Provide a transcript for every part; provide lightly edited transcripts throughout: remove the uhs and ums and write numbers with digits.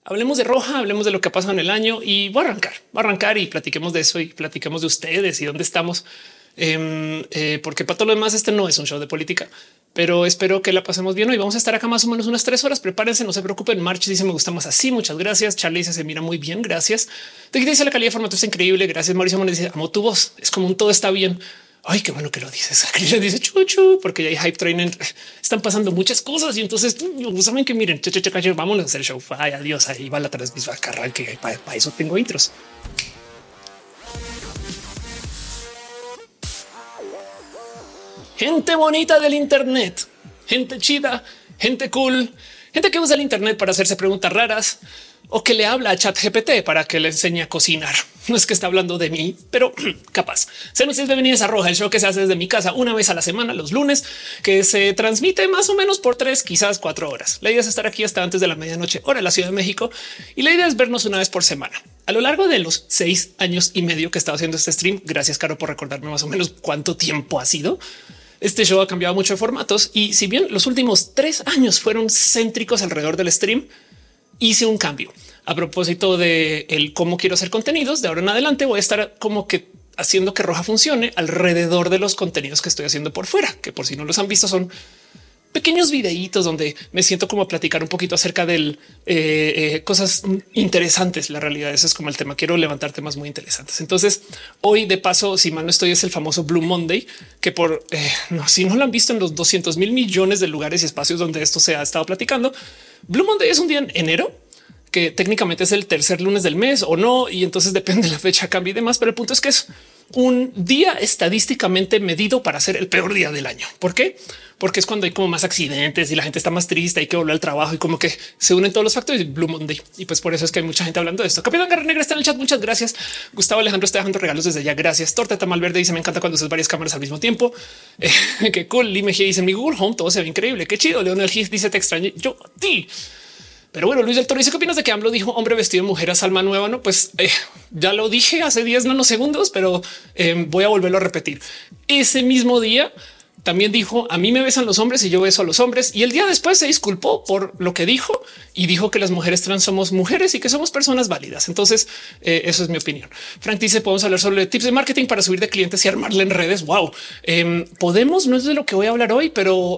Hablemos de Roja, hablemos de lo que ha pasado en el año y voy a arrancar y platiquemos de eso y platiquemos de ustedes y dónde estamos. Porque para todo lo demás este no es un show de política, pero espero que la pasemos bien hoy. Vamos a estar acá más o menos unas 3 horas. Prepárense, no se preocupen. March dice me gusta más así. Muchas gracias. Charlie dice se mira muy bien. Gracias. Te dice la calidad de formato es increíble. Gracias. Mauricio Mones dice amo tu voz. Es como un todo está bien. Ay, qué bueno que lo dices. Le dice chuchu, porque ya hay hype train. Están pasando muchas cosas y entonces saben que miren, vamos a hacer el show. Ay, adiós. Ahí va la transmisión. Que para eso tengo intros. Gente bonita del Internet, gente chida, gente cool, gente que usa el Internet para hacerse preguntas raras o que le habla a ChatGPT para que le enseñe a cocinar. No es que está hablando de mí, pero capaz. Sean ustedes bienvenidos a Roja, el show que se hace desde mi casa una vez a la semana, los lunes, que se transmite más o menos por 3, quizás 4 horas. La idea es estar aquí hasta antes de la medianoche, hora de la Ciudad de México, y la idea es vernos una vez por semana. A lo largo de los 6 años y medio que he estado haciendo este stream, gracias, Caro, por recordarme más o menos cuánto tiempo ha sido. Este show ha cambiado mucho de formatos y si bien los últimos 3 años fueron céntricos alrededor del stream, hice un cambio a propósito de el cómo quiero hacer contenidos. De ahora en adelante voy a estar como que haciendo que Roja funcione alrededor de los contenidos que estoy haciendo por fuera, que por si no los han visto son pequeños videitos donde me siento como a platicar un poquito acerca de cosas interesantes. La realidad eso es como el tema. Quiero levantar temas muy interesantes. Entonces hoy de paso, si mal no estoy, es el famoso Blue Monday, que por no, si no lo han visto en los 200,000 millones de lugares y espacios donde esto se ha estado platicando. Blue Monday es un día en enero que técnicamente es el tercer lunes del mes o no. Y entonces depende de la fecha, cambia y demás. Pero el punto es que es un día estadísticamente medido para ser el peor día del año. ¿Por qué? Porque es cuando hay como más accidentes y la gente está más triste, hay que volver al trabajo y como que se unen todos los factores. Blue Monday. Y pues por eso es que hay mucha gente hablando de esto. Capitán Garra Negra está en el chat. Muchas gracias. Gustavo Alejandro está dejando regalos desde ya. Gracias. Torta Tamal Verde dice me encanta cuando usas varias cámaras al mismo tiempo. Qué cool. Lee Mejía dice mi Google Home todo se ve increíble. Qué chido. Leonel Gis dice te extraño yo a ti. Pero bueno, Luis del Toro dice qué opinas de que AMLO dijo hombre vestido de mujer a Salma Nueva. No, pues ya lo dije hace 10 nanosegundos, pero voy a volverlo a repetir. Ese mismo día también dijo a mí me besan los hombres y yo beso a los hombres. Y el día después se disculpó por lo que dijo y dijo que las mujeres trans somos mujeres y que somos personas válidas. Entonces eso es mi opinión. Frank dice podemos hablar sobre tips de marketing para subir de clientes y armarle en redes. Wow, podemos, no es de lo que voy a hablar hoy, pero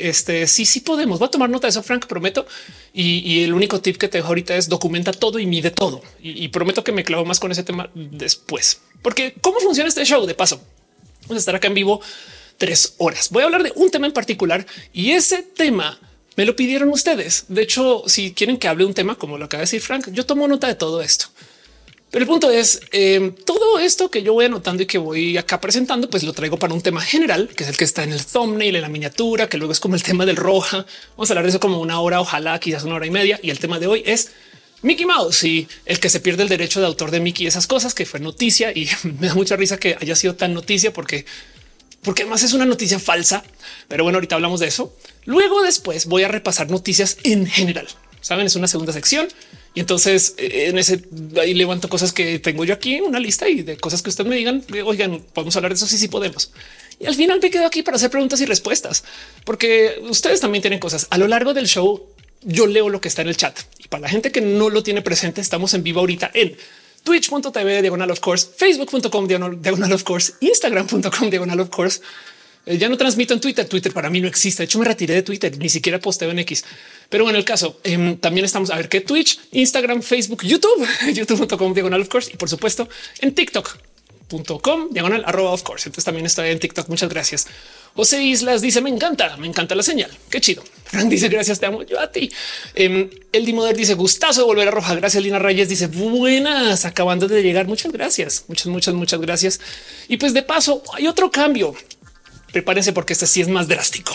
sí podemos. Voy a tomar nota de eso, Frank, prometo. Y el único tip que te dejo ahorita es documenta todo y mide todo. Y prometo que me clavo más con ese tema después, porque cómo funciona este show. De paso, vamos a estar acá en vivo 3 horas. Voy a hablar de un tema en particular y ese tema me lo pidieron ustedes. De hecho, si quieren que hable de un tema como lo acaba de decir Frank, yo tomo nota de todo esto. Pero el punto es todo esto que yo voy anotando y que voy acá presentando, pues lo traigo para un tema general, que es el que está en el thumbnail, en la miniatura, que luego es como el tema del Roja. Vamos a hablar de eso como 1 hora, ojalá quizás 1 hora y media. Y el tema de hoy es Mickey Mouse y el que se pierde el derecho de autor de Mickey y esas cosas, que fue noticia y me da mucha risa que haya sido tan noticia porque además es una noticia falsa. Pero bueno, ahorita hablamos de eso. Luego después voy a repasar noticias en general. Saben, es una segunda sección. Y entonces en ese ahí levanto cosas que tengo yo aquí, una lista y de cosas que ustedes me digan, oigan, podemos hablar de eso. Sí podemos. Y al final me quedo aquí para hacer preguntas y respuestas, porque ustedes también tienen cosas a lo largo del show. Yo leo lo que está en el chat y para la gente que no lo tiene presente, estamos en vivo ahorita en twitch.tv diagonal of course, facebook.com diagonal of course, instagram.com diagonal of course. Ya no transmito en Twitter. Twitter para mí no existe. De hecho, me retiré de Twitter, ni siquiera posteo en X. Pero bueno, el caso también estamos a ver qué Twitch, Instagram, Facebook, YouTube, youtube.com diagonal of course y por supuesto en TikTok.com diagonal @ of course. Entonces también estoy en TikTok. Muchas gracias. José Islas dice me encanta la señal. Qué chido. Frank dice gracias, te amo yo a ti. El Dimoder dice gustazo de volver a Roja. Gracias. Lina Reyes dice buenas, acabando de llegar. Muchas gracias. Muchas gracias. Y pues de paso hay otro cambio. Prepárense porque este sí es más drástico.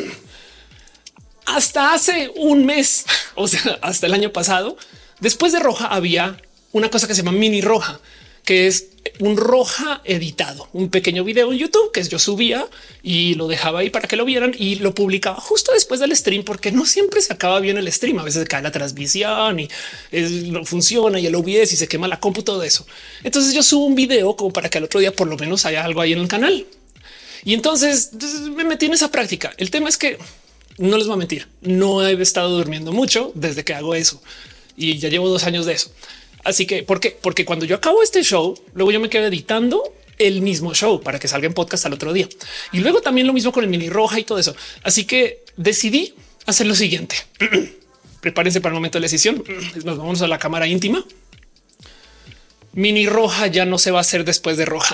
Hasta hace un mes, o sea, hasta el año pasado, después de Roja había una cosa que se llama mini Roja, que es un Roja editado, un pequeño video en YouTube que yo subía y lo dejaba ahí para que lo vieran y lo publicaba justo después del stream, porque no siempre se acaba bien el stream. A veces cae la transmisión y no funciona y el OBS y se quema la compu, todo eso. Entonces yo subo un video como para que al otro día por lo menos haya algo ahí en el canal. Y entonces me metí en esa práctica. El tema es que no les voy a mentir, no he estado durmiendo mucho desde que hago eso. y ya llevo 2 años de eso. Así que, ¿por qué? Porque cuando yo acabo este show, luego yo me quedo editando el mismo show para que salga en podcast al otro día. Y luego también lo mismo con el mini roja y todo eso. Así que decidí hacer lo siguiente. Prepárense para el momento de la decisión. Nos vamos a la cámara íntima. Mini roja ya no se va a hacer después de roja.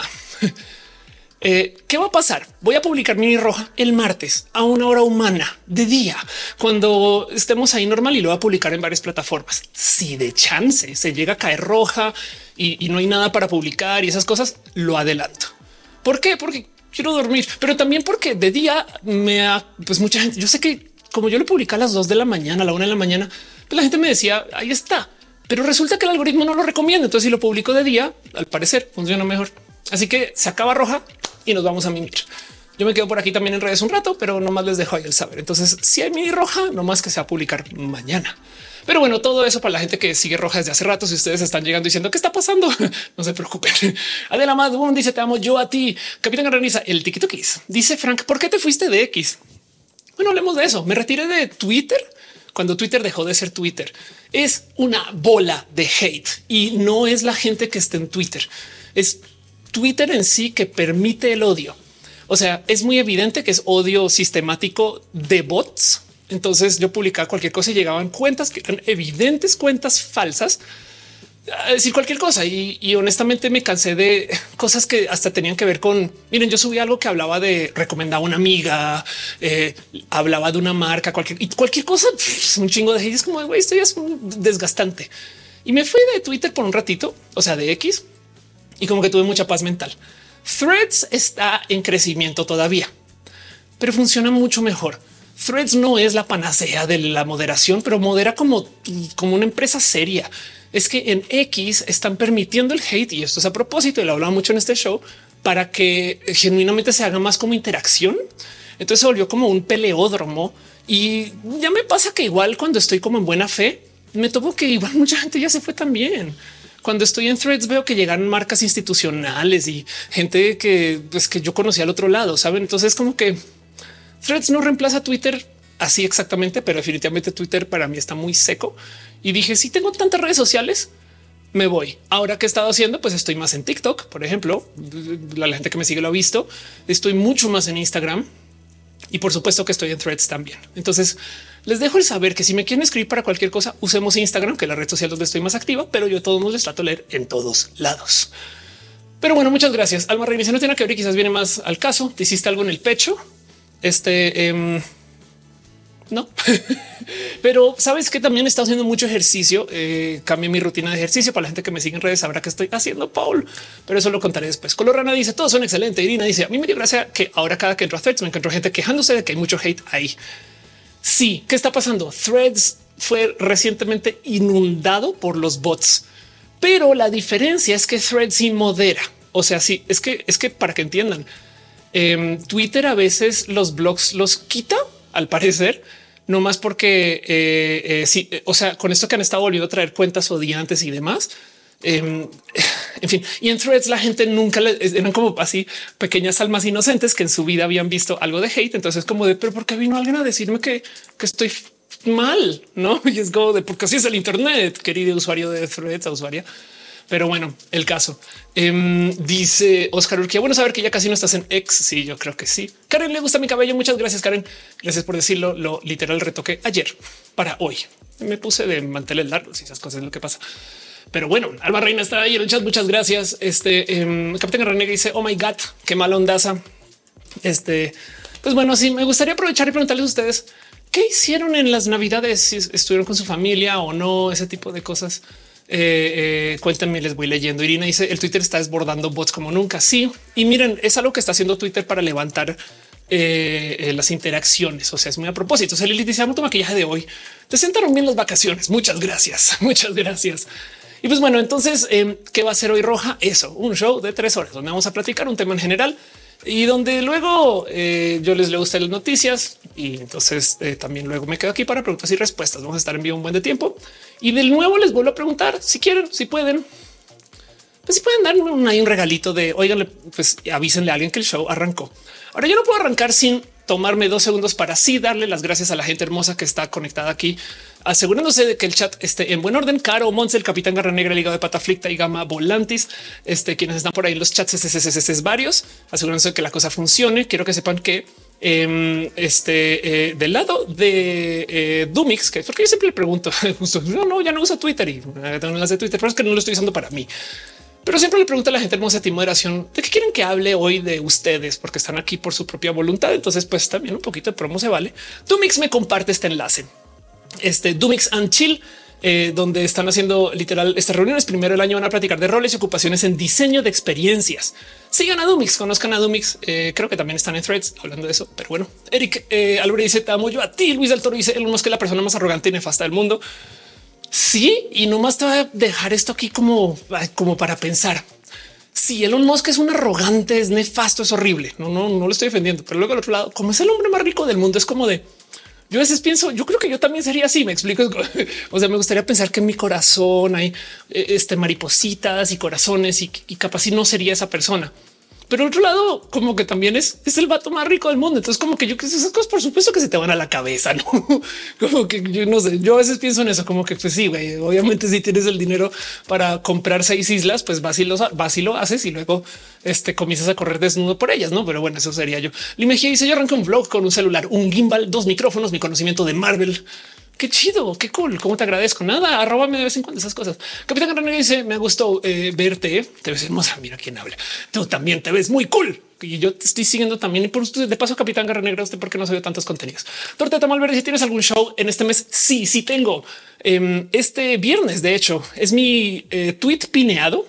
¿Qué va a pasar? Voy a publicar mini roja el martes a 1 hora humana de día, cuando estemos ahí normal, y lo voy a publicar en varias plataformas. Si de chance se llega a caer roja y no hay nada para publicar y esas cosas, lo adelanto. ¿Por qué? Porque quiero dormir, pero también porque de día pues mucha gente, yo sé que como yo lo publiqué a las 2 de la mañana, a la 1 de la mañana, pues la gente me decía ahí está, pero resulta que el algoritmo no lo recomienda. Entonces si lo publico de día, al parecer funciona mejor. Así que se acaba roja y nos vamos a mimir. Yo me quedo por aquí también en redes un rato, pero nomás les dejo ahí el saber. Entonces, si hay mini roja, nomás que se va a publicar mañana. Pero bueno, todo eso para la gente que sigue roja desde hace rato. Si ustedes están llegando diciendo qué está pasando, no se preocupen. Adela Madbun dice: te amo yo a ti. Capitán Garaniza, el Tiquito Kiss. Dice Frank: ¿por qué te fuiste de X? Bueno, hablemos de eso. Me retiré de Twitter cuando Twitter dejó de ser Twitter. Es una bola de hate y no es la gente que está en Twitter. Es Twitter en sí que permite el odio. O sea, es muy evidente que es odio sistemático de bots. Entonces yo publicaba cualquier cosa y llegaban cuentas que eran evidentes, cuentas falsas, a decir cualquier cosa. Y honestamente me cansé de cosas que hasta tenían que ver con, miren, yo subí algo que hablaba de recomendar a una amiga, hablaba de una marca, cualquier cosa, es un chingo de hate. Es como, güey, esto ya es desgastante. Y me fui de Twitter por un ratito, o sea, de X, y como que tuve mucha paz mental. Threads está en crecimiento todavía, pero funciona mucho mejor. Threads no es la panacea de la moderación, pero modera como una empresa seria. Es que en X están permitiendo el hate, y esto es a propósito, y lo hablaba mucho en este show, para que genuinamente se haga más como interacción. Entonces se volvió como un peleódromo, y ya me pasa que igual cuando estoy como en buena fe, me topo que igual mucha gente ya se fue también. Cuando estoy en Threads veo que llegan marcas institucionales y gente que yo conocí al otro lado, ¿saben? Entonces como que Threads no reemplaza a Twitter así exactamente, pero definitivamente Twitter para mí está muy seco. Y dije, si tengo tantas redes sociales, me voy. Ahora que he estado haciendo, pues estoy más en TikTok, por ejemplo. La gente que me sigue lo ha visto. Estoy mucho más en Instagram. Y por supuesto que estoy en Threads también. Entonces les dejo el saber que si me quieren escribir para cualquier cosa, usemos Instagram, que es la red social donde estoy más activa, pero yo a todos les trato de leer en todos lados. Pero bueno, muchas gracias. Alma Reina, si no tiene que ver, quizás viene más al caso. ¿Te hiciste algo en el pecho? No, pero sabes que también he estado haciendo mucho ejercicio. Cambié mi rutina de ejercicio. Para la gente que me sigue en redes sabrá que estoy haciendo, Paul, pero eso lo contaré después. Colorana dice: todos son excelentes. Irina dice: a mí me dio gracia que ahora cada que entro a Threads me encuentro gente quejándose de que hay mucho hate ahí. Sí, ¿qué está pasando? Threads fue recientemente inundado por los bots, pero la diferencia es que Threads sí modera. O sea, sí, es que para que entiendan, Twitter a veces los blogs los quita, al parecer, no más porque sí, o sea, con esto que han estado volviendo a traer cuentas odiantes y demás. En fin, y en Threads la gente nunca eran como así pequeñas almas inocentes que en su vida habían visto algo de hate. Entonces, como de, pero ¿por qué vino alguien a decirme que estoy mal? No, y es como de porque así es el Internet, querido usuario de Threads, usuaria. Pero bueno, el caso dice Oscar Urquía: bueno saber que ya casi no estás en X. Sí, yo creo que sí. Karen, le gusta mi cabello. Muchas gracias, Karen. Gracias por decirlo. Lo literal retoqué ayer para hoy. Me puse de manteles largos y esas cosas es lo que pasa. Pero bueno, Alba Reina está ahí en el chat. Muchas gracias. Capitán René dice: oh my God, qué mal ondaza. Pues bueno, sí, me gustaría aprovechar y preguntarles a ustedes qué hicieron en las Navidades, si estuvieron con su familia o no, ese tipo de cosas. Cuéntenme, les voy leyendo. Irina dice: el Twitter está desbordando bots como nunca. Sí, y miren, es algo que está haciendo Twitter para levantar las interacciones. O sea, es muy a propósito. O sea, Lili dice: amo tu maquillaje de hoy. Te sentaron bien las vacaciones. Muchas gracias. Muchas gracias. Y pues bueno, entonces, ¿qué va a ser hoy Roja? Eso, un show de 3 horas donde vamos a platicar un tema en general y donde luego yo les leo a ustedes las noticias y entonces también luego me quedo aquí para preguntas y respuestas. Vamos a estar en vivo un buen de tiempo y de nuevo les vuelvo a preguntar si quieren, si pueden, pues si pueden darme ahí un regalito de oigan, pues avísenle a alguien que el show arrancó. Ahora yo no puedo arrancar sin tomarme 2 segundos para sí darle las gracias a la gente hermosa que está conectada aquí, asegurándose de que el chat esté en buen orden. Caro, Monse, el Capitán Garra Negra, el Hígado de Pata Aflicta y Gama Volantis, quienes están por ahí en los chats es varios, asegurándose de que la cosa funcione. Quiero que sepan que del lado de Dumix, que es porque yo siempre le pregunto justo, no, ya no uso Twitter y tengo las de Twitter, pero es que no lo estoy usando para mí. Pero siempre le pregunto a la gente hermosa de moderación de qué quieren que hable hoy de ustedes, porque están aquí por su propia voluntad. Entonces, pues también un poquito de promo se vale. Dumix me comparte este enlace, Dumix and Chill, donde están haciendo literal estas reuniones. Primero del año van a platicar de roles y ocupaciones en diseño de experiencias. Sigan a Dumix, conozcan a Dumix. Creo que también están en Threads hablando de eso. Pero bueno, Eric Álvarez dice: te amo yo a ti. Luis del Toro dice: Elon Musk es la persona más arrogante y nefasta del mundo. Sí, y nomás te voy a dejar esto aquí como para pensar. Si Elon Musk es un arrogante, es nefasto, es horrible. No lo estoy defendiendo. Pero luego al otro lado, como es el hombre más rico del mundo, es como de yo a veces pienso, yo creo que yo también sería así. Me explico. O sea, me gustaría pensar que en mi corazón hay maripositas y corazones y capaz si no sería esa persona. Pero al otro lado, como que también es el vato más rico del mundo. Entonces, como que yo que esas cosas, por supuesto que se te van a la cabeza, no? Como que yo no sé. Yo a veces pienso en eso, como que pues sí, güey, obviamente si tienes el dinero para comprar 6 islas, pues vas y lo haces y luego comienzas a correr desnudo por ellas, no? Pero bueno, eso sería yo. Limejía dice: yo arranqué un vlog con un celular, un gimbal, 2 micrófonos, mi conocimiento de Marvel. Qué chido, qué cool. ¿Cómo te agradezco? Nada, arróbame de vez en cuando esas cosas. Capitán Garra dice: me gustó verte. Te ves hermosa. Mira quién habla. Tú también te ves muy cool. Y yo te estoy siguiendo también. Y por usted, de paso, Capitán Garra Negra, usted porque no subió tantos contenidos. Torteta Malverde, si tienes algún show en este mes, sí tengo. Este viernes, de hecho, es mi tweet pineado.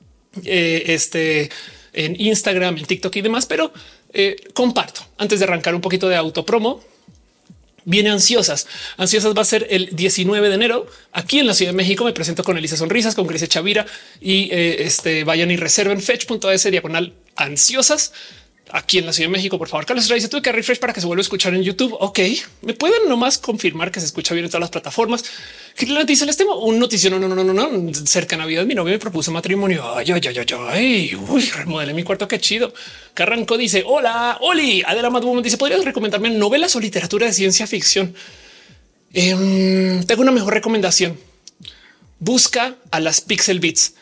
En Instagram, en TikTok y demás, pero comparto antes de arrancar un poquito de autopromo. Viene Ansiosas. Ansiosas va a ser el 19 de enero aquí en la Ciudad de México. Me presento con Elisa Sonrisas, con Grecia Chavira y vayan y reserven fetch.es/ansiosas aquí en la Ciudad de México. Por favor, Carlos dice: tuve que refresh para que se vuelva a escuchar en YouTube. Ok, me pueden nomás confirmar que se escucha bien en todas las plataformas. Kirlan dice: les tengo un notición. No. Cerca de Navidad, mi novia me propuso matrimonio. Ay, remodelé mi cuarto. Qué chido. Carranco dice: hola, Oli. Adela Madwoman dice: ¿podrías recomendarme novelas o literatura de ciencia ficción? Tengo una mejor recomendación. Busca a las Pixel Beats.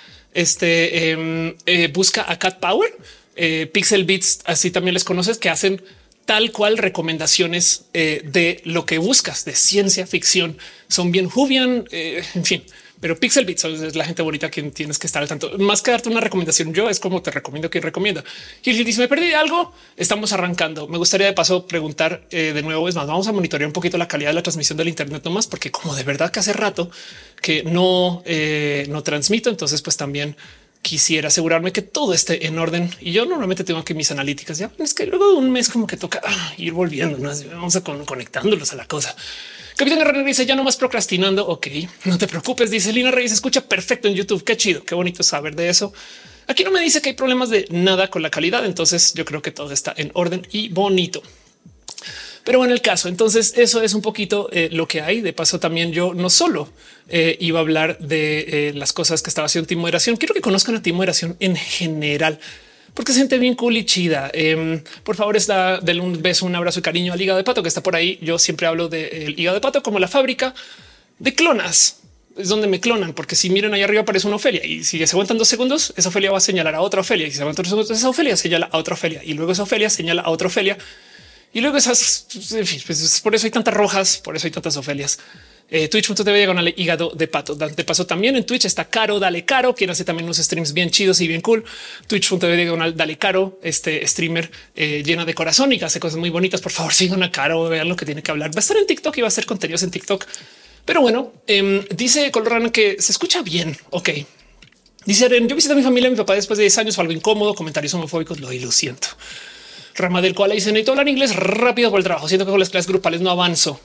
Busca a Cat Power. Pixel Beats, así también les conoces, que hacen tal cual recomendaciones de lo que buscas de ciencia ficción. Son bien Juvian, en fin, pero Pixel Beats es la gente bonita quien tienes que estar al tanto. Más que darte una recomendación, yo es como te recomiendo que recomienda. Y dice: me perdí de algo. Estamos arrancando. Me gustaría de paso preguntar de nuevo. Es más, vamos a monitorear un poquito la calidad de la transmisión del Internet nomás, porque como de verdad que hace rato que no transmito, entonces pues también quisiera asegurarme que todo esté en orden. Y yo normalmente tengo aquí mis analíticas. Ya es que luego de un mes como que toca ir volviendo. Vamos a conectándolos a la cosa. Capitán Guerrero dice: ya no más procrastinando. Ok, no te preocupes. Dice Lina Reyes: escucha perfecto en YouTube. Qué chido, qué bonito saber de eso. Aquí no me dice que hay problemas de nada con la calidad. Entonces yo creo que todo está en orden y bonito. Pero bueno, el caso. Entonces eso es un poquito lo que hay. De paso, también yo no solo iba a hablar de las cosas que estaba haciendo Team Moderación. Quiero que conozcan a Team Moderación en general, porque es gente bien cool y chida. Por favor, denle un beso, un abrazo y cariño al Hígado de Pato que está por ahí. Yo siempre hablo del Hígado de Pato como la fábrica de clonas. Es donde me clonan, porque si miran ahí arriba aparece una Ofelia y si se aguantan 2 segundos, esa Ofelia va a señalar a otra Ofelia y si se aguantan 2 segundos, esa Ofelia señala a otra Ofelia y luego esa Ofelia señala a otra Ofelia. Y luego esas, en fin, pues por eso hay tantas rojas, por eso hay tantas Ofelias. Twitch.tv Hígado de Pato. De paso, también en Twitch está Caro, Dale Caro, quien hace también unos streams bien chidos y bien cool. Twitch.tv Dale Caro, streamer llena de corazón y que hace cosas muy bonitas. Por favor, sigan a Caro, vean lo que tiene que hablar. Va a estar en TikTok y va a hacer contenidos en TikTok. Pero bueno, dice Colorana que se escucha bien. Ok. Dice: yo visité a mi familia, mi papá después de 10 años, fue algo incómodo, comentarios homofóbicos, lo siento. Rama del cual dice: necesito hablar inglés rápido por el trabajo. Siento que con las clases grupales no avanzo.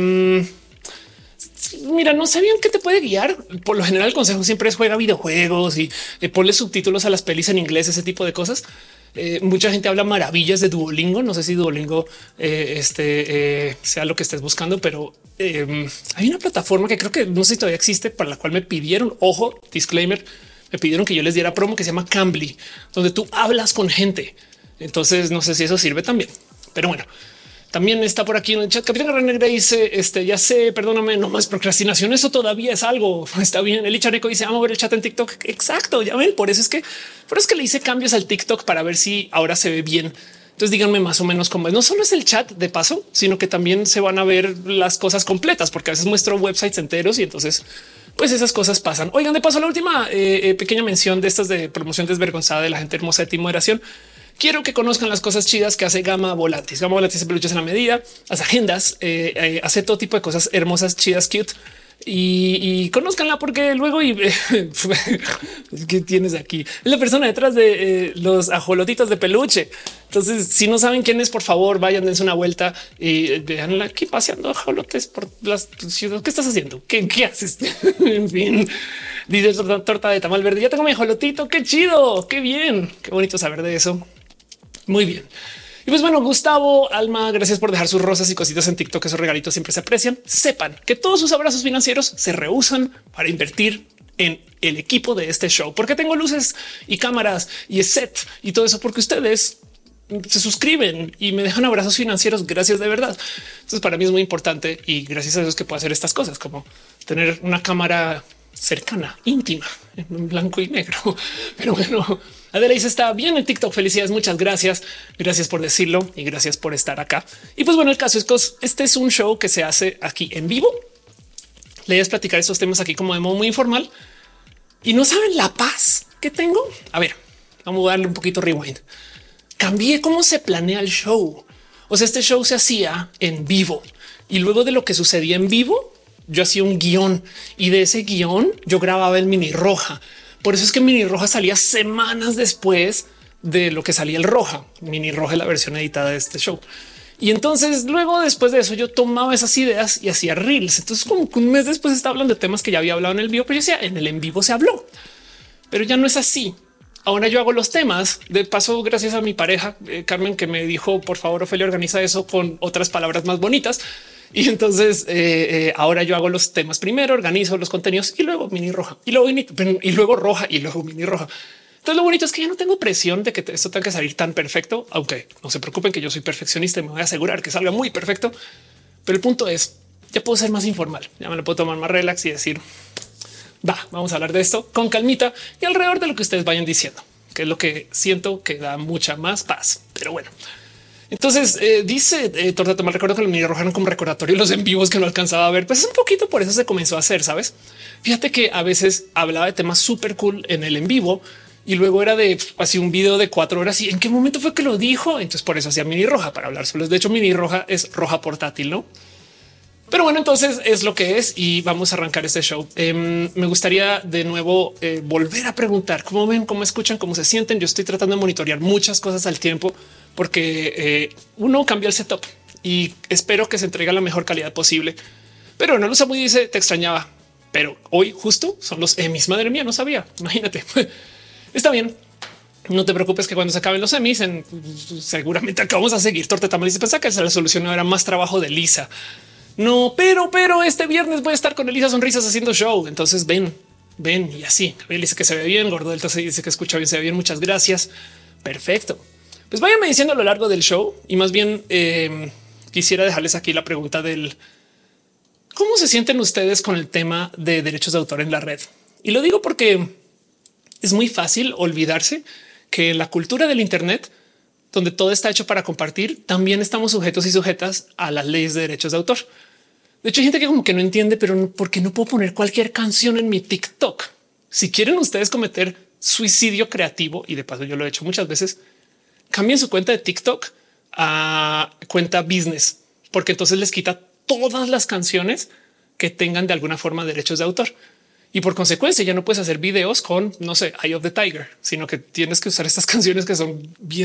Mira, no sé bien qué te puede guiar. Por lo general, el consejo siempre es juega videojuegos y ponle subtítulos a las pelis en inglés, ese tipo de cosas. Mucha gente habla maravillas de Duolingo. No sé si Duolingo sea lo que estés buscando, pero hay una plataforma que creo que no sé si todavía existe, para la cual me pidieron, ojo, disclaimer, me pidieron que yo les diera promo, que se llama Cambly, donde tú hablas con gente. Entonces no sé si eso sirve también, pero bueno, También está por aquí en el chat. Capitán Guerra Negra dice: ya sé, perdóname, no más procrastinación. Eso todavía es algo. Está bien. Eli Chareco dice: vamos a ver el chat en TikTok. Exacto. Ya ven. Por eso es que le hice cambios al TikTok para ver si ahora se ve bien. Entonces díganme más o menos cómo es. No solo es el chat de paso, sino que también se van a ver las cosas completas, porque a veces muestro websites enteros y entonces pues esas cosas pasan. Oigan, de paso, la última pequeña mención de estas de promoción desvergonzada de la gente hermosa de Team Moderación. Quiero que conozcan las cosas chidas que hace Gama Volantis. Gama Volantis hace peluches en la medida, hace agendas, hace todo tipo de cosas hermosas, chidas, cute. Y conózcanla porque luego y ¿qué tienes aquí? Es la persona detrás de los ajolotitos de peluche. Entonces, si no saben quién es, por favor, vayan, dense una vuelta y veanla aquí paseando ajolotes por las ciudades. ¿Qué estás haciendo? ¿Qué haces? En fin, dice torta de tamal verde. Ya tengo mi ajolotito. Qué chido, qué bien, qué bonito saber de eso. Muy bien. Y pues bueno, Gustavo, Alma, gracias por dejar sus rosas y cositas en TikTok. Esos regalitos siempre se aprecian. Sepan que todos sus abrazos financieros se rehusan para invertir en el equipo de este show, porque tengo luces y cámaras y set y todo eso, porque ustedes se suscriben y me dejan abrazos financieros. Gracias de verdad. Entonces para mí es muy importante y gracias a Dios que puedo hacer estas cosas, como tener una cámara cercana, íntima, en blanco y negro. Pero bueno, Adela dice: está bien en TikTok. Felicidades. Muchas gracias. Gracias por decirlo y gracias por estar acá. Y pues bueno, el caso es que este es un show que se hace aquí en vivo. Le voy a platicar estos temas aquí como de modo muy informal y no saben la paz que tengo. A ver, vamos a darle un poquito rewind. Cambié cómo se planea el show. O sea, este show se hacía en vivo y luego de lo que sucedía en vivo, yo hacía un guión y de ese guión yo grababa el mini roja. Por eso es que mini roja salía semanas después de lo que salía el roja. Mini roja es la versión editada de este show. Y entonces luego después de eso yo tomaba esas ideas y hacía reels. Entonces como que un mes después estaba hablando de temas que ya había hablado en el vivo, pero yo decía en el en vivo se habló, pero ya no es así. Ahora yo hago los temas de paso gracias a mi pareja Carmen, que me dijo: por favor, Ofelia, organiza eso con otras palabras más bonitas. Y entonces ahora yo hago los temas primero, organizo los contenidos y luego mini roja y luego roja y luego mini roja. Entonces lo bonito es que ya no tengo presión de que esto tenga que salir tan perfecto, aunque no se preocupen que yo soy perfeccionista y me voy a asegurar que salga muy perfecto. Pero el punto es, ya puedo ser más informal, ya me lo puedo tomar más relax y decir: vamos a hablar de esto con calmita y alrededor de lo que ustedes vayan diciendo, que es lo que siento que da mucha más paz. Pero bueno, entonces dice Torta Tomar: recuerdo que el mini roja eran como recordatorio los en vivos que no alcanzaba a ver. Pues es un poquito por eso se comenzó a hacer, sabes? Fíjate que a veces hablaba de temas súper cool en el en vivo y luego era de así un video de 4 horas. ¿Y en qué momento fue que lo dijo? Entonces por eso hacía mini roja para hablar solos. De hecho, mini roja es roja portátil, ¿no? Pero bueno, entonces es lo que es y vamos a arrancar este show. Me gustaría de nuevo volver a preguntar cómo ven, cómo escuchan, cómo se sienten. Yo estoy tratando de monitorear muchas cosas al tiempo porque uno cambia el setup y espero que se entregue la mejor calidad posible. Pero no lo sé, muy dice: te extrañaba, pero hoy justo son los Emmys. Madre mía, no sabía. Imagínate. Está bien. No te preocupes que cuando se acaben los Emmys, seguramente acabamos a seguir. Torta Tamal dice: pensaba que la solución no era más trabajo de Lisa. No, pero este viernes voy a estar con Elisa Sonrisas haciendo show. Entonces ven y así. Gabriel dice que se ve bien. Gordo Delta se dice que escucha bien, se ve bien. Muchas gracias. Perfecto. Pues váyanme diciendo a lo largo del show y más bien quisiera dejarles aquí la pregunta del cómo se sienten ustedes con el tema de derechos de autor en la red. Y lo digo porque es muy fácil olvidarse que en la cultura del Internet, donde todo está hecho para compartir, también estamos sujetos y sujetas a las leyes de derechos de autor. De hecho, hay gente que como que no entiende, pero ¿por qué no puedo poner cualquier canción en mi TikTok? Si quieren ustedes cometer suicidio creativo, y de paso yo lo he hecho muchas veces, cambien su cuenta de TikTok a cuenta business, porque entonces les quita todas las canciones que tengan de alguna forma derechos de autor. Y por consecuencia ya no puedes hacer videos con, no sé, Eye of the Tiger, sino que tienes que usar estas canciones que son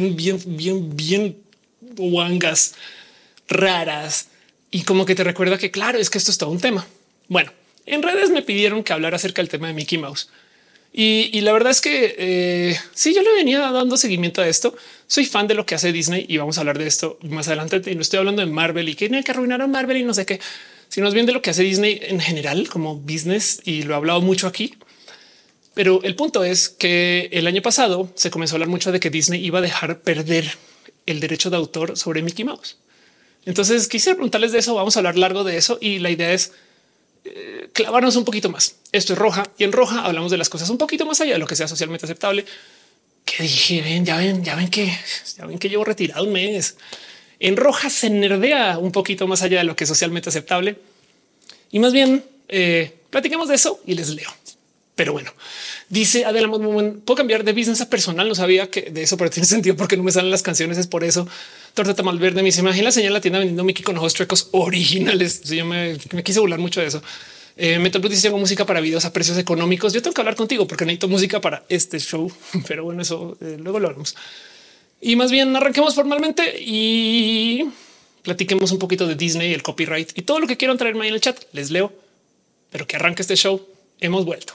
bien guangas, raras y como que te recuerda que claro, es que esto es todo un tema. Bueno, en redes me pidieron que hablara acerca del tema de Mickey Mouse. Y la verdad es que sí, yo le venía dando seguimiento a esto. Soy fan de lo que hace Disney y vamos a hablar de esto más adelante. Y no estoy hablando de Marvel y que arruinaron Marvel y no sé qué, sino más bien de lo que hace Disney en general como business. Y lo he hablado mucho aquí. Pero el punto es que el año pasado se comenzó a hablar mucho de que Disney iba a dejar perder el derecho de autor sobre Mickey Mouse. Entonces quisiera preguntarles de eso. Vamos a hablar largo de eso y la idea es clavarnos un poquito más. Esto es Roja y en Roja hablamos de las cosas un poquito más allá de lo que sea socialmente aceptable. Que dije, ya ven que llevo retirado un mes. En Roja se nerdea un poquito más allá de lo que es socialmente aceptable y más bien platiquemos de eso y les leo. Pero bueno, dice Adela, puedo cambiar de business a personal. No sabía que de eso, pero tiene sentido porque no me salen las canciones. Es por eso. Torta Tamal Verde me dice: imagina la señal en la tienda vendiendo Mickey con ojos chuecos originales. Sí, yo me quise burlar mucho de eso. Metal Blue dice: hago música para videos a precios económicos. Yo tengo que hablar contigo porque necesito música para este show, pero bueno, eso luego lo hablamos. Y más bien arranquemos formalmente y platiquemos un poquito de Disney, el copyright y todo lo que quieran traerme ahí en el chat. Les leo, pero que arranque este show. Hemos vuelto.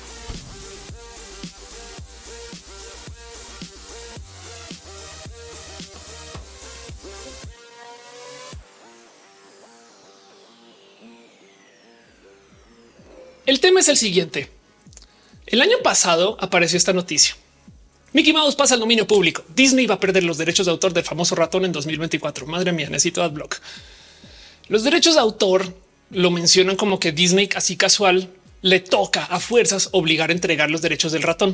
El tema es el siguiente. El año pasado apareció esta noticia. Mickey Mouse pasa al dominio público. Disney va a perder los derechos de autor del famoso ratón en 2024. Madre mía, necesito adblock. Los derechos de autor lo mencionan como que Disney así casual le toca a fuerzas obligar a entregar los derechos del ratón.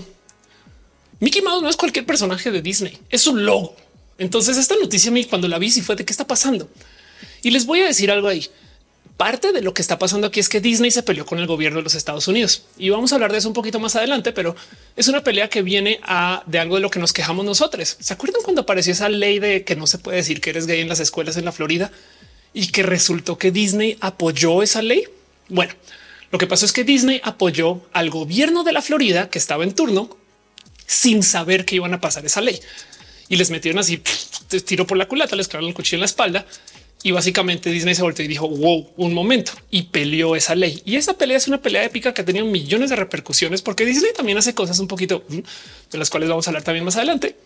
Mickey Mouse no es cualquier personaje de Disney, es un logo. Entonces esta noticia a mí cuando la vi sí fue de qué está pasando. Y les voy a decir algo ahí. Parte de lo que está pasando aquí es que Disney se peleó con el gobierno de los Estados Unidos y vamos a hablar de eso un poquito más adelante, pero es una pelea que viene de algo de lo que nos quejamos nosotros. ¿Se acuerdan cuando apareció esa ley de que no se puede decir que eres gay en las escuelas en la Florida y que resultó que Disney apoyó esa ley? Bueno, lo que pasó es que Disney apoyó al gobierno de la Florida que estaba en turno sin saber que iban a pasar esa ley y les metieron así, tiro por la culata, les clavaron el cuchillo en la espalda. Y básicamente Disney se volteó y dijo: wow, un momento, y peleó esa ley. Y esa pelea es una pelea épica que ha tenido millones de repercusiones porque Disney también hace cosas un poquito de las cuales vamos a hablar también más adelante.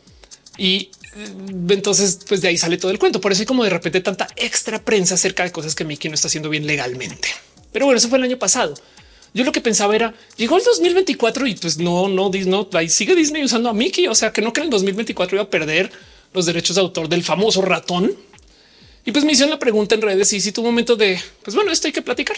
Y entonces, pues de ahí sale todo el cuento. Por eso hay como de repente tanta extra prensa acerca de cosas que Mickey no está haciendo bien legalmente. Pero bueno, eso fue el año pasado. Yo lo que pensaba era llegó el 2024 y pues no, ahí sigue Disney usando a Mickey. O sea que no que en el 2024 iba a perder los derechos de autor del famoso ratón. Y pues me hicieron la pregunta en redes y si tu momento de pues bueno, esto hay que platicar.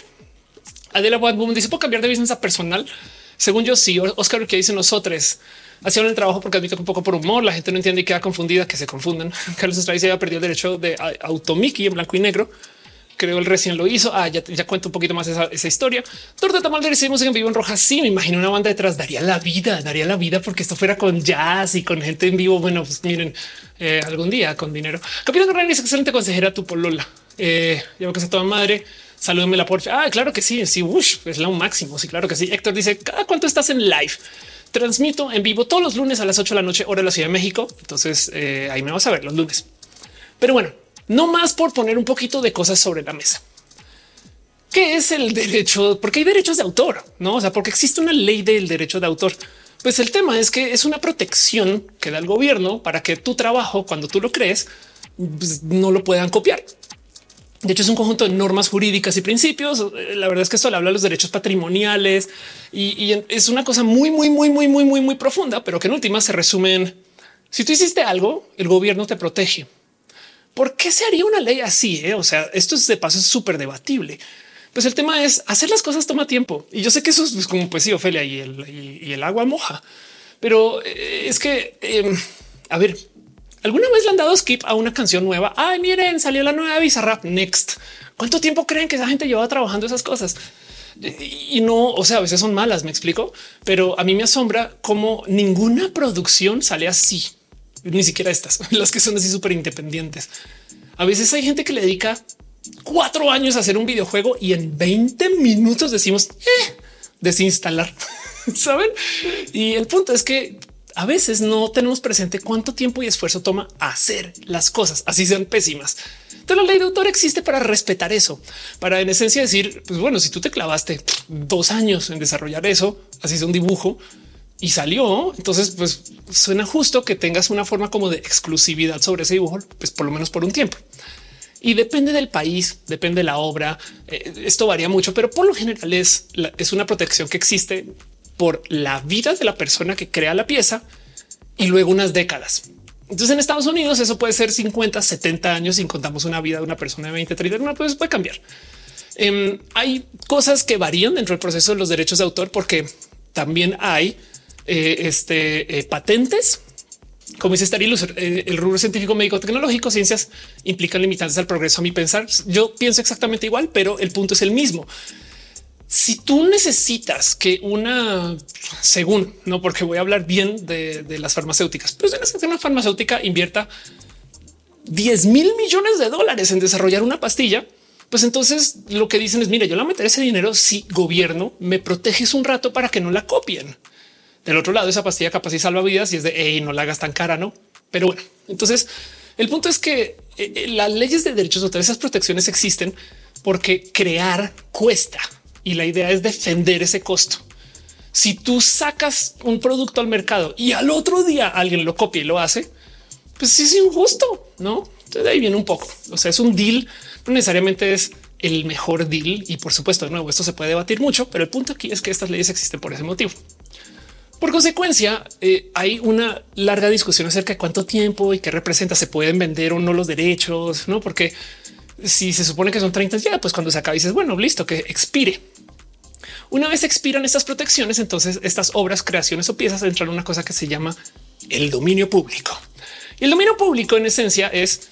Adela Boom dice: ¿puedo cambiar de business a personal? Según yo, sí. Oscar, que dice nosotros hacían el trabajo porque admito que un poco por humor la gente no entiende y queda confundida, que se confundan. Carlos Estrada dice: había perdido el derecho de auto Mickey en blanco y negro. Creo él recién lo hizo. Ya cuento un poquito más esa historia. Torta Tamal dice: música en vivo en Roja. Sí, me imagino una banda detrás. Daría la vida porque esto fuera con jazz y con gente en vivo. Bueno, pues miren, algún día con dinero. Capitán Guerrero dice: excelente consejera tu polola. Llevo que sea toda madre. Salúdame la porfa. Claro que sí. Sí, es la un máximo. Sí, claro que sí. Héctor dice: ¿cada cuánto estás en live? Transmito en vivo todos los lunes a las 8 de la noche, hora de la Ciudad de México. Entonces ahí me vas a ver los lunes. Pero bueno, no más por poner un poquito de cosas sobre la mesa. ¿Qué es el derecho? Porque hay derechos de autor, no? O sea, porque existe una ley del derecho de autor. Pues el tema es que es una protección que da el gobierno para que tu trabajo, cuando tú lo crees, pues no lo puedan copiar. De hecho, es un conjunto de normas jurídicas y principios. La verdad es que esto le habla de los derechos patrimoniales y es una cosa muy profunda, pero que en última se resume en: si tú hiciste algo, el gobierno te protege. ¿Por qué se haría una ley así? O sea, esto es de paso es súper debatible. Pues el tema es hacer las cosas toma tiempo. Y yo sé que eso es como pues sí, Ofelia y el agua moja, pero es que a ver, ¿alguna vez le han dado skip a una canción nueva? Ay, miren, salió la nueva Bizarrap Next. ¿Cuánto tiempo creen que esa gente lleva trabajando esas cosas? Y no, o sea, a veces son malas, me explico, pero a mí me asombra cómo ninguna producción sale así. Ni siquiera estas, las que son así súper independientes. A veces hay gente que le dedica 4 años a hacer un videojuego y en 20 minutos decimos desinstalar, ¿saben? Y el punto es que a veces no tenemos presente cuánto tiempo y esfuerzo toma hacer las cosas, así sean pésimas. Entonces la ley de autor existe para respetar eso, para en esencia decir, pues bueno, si tú te clavaste 2 años en desarrollar eso, así es un dibujo, y salió, entonces pues suena justo que tengas una forma como de exclusividad sobre ese dibujo, pues por lo menos por un tiempo. Y depende del país, depende de la obra, esto varía mucho, pero por lo general es una protección que existe por la vida de la persona que crea la pieza y luego unas décadas. Entonces en Estados Unidos eso puede ser 50, 70 años si contamos una vida de una persona de 20, 30, una pues puede cambiar. Hay cosas que varían dentro del proceso de los derechos de autor porque también hay patentes. Como dice Starilus, el rubro científico, médico, tecnológico, ciencias implican limitantes al progreso. A mi pensar, yo pienso exactamente igual, pero el punto es el mismo. Si tú necesitas que según no, porque voy a hablar bien de las farmacéuticas, pero si una farmacéutica invierta 10,000 millones de dólares en desarrollar una pastilla, pues entonces lo que dicen es: mira, yo le voy a meter ese dinero si gobierno me proteges un rato para que no la copien. Del otro lado, esa pastilla capaz y salva vidas y es de hey, no la hagas tan cara, no? Pero bueno, entonces el punto es que las leyes de derechos de autor, esas protecciones existen porque crear cuesta y la idea es defender ese costo. Si tú sacas un producto al mercado y al otro día alguien lo copia y lo hace, pues sí es injusto, no? Entonces de ahí viene un poco. O sea, es un deal, no necesariamente es el mejor deal. Y por supuesto, de nuevo, esto se puede debatir mucho, pero el punto aquí es que estas leyes existen por ese motivo. Por consecuencia, hay una larga discusión acerca de cuánto tiempo y qué representa, se pueden vender o no los derechos, no? Porque si se supone que son 30 ya, pues cuando se acaba dices, bueno, listo, que expire. Una vez expiran estas protecciones, entonces estas obras, creaciones o piezas entran en una cosa que se llama el dominio público. Y el dominio público en esencia es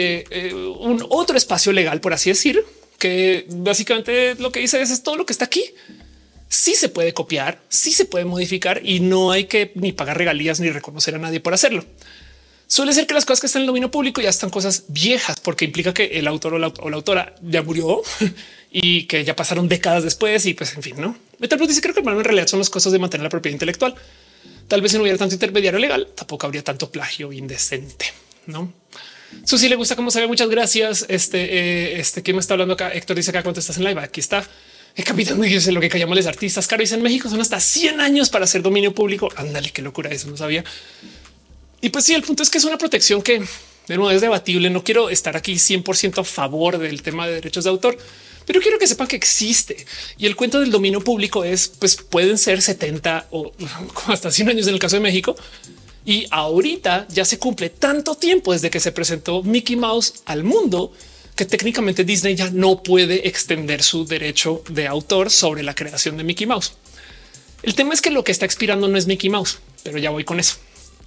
un otro espacio legal, por así decir, que básicamente lo que dice es todo lo que está aquí. Sí se puede copiar, sí se puede modificar y no hay que ni pagar regalías ni reconocer a nadie por hacerlo. Suele ser que las cosas que están en el dominio público ya están cosas viejas porque implica que el autor o la autora ya murió y que ya pasaron décadas después y pues en fin, no? Metalbus dice: creo que el problema en realidad son los costos de mantener la propiedad intelectual. Tal vez si no hubiera tanto intermediario legal, tampoco habría tanto plagio indecente, no? Susi le gusta cómo se ve. Muchas gracias. ¿Quién me está hablando acá? Héctor dice acá cuánto estás en live. Aquí está. El capitán me dice lo que callamos los artistas. Caro dice: en México son hasta 100 años para hacer dominio público. Ándale, qué locura, eso no sabía. Y pues sí, el punto es que es una protección que de nuevo es debatible. No quiero estar aquí 100% a favor del tema de derechos de autor, pero quiero que sepan que existe. Y el cuento del dominio público es, pues pueden ser 70 o hasta 100 años en el caso de México. Y ahorita ya se cumple tanto tiempo desde que se presentó Mickey Mouse al mundo que técnicamente Disney ya no puede extender su derecho de autor sobre la creación de Mickey Mouse. El tema es que lo que está expirando no es Mickey Mouse, pero ya voy con eso.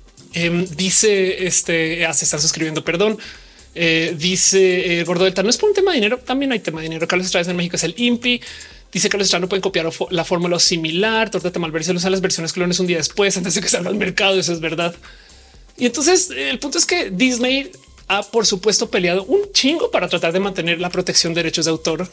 Dice se están suscribiendo, perdón. Dice Gordo Delta: no es por un tema de dinero, también hay tema de dinero. Carlos Estrada en México es el INPI. Dice Carlos Estrada: no pueden copiar la fórmula similar. Torta de Malver se usan las versiones clones un día después, antes de que salga al mercado. Eso es verdad. Y entonces el punto es que Disney ha, por supuesto, peleado un chingo para tratar de mantener la protección de derechos de autor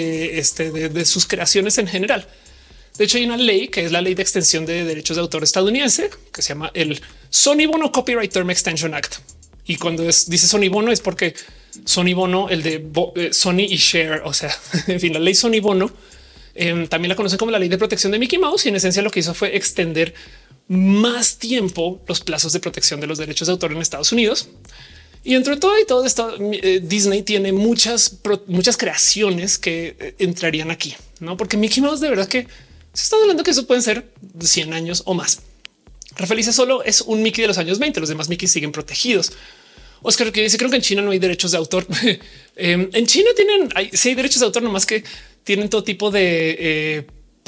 de sus creaciones en general. De hecho, hay una ley que es la ley de extensión de derechos de autor estadounidense que se llama el Sony Bono Copyright Term Extension Act. Y cuando dice Sony Bono es porque Sony Bono, el de Sony y Share, o sea, en fin, la ley Sony Bono también la conocen como la ley de protección de Mickey Mouse y en esencia lo que hizo fue extender más tiempo los plazos de protección de los derechos de autor en Estados Unidos. Y entre todo y todo esto, Disney tiene muchas creaciones que entrarían aquí, no? Porque Mickey Mouse de verdad que se está hablando que eso pueden ser 100 años o más. Rafael solo es un Mickey de los años 20. Los demás Mickey siguen protegidos. Oscar que dice: creo que en China no hay derechos de autor. En China sí hay derechos de autor, nomás que tienen todo tipo de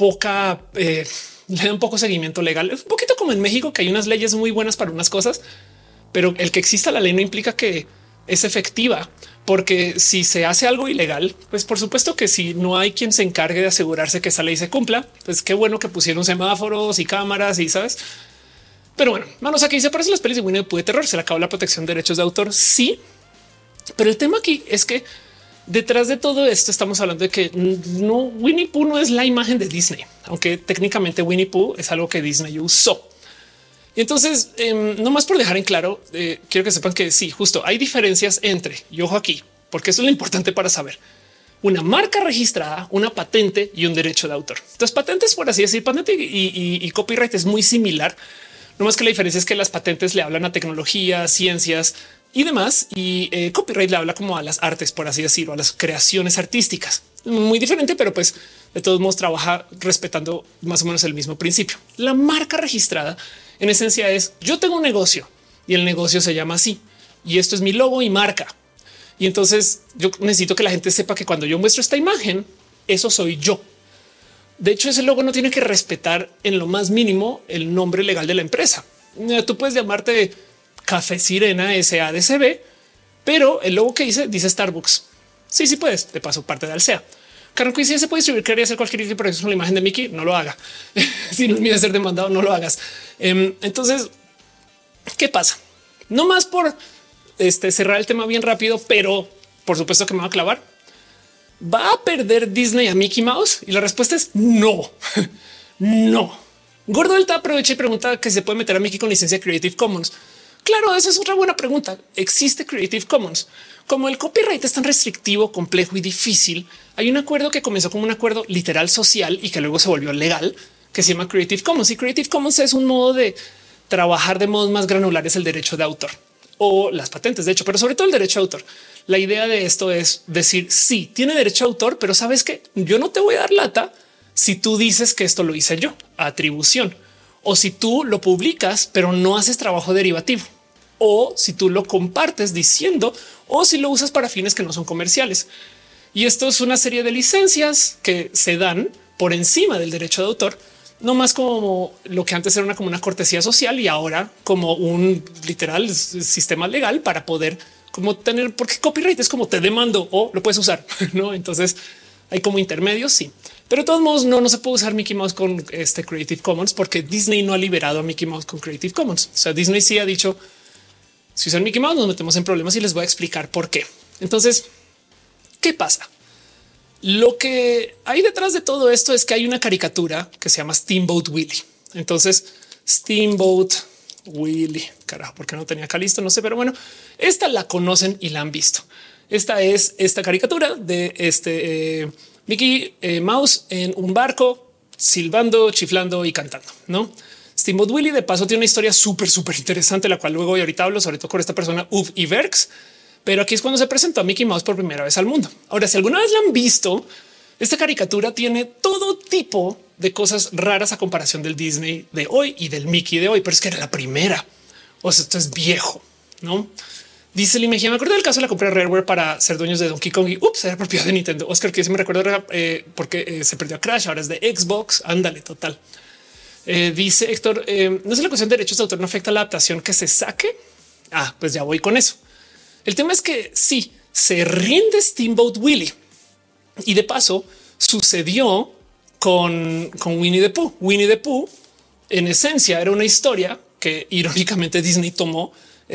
le dan poco seguimiento legal. Es un poquito como en México, que hay unas leyes muy buenas para unas cosas, pero el que exista la ley no implica que es efectiva, porque si se hace algo ilegal, pues por supuesto que si no hay quien se encargue de asegurarse que esa ley se cumpla, pues qué bueno que pusieron semáforos y cámaras y sabes. Pero bueno, manos, aquí se parecen las pelis de Winnie the Pooh de terror. Se le acabó la protección de derechos de autor. Sí, pero el tema aquí es que detrás de todo esto estamos hablando de que no, Winnie Pooh no es la imagen de Disney, aunque técnicamente Winnie Pooh es algo que Disney usó. Y entonces, no más por dejar en claro, quiero que sepan que sí, justo hay diferencias entre, y ojo aquí, porque eso es lo importante para saber, una marca registrada, una patente y un derecho de autor. Entonces, patentes, por así decir, patente y copyright es muy similar. No más que la diferencia es que las patentes le hablan a tecnología, ciencias y demás, y copyright le habla como a las artes, por así decirlo, a las creaciones artísticas. Muy diferente, pero pues de todos modos trabaja respetando más o menos el mismo principio. La marca registrada en esencia es: yo tengo un negocio y el negocio se llama así. Y esto es mi logo y marca. Y entonces yo necesito que la gente sepa que cuando yo muestro esta imagen, eso soy yo. De hecho, ese logo no tiene que respetar en lo más mínimo el nombre legal de la empresa. Tú puedes llamarte Café Sirena SADCB, pero el logo que dice Starbucks. Sí, sí puedes. De paso, parte de Alsea. Carlos, si se puede distribuir, quería hacer cualquier tipo de proyecto con la imagen de Mickey, no lo haga. Si no es miedo a ser demandado, no lo hagas. Entonces, ¿qué pasa? No más por cerrar el tema bien rápido, pero por supuesto que me va a clavar. ¿Va a perder Disney a Mickey Mouse? Y la respuesta es no, no. Gordo Delta aprovecha y pregunta que se puede meter a Mickey con licencia Creative Commons. Claro, esa es otra buena pregunta. ¿Existe Creative Commons? Como el copyright es tan restrictivo, complejo y difícil, hay un acuerdo que comenzó como un acuerdo literal social y que luego se volvió legal, que se llama Creative Commons. Y Creative Commons es un modo de trabajar de modos más granulares el derecho de autor o las patentes, de hecho, pero sobre todo el derecho de autor. La idea de esto es decir, sí, tiene derecho a autor, pero sabes que yo no te voy a dar lata si tú dices que esto lo hice yo, atribución, o si tú lo publicas, pero no haces trabajo derivativo, o si tú lo compartes diciendo, o si lo usas para fines que no son comerciales. Y esto es una serie de licencias que se dan por encima del derecho de autor, no más como lo que antes era como una cortesía social y ahora como un literal sistema legal para poder como tener, porque copyright es como te demando o lo puedes usar, ¿no? Entonces hay como intermedios, sí. Pero de todos modos no se puede usar Mickey Mouse con este Creative Commons porque Disney no ha liberado a Mickey Mouse con Creative Commons. O sea, Disney sí ha dicho, si usan Mickey Mouse nos metemos en problemas y les voy a explicar por qué. Entonces, ¿qué pasa? Lo que hay detrás de todo esto es que hay una caricatura que se llama Steamboat Willie. Entonces, Steamboat Willie, carajo, porque no tenía acá listo, no sé, pero bueno, esta la conocen y la han visto. Esta es esta caricatura de Mickey Mouse en un barco silbando, chiflando y cantando, ¿no? Steamboat Willie de paso tiene una historia súper interesante, la cual luego y ahorita hablo sobre todo con esta persona Uv Iwerks. Pero aquí es cuando se presentó a Mickey Mouse por primera vez al mundo. Ahora, si alguna vez la han visto, esta caricatura tiene todo tipo de cosas raras a comparación del Disney de hoy y del Mickey de hoy, pero es que era la primera. O sea, esto es viejo, ¿no? Dice Lee Mejía, me acuerdo del caso de la compra de Rareware para ser dueños de Donkey Kong y era propiedad de Nintendo. Oscar, que se me recuerda porque se perdió a Crash, ahora es de Xbox. Ándale, total. Dice Héctor, no sé, la cuestión de derechos de autor no afecta la adaptación que se saque. Ah, pues ya voy con eso. El tema es que sí, se rinde Steamboat Willie y de paso sucedió con Winnie the Pooh. Winnie the Pooh en esencia era una historia que irónicamente Disney tomó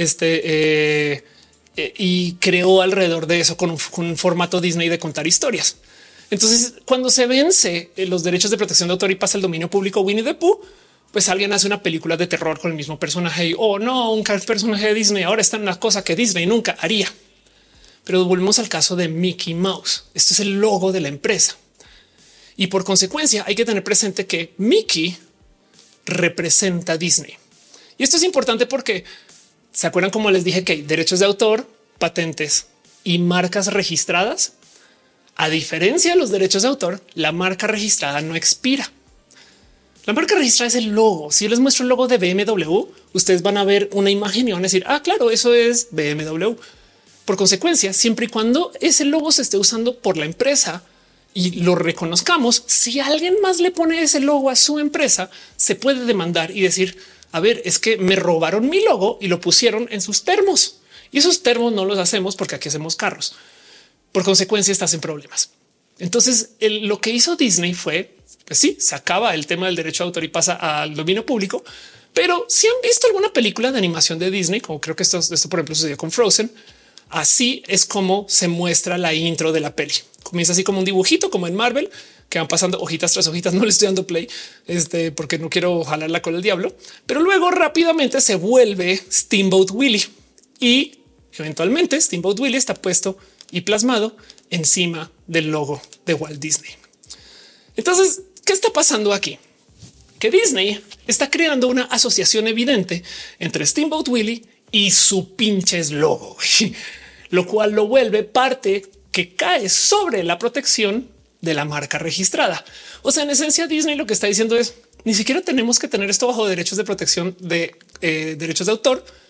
y creó alrededor de eso con un formato Disney de contar historias. Entonces, cuando se vence los derechos de protección de autor y pasa el dominio público Winnie the Pooh, pues alguien hace una película de terror con el mismo personaje y no, un personaje de Disney ahora está en una cosa que Disney nunca haría. Pero volvemos al caso de Mickey Mouse. Esto es el logo de la empresa y por consecuencia hay que tener presente que Mickey representa a Disney. Y esto es importante porque se acuerdan como les dije que hay derechos de autor, patentes y marcas registradas. A diferencia de los derechos de autor, la marca registrada no expira. La marca registrada es el logo. Si yo les muestro el logo de BMW, ustedes van a ver una imagen y van a decir, ah, claro, eso es BMW. Por consecuencia, siempre y cuando ese logo se esté usando por la empresa y lo reconozcamos, si alguien más le pone ese logo a su empresa, se puede demandar y decir, a ver, es que me robaron mi logo y lo pusieron en sus termos. Y esos termos no los hacemos porque aquí hacemos carros. Por consecuencia, estás en problemas. Entonces, lo que hizo Disney fue, pues sí, se acaba el tema del derecho de autor y pasa al dominio público. Pero si han visto alguna película de animación de Disney, como creo que esto por ejemplo sucedió con Frozen, así es como se muestra la intro de la peli. Comienza así como un dibujito, como en Marvel, que van pasando hojitas tras hojitas. No le estoy dando play porque no quiero jalar la cola del diablo, pero luego rápidamente se vuelve Steamboat Willie y eventualmente Steamboat Willie está puesto y plasmado encima del logo de Walt Disney. Entonces, ¿qué está pasando aquí? Que Disney está creando una asociación evidente entre Steamboat Willie y su pinches logo, lo cual lo vuelve parte que cae sobre la protección de la marca registrada. O sea, en esencia, Disney lo que está diciendo es ni siquiera tenemos que tener esto bajo derechos de protección de derechos de autor,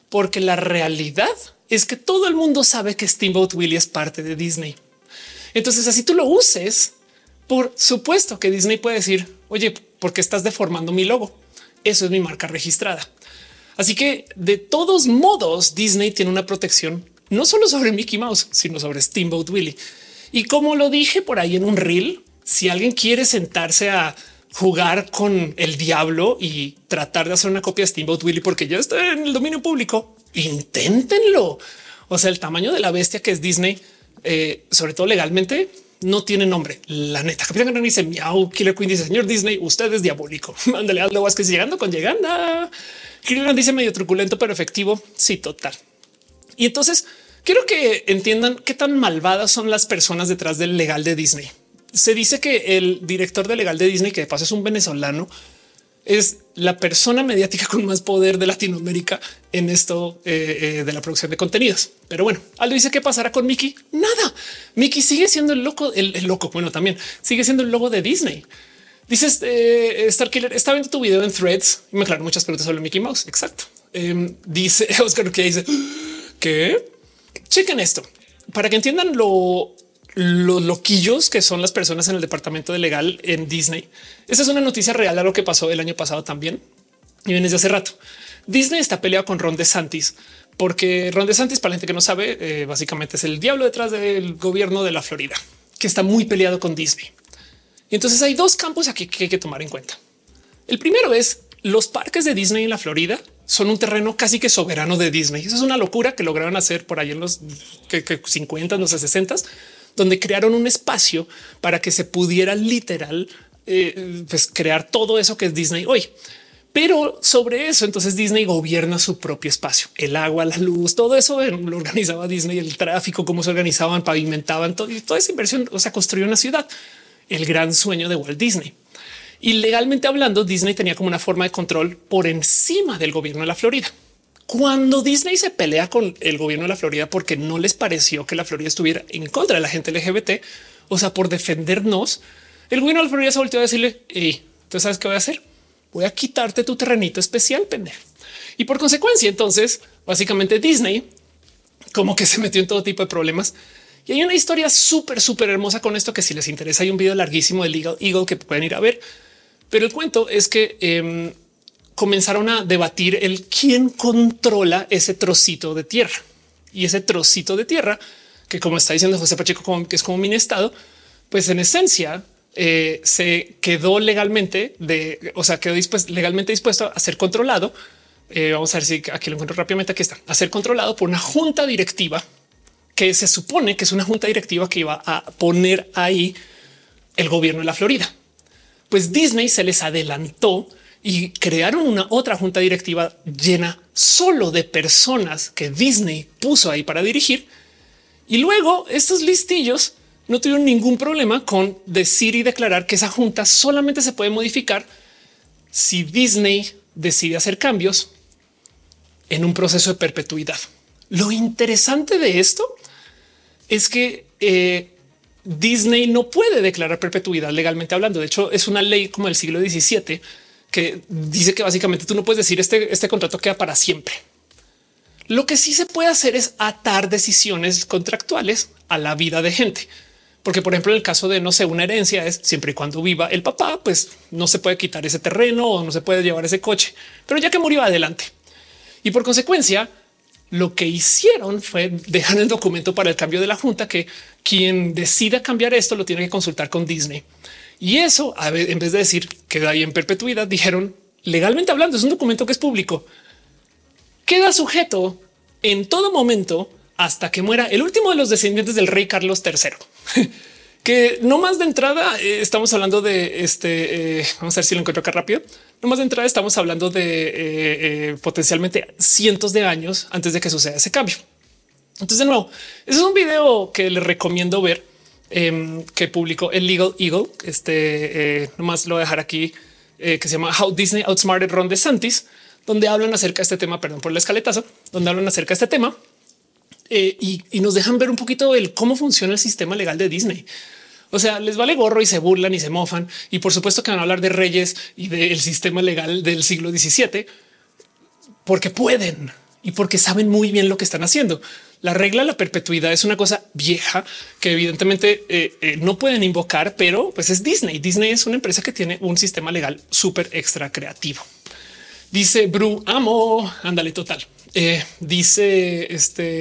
porque la realidad es que todo el mundo sabe que Steamboat Willie es parte de Disney. Entonces, así tú lo uses, por supuesto que Disney puede decir, oye, ¿por qué estás deformando mi logo? Eso es mi marca registrada. Así que de todos modos, Disney tiene una protección no solo sobre Mickey Mouse, sino sobre Steamboat Willie. Y como lo dije por ahí en un reel, si alguien quiere sentarse a jugar con el diablo y tratar de hacer una copia de Steamboat Willie porque ya está en el dominio público, inténtenlo. O sea, el tamaño de la bestia que es Disney, sobre todo legalmente, no tiene nombre. La neta, Capitán Garrón dice miau. Killer Queen dice señor Disney, usted es diabólico. Mándale Aldo Vázquez llegando con lleganda. Killer dice medio truculento, pero efectivo. Sí, total. Y entonces quiero que entiendan qué tan malvadas son las personas detrás del legal de Disney. Se dice que el director de legal de Disney, que de paso es un venezolano, es la persona mediática con más poder de Latinoamérica en esto de la producción de contenidos. Pero bueno, Aldo dice qué pasará con Mickey. Nada. Mickey sigue siendo el loco, el loco. Bueno, también sigue siendo el logo de Disney. Dices Starkiller está viendo tu video en Threads y me aclaró muchas preguntas sobre Mickey Mouse. Exacto. Dice Oscar que dice que chequen esto para que entiendan los loquillos que son las personas en el departamento de legal en Disney. Esa es una noticia real a lo que pasó el año pasado también. Y viene desde hace rato. Disney está peleado con Ron DeSantis porque Ron DeSantis, para la gente que no sabe, básicamente es el diablo detrás del gobierno de la Florida, que está muy peleado con Disney. Y entonces hay dos campos aquí que hay que tomar en cuenta. El primero es los parques de Disney en la Florida son un terreno casi que soberano de Disney. Eso es una locura que lograron hacer por ahí en los 50, no sé, 60, donde crearon un espacio para que se pudiera literal pues crear todo eso que es Disney hoy. Pero sobre eso, entonces Disney gobierna su propio espacio, el agua, la luz, todo eso lo organizaba Disney, el tráfico, cómo se organizaban, pavimentaban todo y toda esa inversión. O sea, construyó una ciudad, el gran sueño de Walt Disney. Y legalmente hablando, Disney tenía como una forma de control por encima del gobierno de la Florida. Cuando Disney se pelea con el gobierno de la Florida porque no les pareció que la Florida estuviera en contra de la gente LGBT, o sea, por defendernos, el gobierno de la Florida se volteó a decirle, hey, ¿tú sabes qué voy a hacer? Voy a quitarte tu terrenito especial, pendejo. Y por consecuencia, entonces, básicamente Disney como que se metió en todo tipo de problemas. Y hay una historia súper hermosa con esto que si les interesa hay un video larguísimo de Legal Eagle que pueden ir a ver. Pero el cuento es que comenzaron a debatir el quién controla ese trocito de tierra y ese trocito de tierra que, como está diciendo José Pacheco, que es como mini estado, pues en esencia se quedó legalmente quedó legalmente dispuesto a ser controlado. Vamos a ver si aquí lo encuentro rápidamente. Aquí está, a ser controlado por una junta directiva que se supone que es una junta directiva que iba a poner ahí el gobierno de la Florida. Pues Disney se les adelantó y crearon una otra junta directiva llena solo de personas que Disney puso ahí para dirigir. Y luego estos listillos no tuvieron ningún problema con decir y declarar que esa junta solamente se puede modificar si Disney decide hacer cambios en un proceso de perpetuidad. Lo interesante de esto es que Disney no puede declarar perpetuidad legalmente hablando. De hecho, es una ley como del siglo XVII que dice que básicamente tú no puedes decir este contrato queda para siempre. Lo que sí se puede hacer es atar decisiones contractuales a la vida de gente. Porque, por ejemplo, en el caso de, no sé, una herencia es siempre y cuando viva el papá, pues no se puede quitar ese terreno o no se puede llevar ese coche, pero ya que murió adelante. Y por consecuencia, lo que hicieron fue dejar el documento para el cambio de la junta que quien decida cambiar esto lo tiene que consultar con Disney. Y eso, en vez de decir queda ahí en perpetuidad, dijeron legalmente hablando, es un documento que es público, queda sujeto en todo momento hasta que muera el último de los descendientes del rey Carlos III. Que no más de entrada estamos hablando de vamos a ver si lo encuentro acá rápido. No más de entrada estamos hablando de potencialmente cientos de años antes de que suceda ese cambio. Entonces, de nuevo, ese es un video que les recomiendo ver que publicó el Legal Eagle. Nomás lo voy a dejar aquí, que se llama How Disney Outsmarted Ron DeSantis, donde hablan acerca de este tema. Perdón por el escaletazo, donde hablan acerca de este tema. Y nos dejan ver un poquito el cómo funciona el sistema legal de Disney. O sea, les vale gorro y se burlan y se mofan. Y por supuesto que van a hablar de reyes y del sistema legal del siglo XVII porque pueden. y porque saben muy bien lo que están haciendo. La regla de la perpetuidad es una cosa vieja que evidentemente no pueden invocar, pero pues es Disney. Disney es una empresa que tiene un sistema legal súper extra creativo. Dice Bru, amo, ándale total. Dice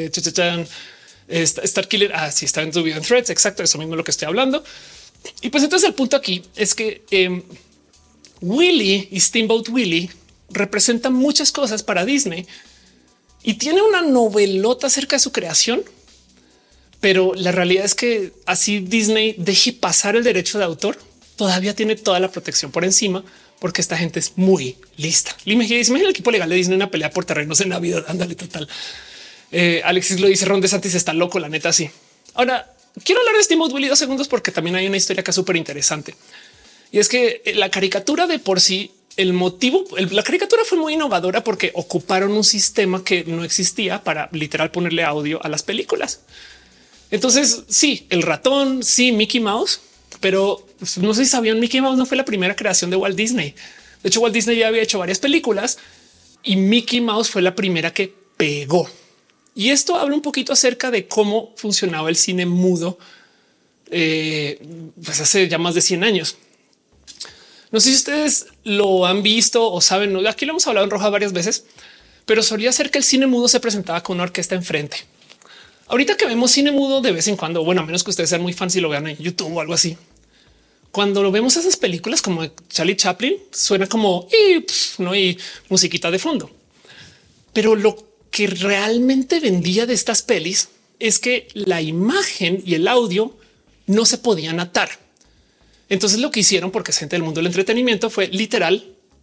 Star Killer. Ah, sí, está en su video en Threads. Exacto. Eso mismo es lo que estoy hablando. Y pues entonces el punto aquí es que Willy y Steamboat Willie representan muchas cosas para Disney y tiene una novelota acerca de su creación. Pero la realidad es que así Disney deje pasar el derecho de autor, todavía tiene toda la protección por encima, porque esta gente es muy lista. Imagina el equipo legal de Disney en una pelea por terrenos en Navidad. Ándale total. Alexis lo dice, Ron DeSantis está loco, la neta. Sí. Ahora quiero hablar de Steamboat Willie 2 segundos porque también hay una historia acá súper interesante. Y es que la caricatura de por sí, la caricatura fue muy innovadora porque ocuparon un sistema que no existía para literal ponerle audio a las películas. Entonces sí, el ratón, sí, Mickey Mouse, pero no sé si sabían, Mickey Mouse no fue la primera creación de Walt Disney. De hecho, Walt Disney ya había hecho varias películas y Mickey Mouse fue la primera que pegó. Y esto habla un poquito acerca de cómo funcionaba el cine mudo pues hace ya más de 100 años. No sé si ustedes lo han visto o saben, aquí lo hemos hablado en Roja varias veces, pero solía ser que el cine mudo se presentaba con una orquesta enfrente. Ahorita que vemos cine mudo de vez en cuando, bueno, a menos que ustedes sean muy fans y lo vean en YouTube o algo así. Cuando lo vemos esas películas como Charlie Chaplin, suena como y musiquita de fondo. Pero lo que realmente vendía de estas pelis es que la imagen y el audio no se podían atar. Entonces lo que hicieron, porque es gente del mundo del entretenimiento, fue literal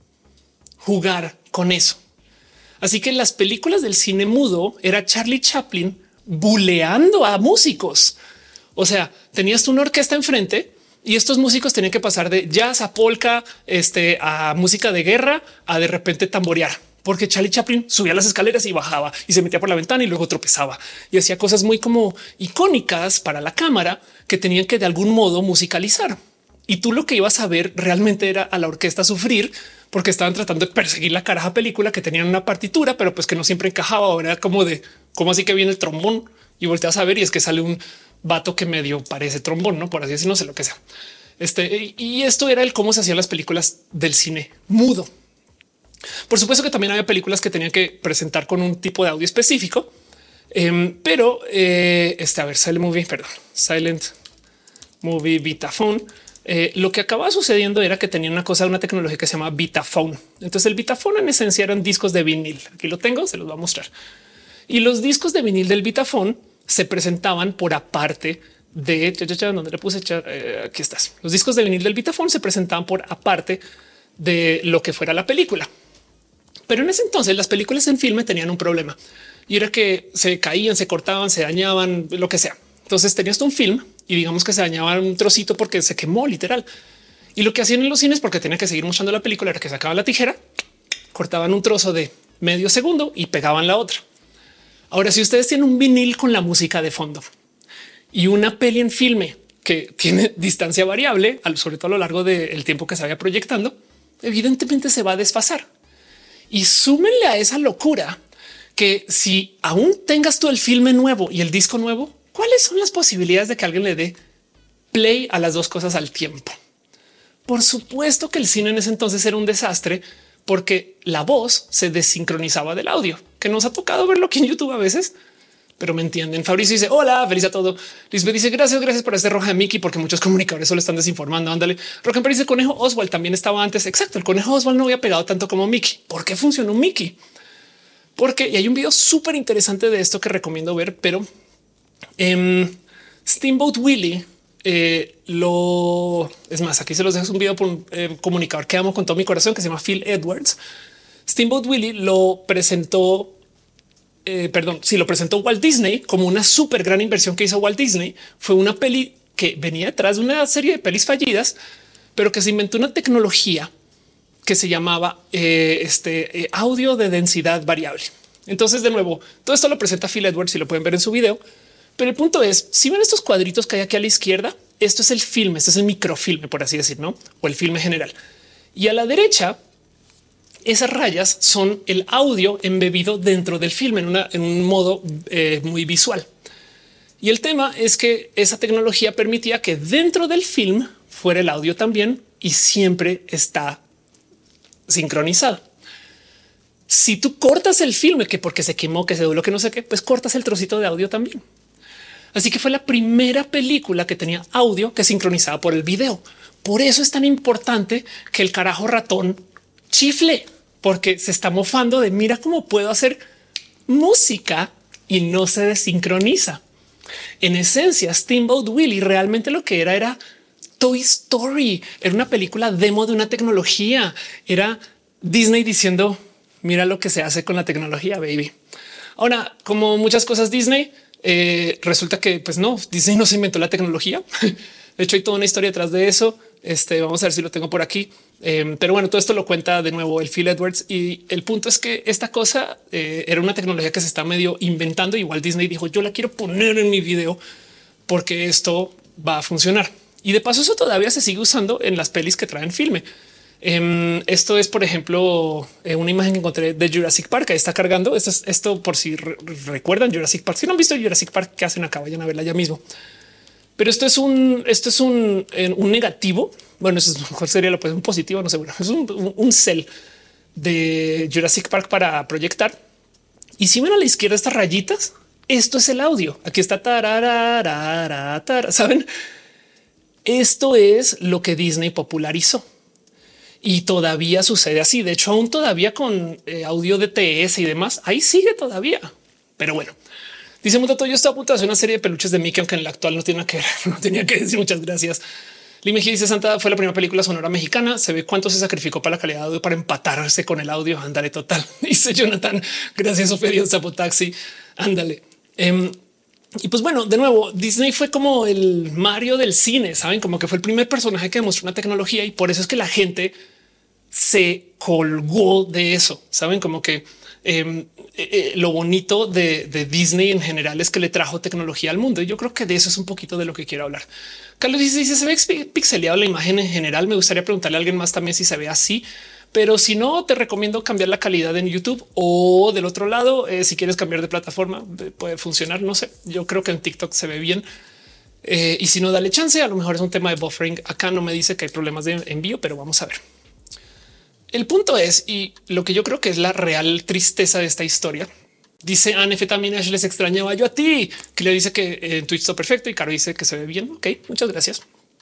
jugar con eso. Así que las películas del cine mudo era Charlie Chaplin buleando a músicos. O sea, tenías tú una orquesta enfrente y estos músicos tenían que pasar de jazz a polka, a música de guerra, a de repente tamborear, porque Charlie Chaplin subía las escaleras y bajaba y se metía por la ventana y luego tropezaba y hacía cosas muy como icónicas para la cámara que tenían que de algún modo musicalizar. Y tú lo que ibas a ver realmente era a la orquesta sufrir porque estaban tratando de perseguir la caraja película que tenían una partitura, pero pues que no siempre encajaba. Ahora era como de cómo así que viene el trombón y volteas a ver y es que sale un vato que medio parece trombón, no por así decirlo, no sé lo que sea. Y esto era el cómo se hacían las películas del cine mudo. Por supuesto que también había películas que tenían que presentar con un tipo de audio específico, pero a ver, Silent Movie Vitaphone. Lo que acababa sucediendo era que tenía una tecnología que se llama Vitaphone. Entonces el Vitaphone en esencia eran discos de vinil. Aquí lo tengo, se los voy a mostrar. Y los discos de vinil del Vitaphone se presentaban por aparte de donde le puse aquí estás. Los discos de vinil del Vitaphone se presentaban por aparte de lo que fuera la película. Pero en ese entonces las películas en filme tenían un problema y era que se caían, se cortaban, se dañaban, lo que sea. Entonces tenías un film y digamos que se dañaba un trocito porque se quemó literal. Y lo que hacían en los cines, porque tenían que seguir mostrando la película, era que sacaban la tijera, cortaban un trozo de medio segundo y pegaban la otra. Ahora, si ustedes tienen un vinil con la música de fondo y una peli en filme que tiene distancia variable, sobre todo a lo largo del tiempo que se vaya proyectando, evidentemente se va a desfasar. Y súmenle a esa locura que si aún tengas tú el filme nuevo y el disco nuevo, ¿cuáles son las posibilidades de que alguien le dé play a las dos cosas al tiempo? Por supuesto que el cine en ese entonces era un desastre porque la voz se desincronizaba del audio, que nos ha tocado verlo aquí en YouTube a veces, pero me entienden. Fabricio dice hola, feliz a todo. Lisbeth dice gracias por este Roja de Mickey, porque muchos comunicadores solo están desinformando. Ándale. Rock dice Conejo Oswald también estaba antes. Exacto. El Conejo Oswald no había pegado tanto como Mickey. ¿Por qué funcionó Mickey? Porque y hay un video súper interesante de esto que recomiendo ver, pero Steamboat Willie es más, aquí se los dejo, es un video por un comunicador que amo con todo mi corazón que se llama Phil Edwards. Steamboat Willie lo presentó lo presentó Walt Disney como una súper gran inversión que hizo Walt Disney. Fue una peli que venía detrás de una serie de pelis fallidas, pero que se inventó una tecnología que se llamaba audio de densidad variable. Entonces, de nuevo, todo esto lo presenta Phil Edwards y lo pueden ver en su video. Pero el punto es, si ven estos cuadritos que hay aquí a la izquierda, esto es el filme, este es el microfilme, por así decir, ¿no? O el filme general. Y a la derecha esas rayas son el audio embebido dentro del film en un modo muy visual. Y el tema es que esa tecnología permitía que dentro del film fuera el audio también y siempre está sincronizado. Si tú cortas el filme, que porque se quemó, que se dobló, que no sé qué, pues cortas el trocito de audio también. Así que fue la primera película que tenía audio que sincronizaba por el video. Por eso es tan importante que el carajo ratón chifle, porque se está mofando de mira cómo puedo hacer música y no se desincroniza. En esencia, Steamboat Willie realmente lo que era Toy Story. Era una película demo de una tecnología. Era Disney diciendo mira lo que se hace con la tecnología, baby. Ahora, como muchas cosas Disney, resulta que pues no, Disney no se inventó la tecnología. De hecho, hay toda una historia detrás de eso. Vamos a ver si lo tengo por aquí. Pero bueno, todo esto lo cuenta de nuevo el Phil Edwards. Y el punto es que esta cosa era una tecnología que se está medio inventando. Igual Disney dijo yo la quiero poner en mi video porque esto va a funcionar. Y de paso eso todavía se sigue usando en las pelis que traen filme. Esto es, por ejemplo, una imagen que encontré de Jurassic Park. Ahí está cargando. Esto por si recuerdan Jurassic Park. Si no han visto Jurassic Park, ¿qué hacen acá? Vayan a verla ya mismo. Pero esto es un negativo. Bueno, eso mejor sería lo pues un positivo. No sé. Bueno, es un cel de Jurassic Park para proyectar. Y si ven a la izquierda estas rayitas, esto es el audio. Aquí está saben. Esto es lo que Disney popularizó. Y todavía sucede así. De hecho, aún todavía con audio de TS y demás, ahí sigue todavía. Pero bueno, dice Mutato, yo estaba a punto de hacer una serie de peluches de Mickey, aunque en el actual no tiene nada que ver. No tenía que decir muchas gracias. Limeji dice Santa fue la primera película sonora mexicana. Se ve cuánto se sacrificó para la calidad de audio para empatarse con el audio. Ándale total. Dice Jonathan. Gracias, Ofelia Zapotaxi. Ándale. Y pues bueno, de nuevo, Disney fue como el Mario del cine, saben, como que fue el primer personaje que demostró una tecnología y por eso es que la gente se colgó de eso. Saben, como que lo bonito de Disney en general es que le trajo tecnología al mundo. Y yo creo que de eso es un poquito de lo que quiero hablar. Carlos dice se ve pixeleado la imagen en general. Me gustaría preguntarle a alguien más también si se ve así. Pero si no, te recomiendo cambiar la calidad en YouTube o del otro lado, si quieres cambiar de plataforma, puede funcionar. No sé, yo creo que en TikTok se ve bien. Y si no, dale chance. A lo mejor es un tema de buffering. Acá no me dice que hay problemas de envío, pero vamos a ver. El punto es, y lo que yo creo que es la real tristeza de esta historia, dice Anf también les extrañaba yo a ti, que le dice que en Twitch está perfecto y Caro dice que se ve bien. Ok, muchas gracias.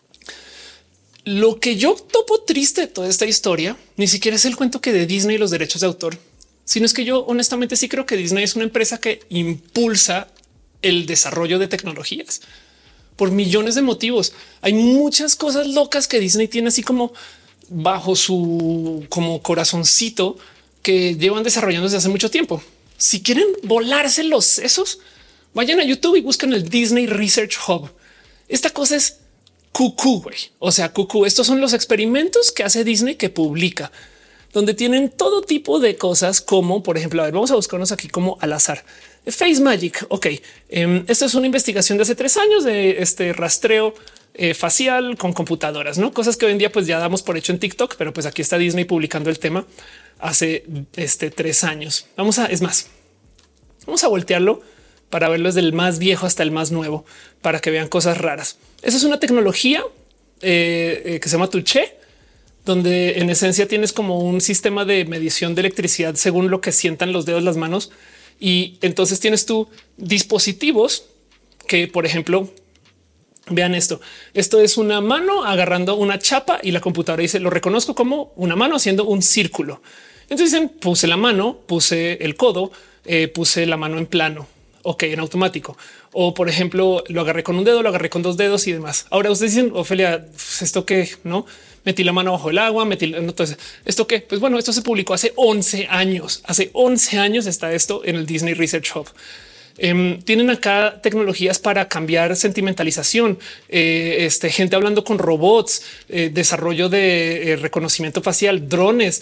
Lo que yo topo triste de toda esta historia ni siquiera es el cuento que de Disney y los derechos de autor, sino es que yo honestamente sí creo que Disney es una empresa que impulsa el desarrollo de tecnologías por millones de motivos. Hay muchas cosas locas que Disney tiene así como bajo su como corazoncito que llevan desarrollando desde hace mucho tiempo. Si quieren volarse los sesos, vayan a YouTube y busquen el Disney Research Hub. Esta cosa es cucú, güey. O sea, cucú. Estos son los experimentos que hace Disney que publica, donde tienen todo tipo de cosas como, por ejemplo, a ver, vamos a buscarnos aquí como al azar. Face Magic. Ok. Esto es una investigación de hace 3 años de este rastreo facial con computadoras, no cosas que hoy en día pues ya damos por hecho en TikTok, pero pues aquí está Disney publicando el tema hace 3 años. Vamos a voltearlo para verlo desde el más viejo hasta el más nuevo para que vean cosas raras. Esa es una tecnología que se llama Touché, donde en esencia tienes como un sistema de medición de electricidad según lo que sientan los dedos, las manos. Y entonces tienes tú dispositivos que, por ejemplo, vean esto. Esto es una mano agarrando una chapa y la computadora dice lo reconozco como una mano haciendo un círculo. Entonces dicen puse la mano, puse el codo, puse la mano en plano. Ok, en automático. O por ejemplo, lo agarré con un dedo, lo agarré con 2 dedos y demás. Ahora ustedes dicen, Ofelia, esto que no metí la mano bajo el agua, entonces esto que pues bueno, esto se publicó hace 11 años. Hace 11 años está esto en el Disney Research Hub. Tienen acá tecnologías para cambiar sentimentalización, gente hablando con robots, desarrollo de reconocimiento facial, drones,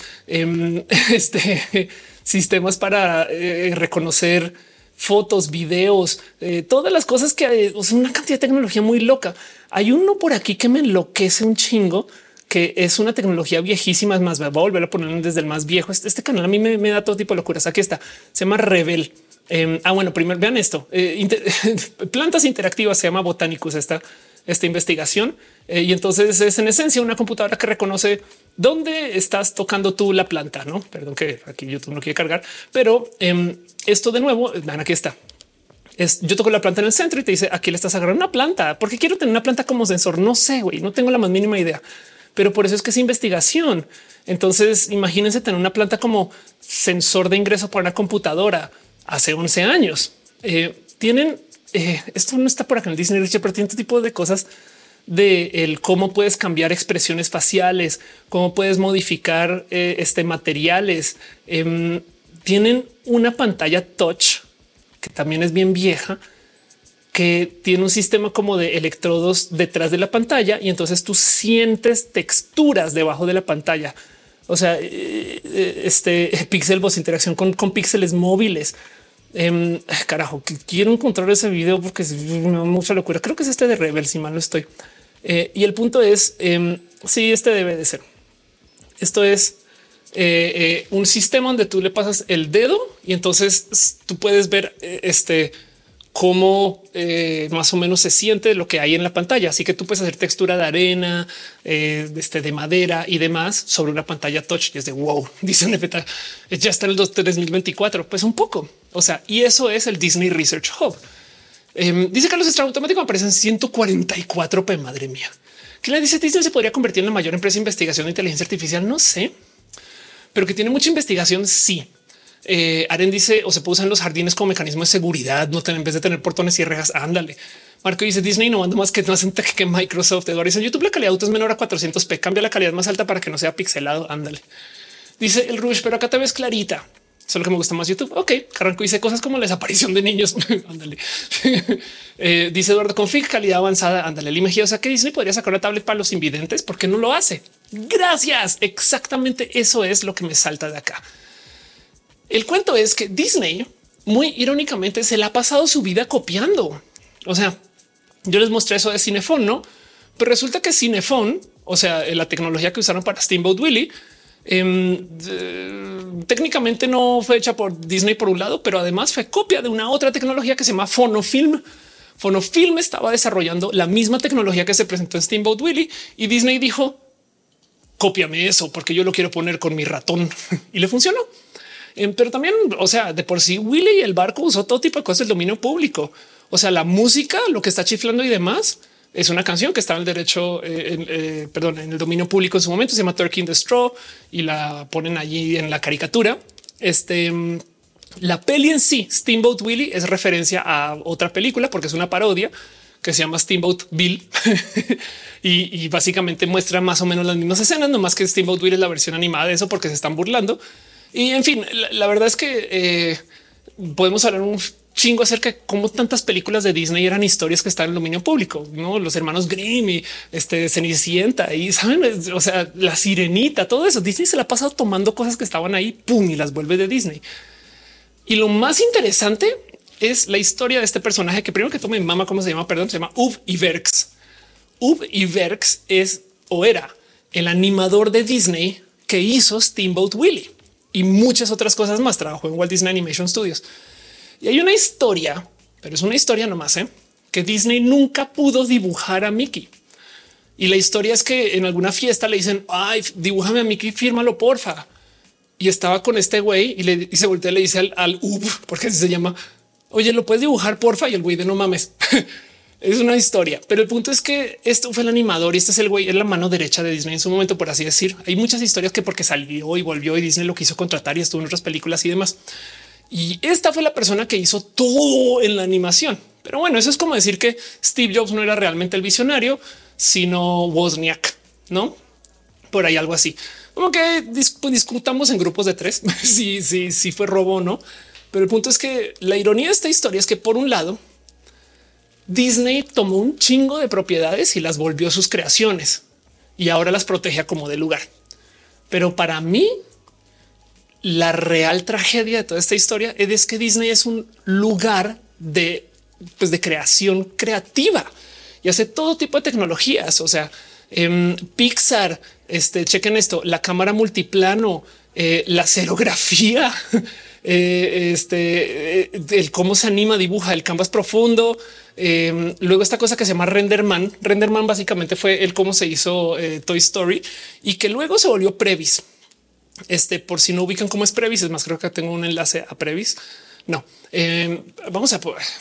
sistemas para reconocer fotos, videos, todas las cosas que son una cantidad de tecnología muy loca. Hay uno por aquí que me enloquece un chingo, que es una tecnología viejísima. Es más, voy a volver a ponerlo desde el más viejo. Este canal a mí me da todo tipo de locuras. Aquí está, se llama Rebel. Bueno, primero vean esto. Plantas interactivas, se llama Botanicus esta investigación. Y entonces es en esencia una computadora que reconoce dónde estás tocando tú la planta. No, perdón que aquí YouTube no quiere cargar, pero esto de nuevo, vean, aquí está. Yo toco la planta en el centro y te dice aquí le estás agarrando una planta porque quiero tener una planta como sensor. No sé, güey, no tengo la más mínima idea, pero por eso es que es investigación. Entonces imagínense tener una planta como sensor de ingreso para una computadora hace 11 años. Tienen esto no está por acá en el Disney Richard, pero tiene este tipo de cosas de el cómo puedes cambiar expresiones faciales, cómo puedes modificar materiales. Tienen una pantalla touch que también es bien vieja, que tiene un sistema como de electrodos detrás de la pantalla y entonces tú sientes texturas debajo de la pantalla. O sea, Pixelbox, interacción con píxeles móviles. Carajo, que quiero encontrar ese video porque es mucha locura. Creo que es este de Rebel, si mal no estoy. Y el punto es, sí, este debe de ser. Esto es un sistema donde tú le pasas el dedo y entonces tú puedes ver cómo más o menos se siente lo que hay en la pantalla. Así que tú puedes hacer textura de arena, de madera y demás sobre una pantalla touch. Y es de wow, dice Nefeta, ya está en el 2024. Pues un poco. O sea, y eso es el Disney Research Hub. Dice Carlos Estrada, automático aparecen 144p. Madre mía. ¿Qué le dice? Disney se podría convertir en la mayor empresa de investigación de inteligencia artificial. No sé, pero que tiene mucha investigación. Sí. Aren dice o se puede usar en los jardines como mecanismo de seguridad, no en vez de tener portones y rejas. Ándale. Marco dice Disney no manda más que no hacen tech que Microsoft. Eduardo dice en YouTube la calidad de auto es menor a 400p. Cambia la calidad más alta para que no sea pixelado. Ándale. Dice el Rush, pero acá te ves clarita. Solo que me gusta más YouTube. Ok. Carranco dice cosas como la desaparición de niños. Ándale. Dice Eduardo config calidad avanzada. Ándale. O sea que Disney podría sacar una tablet para los invidentes. ¿Por qué no lo hace? Gracias. Exactamente eso es lo que me salta de acá. El cuento es que Disney, muy irónicamente, se la ha pasado su vida copiando. O sea, yo les mostré eso de Cinephone, ¿no? Pero resulta que Cinephone, o sea, la tecnología que usaron para Steamboat Willie, técnicamente no fue hecha por Disney por un lado, pero además fue copia de una otra tecnología que se llama Phonofilm. Phonofilm estaba desarrollando la misma tecnología que se presentó en Steamboat Willie y Disney dijo, cópiame eso porque yo lo quiero poner con mi ratón y le funcionó. Pero también, o sea, de por sí, Willy y el barco usó todo tipo de cosas del dominio público. O sea, la música, lo que está chiflando y demás, es una canción que estaba en el derecho, en el dominio público en su momento. Se llama Turkey in the Straw y la ponen allí en la caricatura. La peli en sí, Steamboat Willie, es referencia a otra película porque es una parodia que se llama Steamboat Bill y básicamente muestra más o menos las mismas escenas, no más que Steamboat Willie es la versión animada de eso porque se están burlando. Y en fin, la verdad es que podemos hablar un chingo acerca de cómo tantas películas de Disney eran historias que están en el dominio público, ¿no? Los hermanos Grimm y Cenicienta y saben, o sea, la Sirenita, todo eso. Disney se la ha pasado tomando cosas que estaban ahí, pum, y las vuelve de Disney. Y lo más interesante es la historia de este personaje que primero que tome mama, ¿cómo se llama? Perdón, se llama Ub Iwerks. Ub Iwerks es o era el animador de Disney que hizo Steamboat Willie y muchas otras cosas más. Trabajó en Walt Disney Animation Studios y hay una historia, pero es una historia nomás, que Disney nunca pudo dibujar a Mickey. Y la historia es que en alguna fiesta le dicen, ay, dibújame a Mickey, fírmalo, porfa. Y estaba con este güey y se voltea y le dice al Ub, porque así se llama, oye, ¿lo puedes dibujar, porfa? Y el güey de no mames. Es una historia, pero el punto es que esto fue el animador y este es el güey, es la mano derecha de Disney en su momento, por así decir. Hay muchas historias que porque salió y volvió y Disney lo quiso contratar y estuvo en otras películas y demás. Y esta fue la persona que hizo todo en la animación. Pero bueno, eso es como decir que Steve Jobs no era realmente el visionario, sino Wozniak, ¿no? Por ahí algo así. Como que discutamos en grupos de 3 si fue robo o no. Pero el punto es que la ironía de esta historia es que por un lado, Disney tomó un chingo de propiedades y las volvió sus creaciones y ahora las protege como de lugar. Pero para mí, la real tragedia de toda esta historia es que Disney es un lugar de creación creativa y hace todo tipo de tecnologías. O sea, Pixar, Chequen esto, la cámara multiplano, la serografía, el cómo se anima, dibuja el canvas profundo. Luego esta cosa que se llama Renderman. Renderman básicamente fue el cómo se hizo Toy Story y que luego se volvió Previs. Por si no ubican cómo es Previs, es más, creo que tengo un enlace a Previs. No, vamos a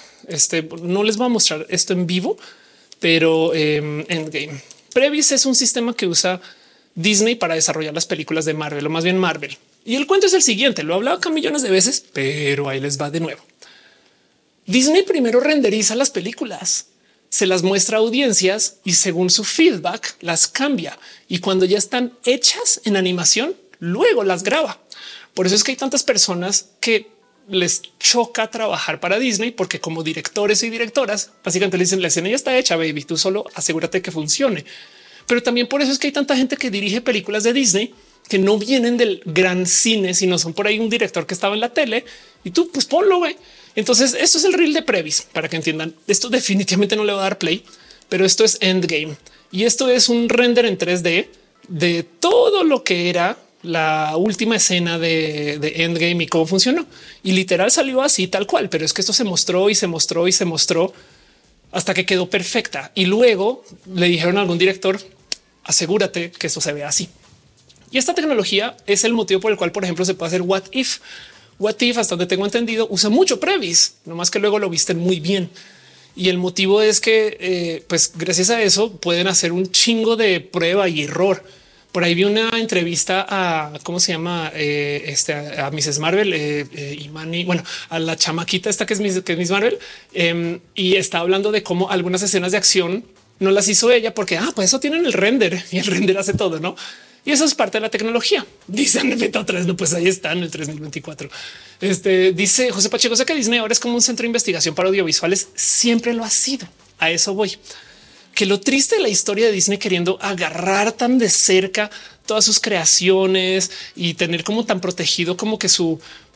no les voy a mostrar esto en vivo, pero Endgame. Previs es un sistema que usa Disney para desarrollar las películas de Marvel, o más bien Marvel. Y el cuento es el siguiente, lo he hablado acá millones de veces, pero ahí les va de nuevo. Disney primero renderiza las películas, se las muestra a audiencias y según su feedback las cambia. Y cuando ya están hechas en animación, luego las graba. Por eso es que hay tantas personas que les choca trabajar para Disney, porque como directores y directoras, básicamente le dicen la escena ya está hecha, baby, tú solo asegúrate que funcione. Pero también por eso es que hay tanta gente que dirige películas de Disney que no vienen del gran cine, sino son por ahí un director que estaba en la tele y tú pues ponlo, güey. Entonces esto es el reel de Previs para que entiendan. Esto definitivamente no le va a dar play, pero esto es Endgame y esto es un render en 3D de todo lo que era la última escena de Endgame y cómo funcionó. Y literal salió así tal cual, pero es que esto se mostró y se mostró y se mostró hasta que quedó perfecta. Y luego le dijeron a algún director, asegúrate que esto se vea así. Y esta tecnología es el motivo por el cual, por ejemplo, se puede hacer What If. What If, hasta donde tengo entendido, usa mucho Previs, no más que luego lo visten muy bien. Y el motivo es que, pues gracias a eso pueden hacer un chingo de prueba y error. Por ahí vi una entrevista a cómo se llama a Mrs. Marvel, Imani, bueno, a la chamaquita esta que es Miss Marvel, y está hablando de cómo algunas escenas de acción no las hizo ella porque pues eso tienen el render y el render hace todo, ¿no? Y eso es parte de la tecnología. Dicen Beta 3, no, pues ahí está en el 3024. Dice José Pacheco, sé que Disney ahora es como un centro de investigación para audiovisuales. Siempre lo ha sido. A eso voy. Que lo triste de la historia de Disney queriendo agarrar tan de cerca todas sus creaciones y tener como tan protegido como que su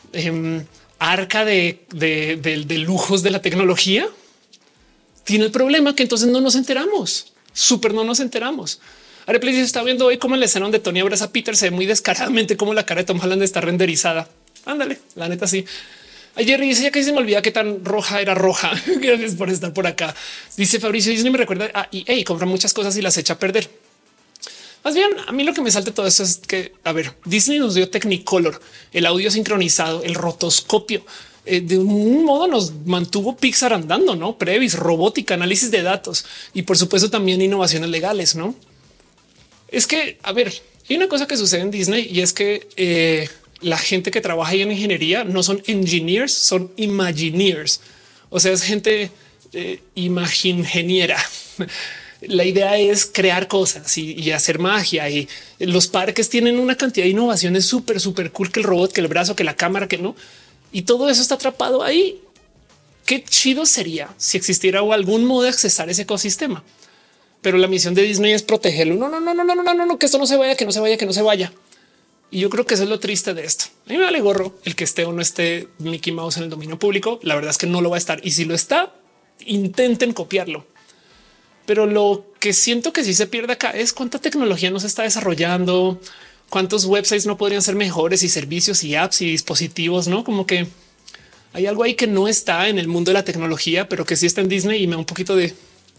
arca de lujos de la tecnología tiene el problema que entonces no nos enteramos. Súper no nos enteramos. Areplay se está viendo hoy como en la escena donde Tony abraza a Peter se ve muy descaradamente como la cara de Tom Holland está renderizada. Ándale, la neta sí. Ayer dice ya que se me olvida qué tan roja era roja. Gracias por estar por acá. Dice Fabricio Disney me recuerda a EA, compra muchas cosas y las echa a perder. Más bien, a mí lo que me salta todo esto es que, a ver, Disney nos dio Technicolor, el audio sincronizado, el rotoscopio. De un modo nos mantuvo Pixar andando, ¿no? Previs, robótica, análisis de datos y por supuesto también innovaciones legales, ¿no? Es que, a ver, hay una cosa que sucede en Disney y es que la gente que trabaja ahí en ingeniería no son engineers, son imagineers. O sea, es gente imagingeniera. La idea es crear cosas y hacer magia y los parques tienen una cantidad de innovaciones súper cool, que el robot, que el brazo, que la cámara, que no. Y todo eso está atrapado ahí. Qué chido sería si existiera algún modo de accesar ese ecosistema. Pero la misión de Disney es protegerlo. No, que esto no se vaya, que no se vaya, que no se vaya. Y yo creo que eso es lo triste de esto. A mí me vale gorro el que esté o no esté Mickey Mouse en el dominio público. La verdad es que no lo va a estar. Y si lo está, intenten copiarlo. Pero lo que siento que sí se pierde acá es cuánta tecnología nos está desarrollando, cuántos websites no podrían ser mejores y servicios y apps y dispositivos, no como que hay algo ahí que no está en el mundo de la tecnología, pero que sí está en Disney y me da un poquito de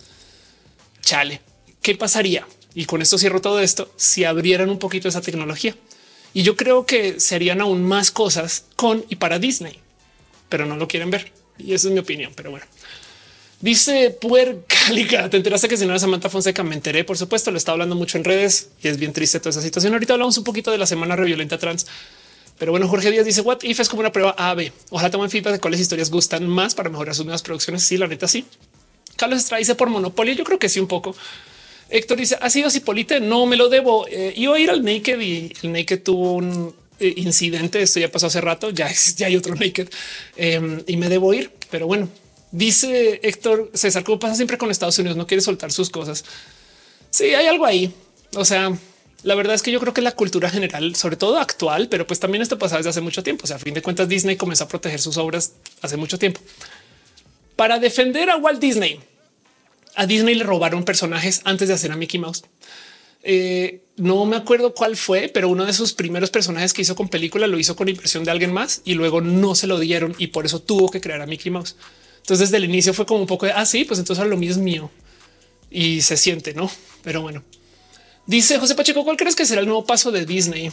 chale. ¿Qué pasaría? Y con esto cierro todo esto. Si abrieran un poquito esa tecnología y yo creo que se harían aún más cosas con y para Disney, pero no lo quieren ver. Y esa es mi opinión. Pero bueno, dice Puercalica. Te enteraste que señora Samantha Fonseca? Me enteré, por supuesto, lo está hablando mucho en redes y es bien triste toda esa situación. Ahorita hablamos un poquito de la semana reviolenta trans. Pero bueno, Jorge Díaz dice What If es como una prueba A-B. Ojalá tomen feedback de cuáles historias gustan más para mejorar sus nuevas producciones. Sí, la neta, sí. Carlos Estrada dice por Monopoly. Yo creo que sí, un poco. Héctor dice ha sido Cipolite. No me lo debo. Iba a ir al Naked y el Naked tuvo un incidente. Esto ya pasó hace rato. Ya hay otro Naked y me debo ir. Pero bueno, dice Héctor César, ¿cómo pasa siempre con Estados Unidos? No quiere soltar sus cosas. Sí, hay algo ahí. O sea, la verdad es que yo creo que la cultura general, sobre todo actual, pero pues también esto pasa desde hace mucho tiempo. O sea, a fin de cuentas, Disney comenzó a proteger sus obras hace mucho tiempo. Para defender a Walt Disney, a Disney le robaron personajes antes de hacer a Mickey Mouse. No me acuerdo cuál fue, pero uno de sus primeros personajes que hizo con película lo hizo con inversión de alguien más y luego no se lo dieron y por eso tuvo que crear a Mickey Mouse. Entonces desde el inicio fue como un poco de sí, pues entonces ahora lo mío es mío y se siente, no? Pero bueno, dice José Pacheco, ¿cuál crees que será el nuevo paso de Disney?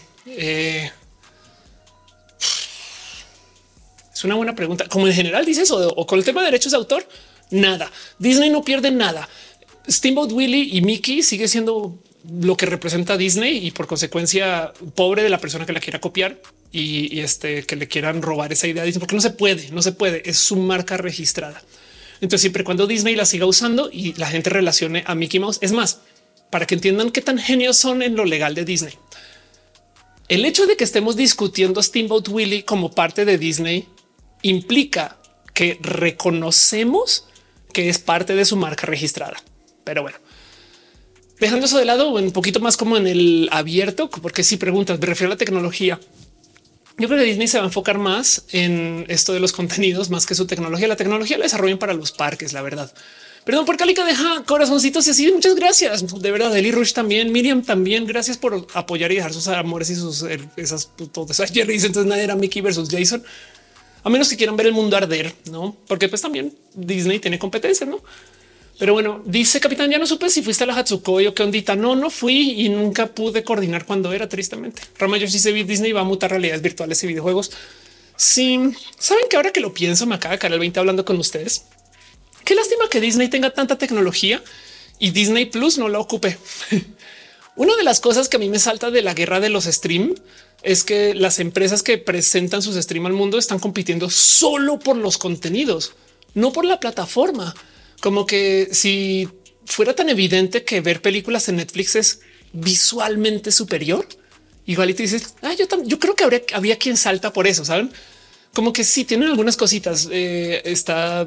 Es una buena pregunta. Como en general dices o con el tema de derechos de autor, nada. Disney no pierde nada. Steamboat Willie y Mickey sigue siendo lo que representa a Disney y por consecuencia pobre de la persona que la quiera copiar y que le quieran robar esa idea a Disney, porque no se puede. Es su marca registrada. Entonces siempre y cuando Disney la siga usando y la gente relacione a Mickey Mouse, es más, para que entiendan qué tan genios son en lo legal de Disney. El hecho de que estemos discutiendo Steamboat Willie como parte de Disney implica que reconocemos que es parte de su marca registrada. Pero bueno, dejando eso de lado, un poquito más como en el abierto, porque si preguntas, me refiero a la tecnología. Yo creo que Disney se va a enfocar más en esto de los contenidos más que su tecnología. La tecnología la desarrollan para los parques, la verdad. Perdón por Calica, deja corazoncitos y así. Muchas gracias. De verdad, Eli Rush también, Miriam también. Gracias por apoyar y dejar sus amores y sus esas todas. Ayer dice entonces nadie era Mickey versus Jason, a menos que quieran ver el mundo arder, no? Porque pues también Disney tiene competencia, no? Pero bueno, dice Capitán, ya no supe si fuiste a la Hatsukoi o qué ondita. No fui y nunca pude coordinar cuando era, tristemente. Rama, yo sí sé, Disney va a mutar realidades virtuales y videojuegos. Sí, saben que ahora que lo pienso, me acaba de caer el 20 hablando con ustedes. Qué lástima que Disney tenga tanta tecnología y Disney Plus no la ocupe. Una de las cosas que a mí me salta de la guerra de los stream es que las empresas que presentan sus stream al mundo están compitiendo solo por los contenidos, no por la plataforma. Como que si fuera tan evidente que ver películas en Netflix es visualmente superior, igual y te dices, yo creo que habría quien salta por eso, ¿saben? Como que sí tienen algunas cositas. Está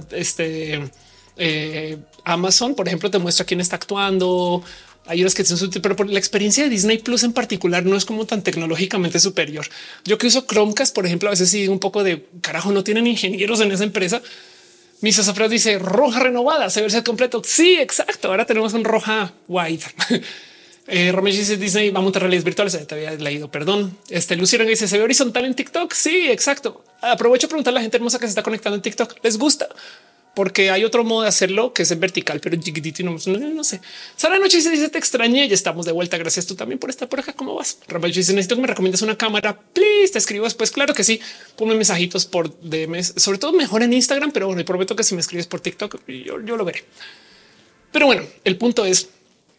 Amazon, por ejemplo, te muestra quién está actuando. Hay unas que son, pero por la experiencia de Disney Plus en particular no es como tan tecnológicamente superior. Yo que uso Chromecast, por ejemplo, a veces sí un poco de carajo, no tienen ingenieros en esa empresa. Misa Zafras dice roja renovada, se ve completo. Sí, exacto. Ahora tenemos un roja white. Romero dice Disney va a montar realidades virtuales. Te había leído, perdón. Lucien dice se ve horizontal en TikTok. Sí, exacto. Aprovecho a preguntar a la gente hermosa que se está conectando en TikTok. ¿Les gusta? Porque hay otro modo de hacerlo que es en vertical, pero chiquitito y no sé. Sara Noche dice te extrañé. Ya estamos de vuelta. Gracias tú también por estar por acá. ¿Cómo vas? Romero dice necesito que me recomiendes una cámara. Please, te escribo después. Claro que sí. Ponme mensajitos por DMs, sobre todo mejor en Instagram, pero bueno, y prometo que si me escribes por TikTok, yo lo veré. Pero bueno, el punto es,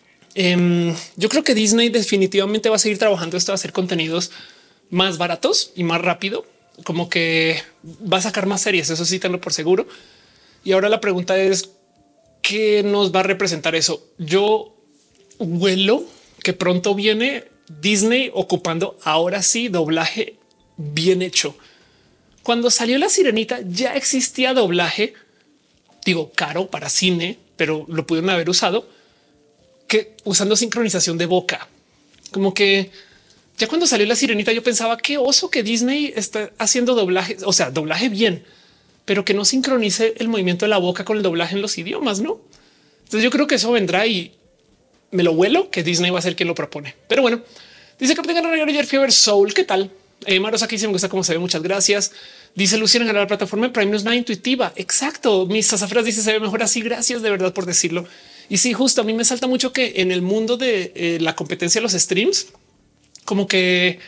yo creo que Disney definitivamente va a seguir trabajando esto, va a hacer contenidos más baratos y más rápido, como que va a sacar más series. Eso sí, tenlo por seguro. Y ahora la pregunta es, ¿qué nos va a representar eso? Yo huelo que pronto viene Disney ocupando ahora sí doblaje bien hecho. Cuando salió La Sirenita ya existía doblaje, digo, caro para cine, pero lo pudieron haber usado, que usando sincronización de boca. Como que ya cuando salió La Sirenita yo pensaba qué oso que Disney está haciendo doblaje, o sea, doblaje bien, pero que no sincronice el movimiento de la boca con el doblaje en los idiomas, ¿no? Entonces yo creo que eso vendrá y me lo vuelo que Disney va a ser quien lo propone. Pero bueno, dice Capitán Ayer Fever Soul, ¿qué tal? Maros aquí sí me gusta cómo se ve. Muchas gracias. Dice Lucien en la plataforma de Prime no es nada intuitiva. Exacto. Mis azafras dice se ve mejor así. Gracias de verdad por decirlo. Y sí, justo a mí me salta mucho que en el mundo de la competencia de los streams, como que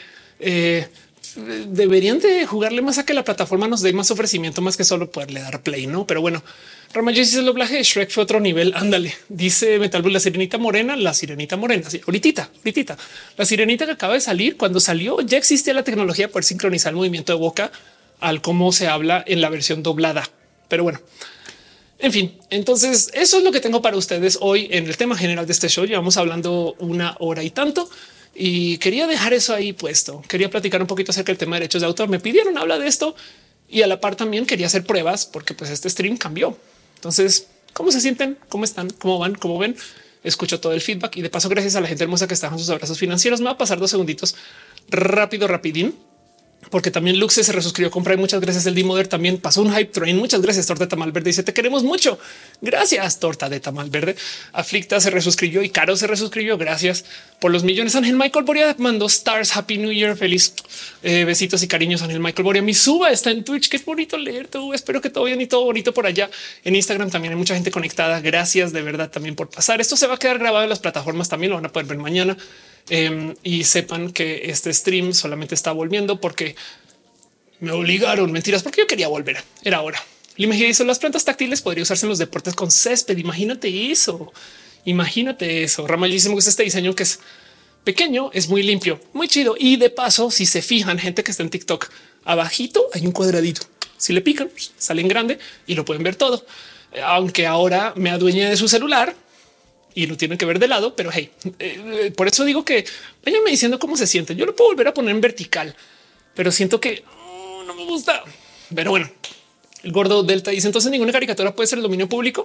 deberían de jugarle más a que la plataforma nos dé más ofrecimiento, más que solo poderle dar play, no? Pero bueno, Rama dice el doblaje de Shrek fue otro nivel. Ándale, dice Metal Blue, la sirenita morena. Sí, ahorita, la sirenita que acaba de salir, cuando salió ya existía la tecnología de poder sincronizar el movimiento de boca al cómo se habla en la versión doblada. Pero bueno, en fin, entonces eso es lo que tengo para ustedes hoy en el tema general de este show. Llevamos hablando 1 hora y tanto y quería dejar eso ahí puesto. Quería platicar un poquito acerca del tema de derechos de autor. Me pidieron hablar de esto y a la par también quería hacer pruebas porque pues este stream cambió. Entonces, ¿cómo se sienten? ¿Cómo están? ¿Cómo van? ¿Cómo ven? Escucho todo el feedback y de paso, gracias a la gente hermosa que está con sus abrazos financieros. Me va a pasar 2 segunditos rápido, rapidín porque también Luxe se resuscribió con Prime. Muchas gracias. El D-Moder también pasó un hype train. Muchas gracias. Torta de Tamal Verde dice te queremos mucho. Gracias, Torta de Tamal Verde. Aflicta se resuscribió y Caro se resuscribió. Gracias por los millones. Ángel Michael Boria mandó stars. Happy New Year. Feliz besitos y cariños. Ángel Michael Boria. Mi suba está en Twitch. Qué bonito leerte. Espero que todo bien y todo bonito por allá. En Instagram también hay mucha gente conectada. Gracias de verdad también por pasar. Esto se va a quedar grabado en las plataformas. También lo van a poder ver mañana. Y sepan que este stream solamente está volviendo porque me obligaron. Mentiras, porque yo quería volver. Era hora. Lima dice las plantas táctiles podrían usarse en los deportes con césped. Imagínate eso. Imagínate eso. Ramayísimo que es este diseño que es pequeño, es muy limpio, muy chido. Y de paso, si se fijan, gente que está en TikTok, abajito hay un cuadradito. Si le pican, sale en grande y lo pueden ver todo. Aunque ahora me adueñé de su celular y lo tienen que ver de lado, pero hey, por eso digo que váyanme diciendo cómo se siente. Yo lo puedo volver a poner en vertical, pero siento que no me gusta. Pero bueno, el gordo Delta dice entonces ninguna caricatura puede ser el dominio público.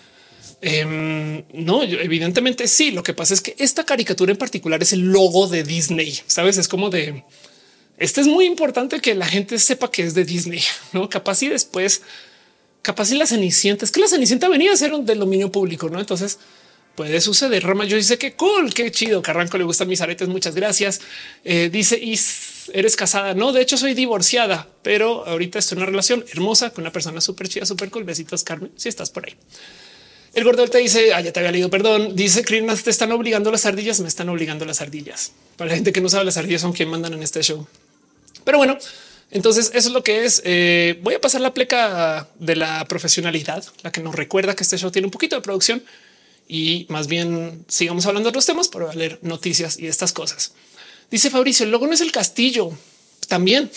No, evidentemente sí. Lo que pasa es que esta caricatura en particular es el logo de Disney. Sabes, es como de este es muy importante que la gente sepa que es de Disney, no capaz y después capaz y la Cenicienta. Es que la Cenicienta venía a ser del dominio público, no? Entonces puede suceder. Rama, yo dice que cool, qué chido. Carranco le gustan mis aretes. Muchas gracias. Dice y eres casada. No, de hecho soy divorciada, pero ahorita estoy en una relación hermosa con una persona súper chida, súper cool. Besitos, Carmen. Si estás por ahí. El gordo te dice ya te había leído. Perdón. Dice Krina, te están obligando las ardillas. Me están obligando las ardillas. Para la gente que no sabe, las ardillas son quien mandan en este show. Pero bueno, entonces eso es lo que es. Voy a pasar la pleca de la profesionalidad, la que nos recuerda que este show tiene un poquito de producción. Y más bien sigamos hablando de otros temas para leer noticias y estas cosas. Dice Fabricio, el logo no es el castillo. También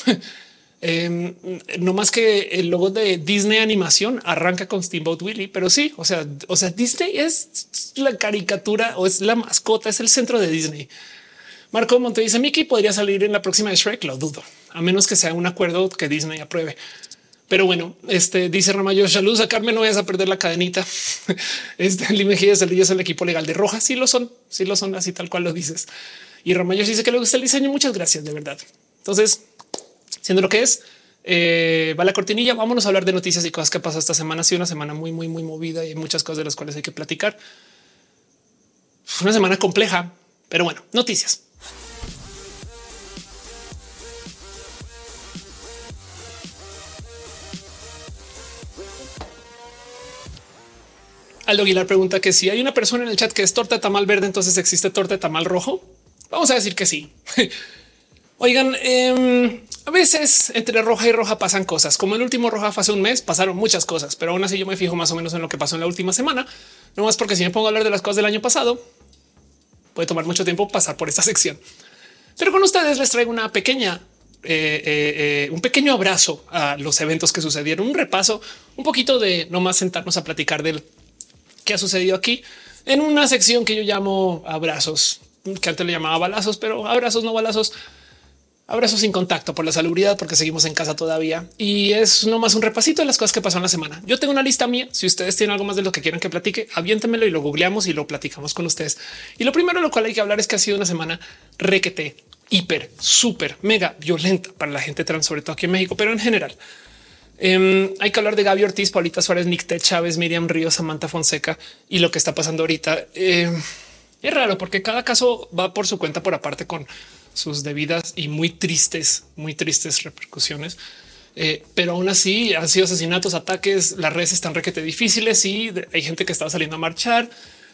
no más que el logo de Disney Animación arranca con Steamboat Willie, pero sí, o sea, Disney es la caricatura o es la mascota, es el centro de Disney. Marco Monte dice Mickey podría salir en la próxima de Shrek. Lo dudo, a menos que sea un acuerdo que Disney apruebe. Pero bueno, dice Ramayo, saludos a Carmen, no vayas a perder la cadenita. Limejía es el equipo legal de Roja. Sí lo son, así tal cual lo dices. Y Ramayo dice que le gusta el diseño. Muchas gracias, de verdad. Entonces, siendo lo que es, va la cortinilla. Vámonos a hablar de noticias y cosas que pasó esta semana. Ha sido una semana muy movida y hay muchas cosas de las cuales hay que platicar. Fue una semana compleja, pero bueno, noticias. Aldo Aguilar pregunta que si hay una persona en el chat que es torta de tamal verde, entonces existe torta de tamal rojo. Vamos a decir que sí. Oigan, a veces entre roja y roja pasan cosas. Como el último roja fue hace un mes, pasaron muchas cosas, pero aún así yo me fijo más o menos en lo que pasó en la última semana. No más porque si me pongo a hablar de las cosas del año pasado, puede tomar mucho tiempo pasar por esta sección. Pero con ustedes les traigo una pequeña, un pequeño abrazo a los eventos que sucedieron, un repaso, un poquito de no más sentarnos a platicar del qué ha sucedido aquí en una sección que yo llamo abrazos, que antes le llamaba balazos, pero abrazos, no balazos, abrazos sin contacto por la salubridad, porque seguimos en casa todavía. Y es nomás un repasito de las cosas que pasó en la semana. Yo tengo una lista mía. Si ustedes tienen algo más de lo que quieran que platique, aviéntemelo y lo googleamos y lo platicamos con ustedes. Y lo primero de lo cual hay que hablar es que ha sido una semana requete, hiper, súper, mega violenta para la gente trans, sobre todo aquí en México, pero en general. Hay que hablar de Gaby Ortiz, Paulita Suárez, Nicté Chávez, Miriam Ríos, Samantha Fonseca y lo que está pasando ahorita. Es raro porque cada caso va por su cuenta por aparte con sus debidas y muy tristes repercusiones. Pero aún así han sido asesinatos, ataques, las redes están requete difíciles y hay gente que estaba saliendo a marchar.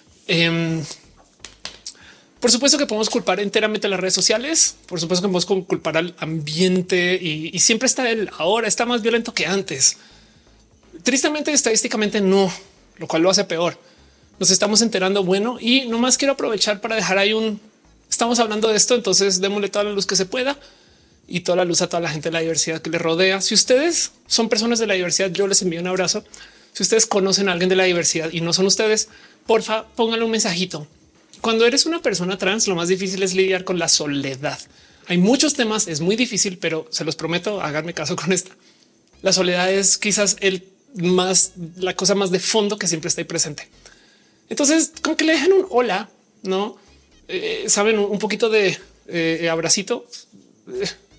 Por supuesto que podemos culpar enteramente a las redes sociales. Por supuesto que podemos culpar al ambiente y siempre está ahora está más violento que antes. Tristemente, estadísticamente no, lo cual lo hace peor. Nos estamos enterando. Bueno, y nomás quiero aprovechar para dejar ahí estamos hablando de esto, entonces démosle toda la luz que se pueda y toda la luz a toda la gente de la diversidad que les rodea. Si ustedes son personas de la diversidad, yo les envío un abrazo. Si ustedes conocen a alguien de la diversidad y no son ustedes, porfa, pónganle un mensajito. Cuando eres una persona trans, lo más difícil es lidiar con la soledad. Hay muchos temas, es muy difícil, pero se los prometo, háganme caso con esta. La soledad es quizás la cosa más de fondo que siempre está ahí presente. Entonces, como que le dejan un hola, ¿no? Saben, un poquito de abracito.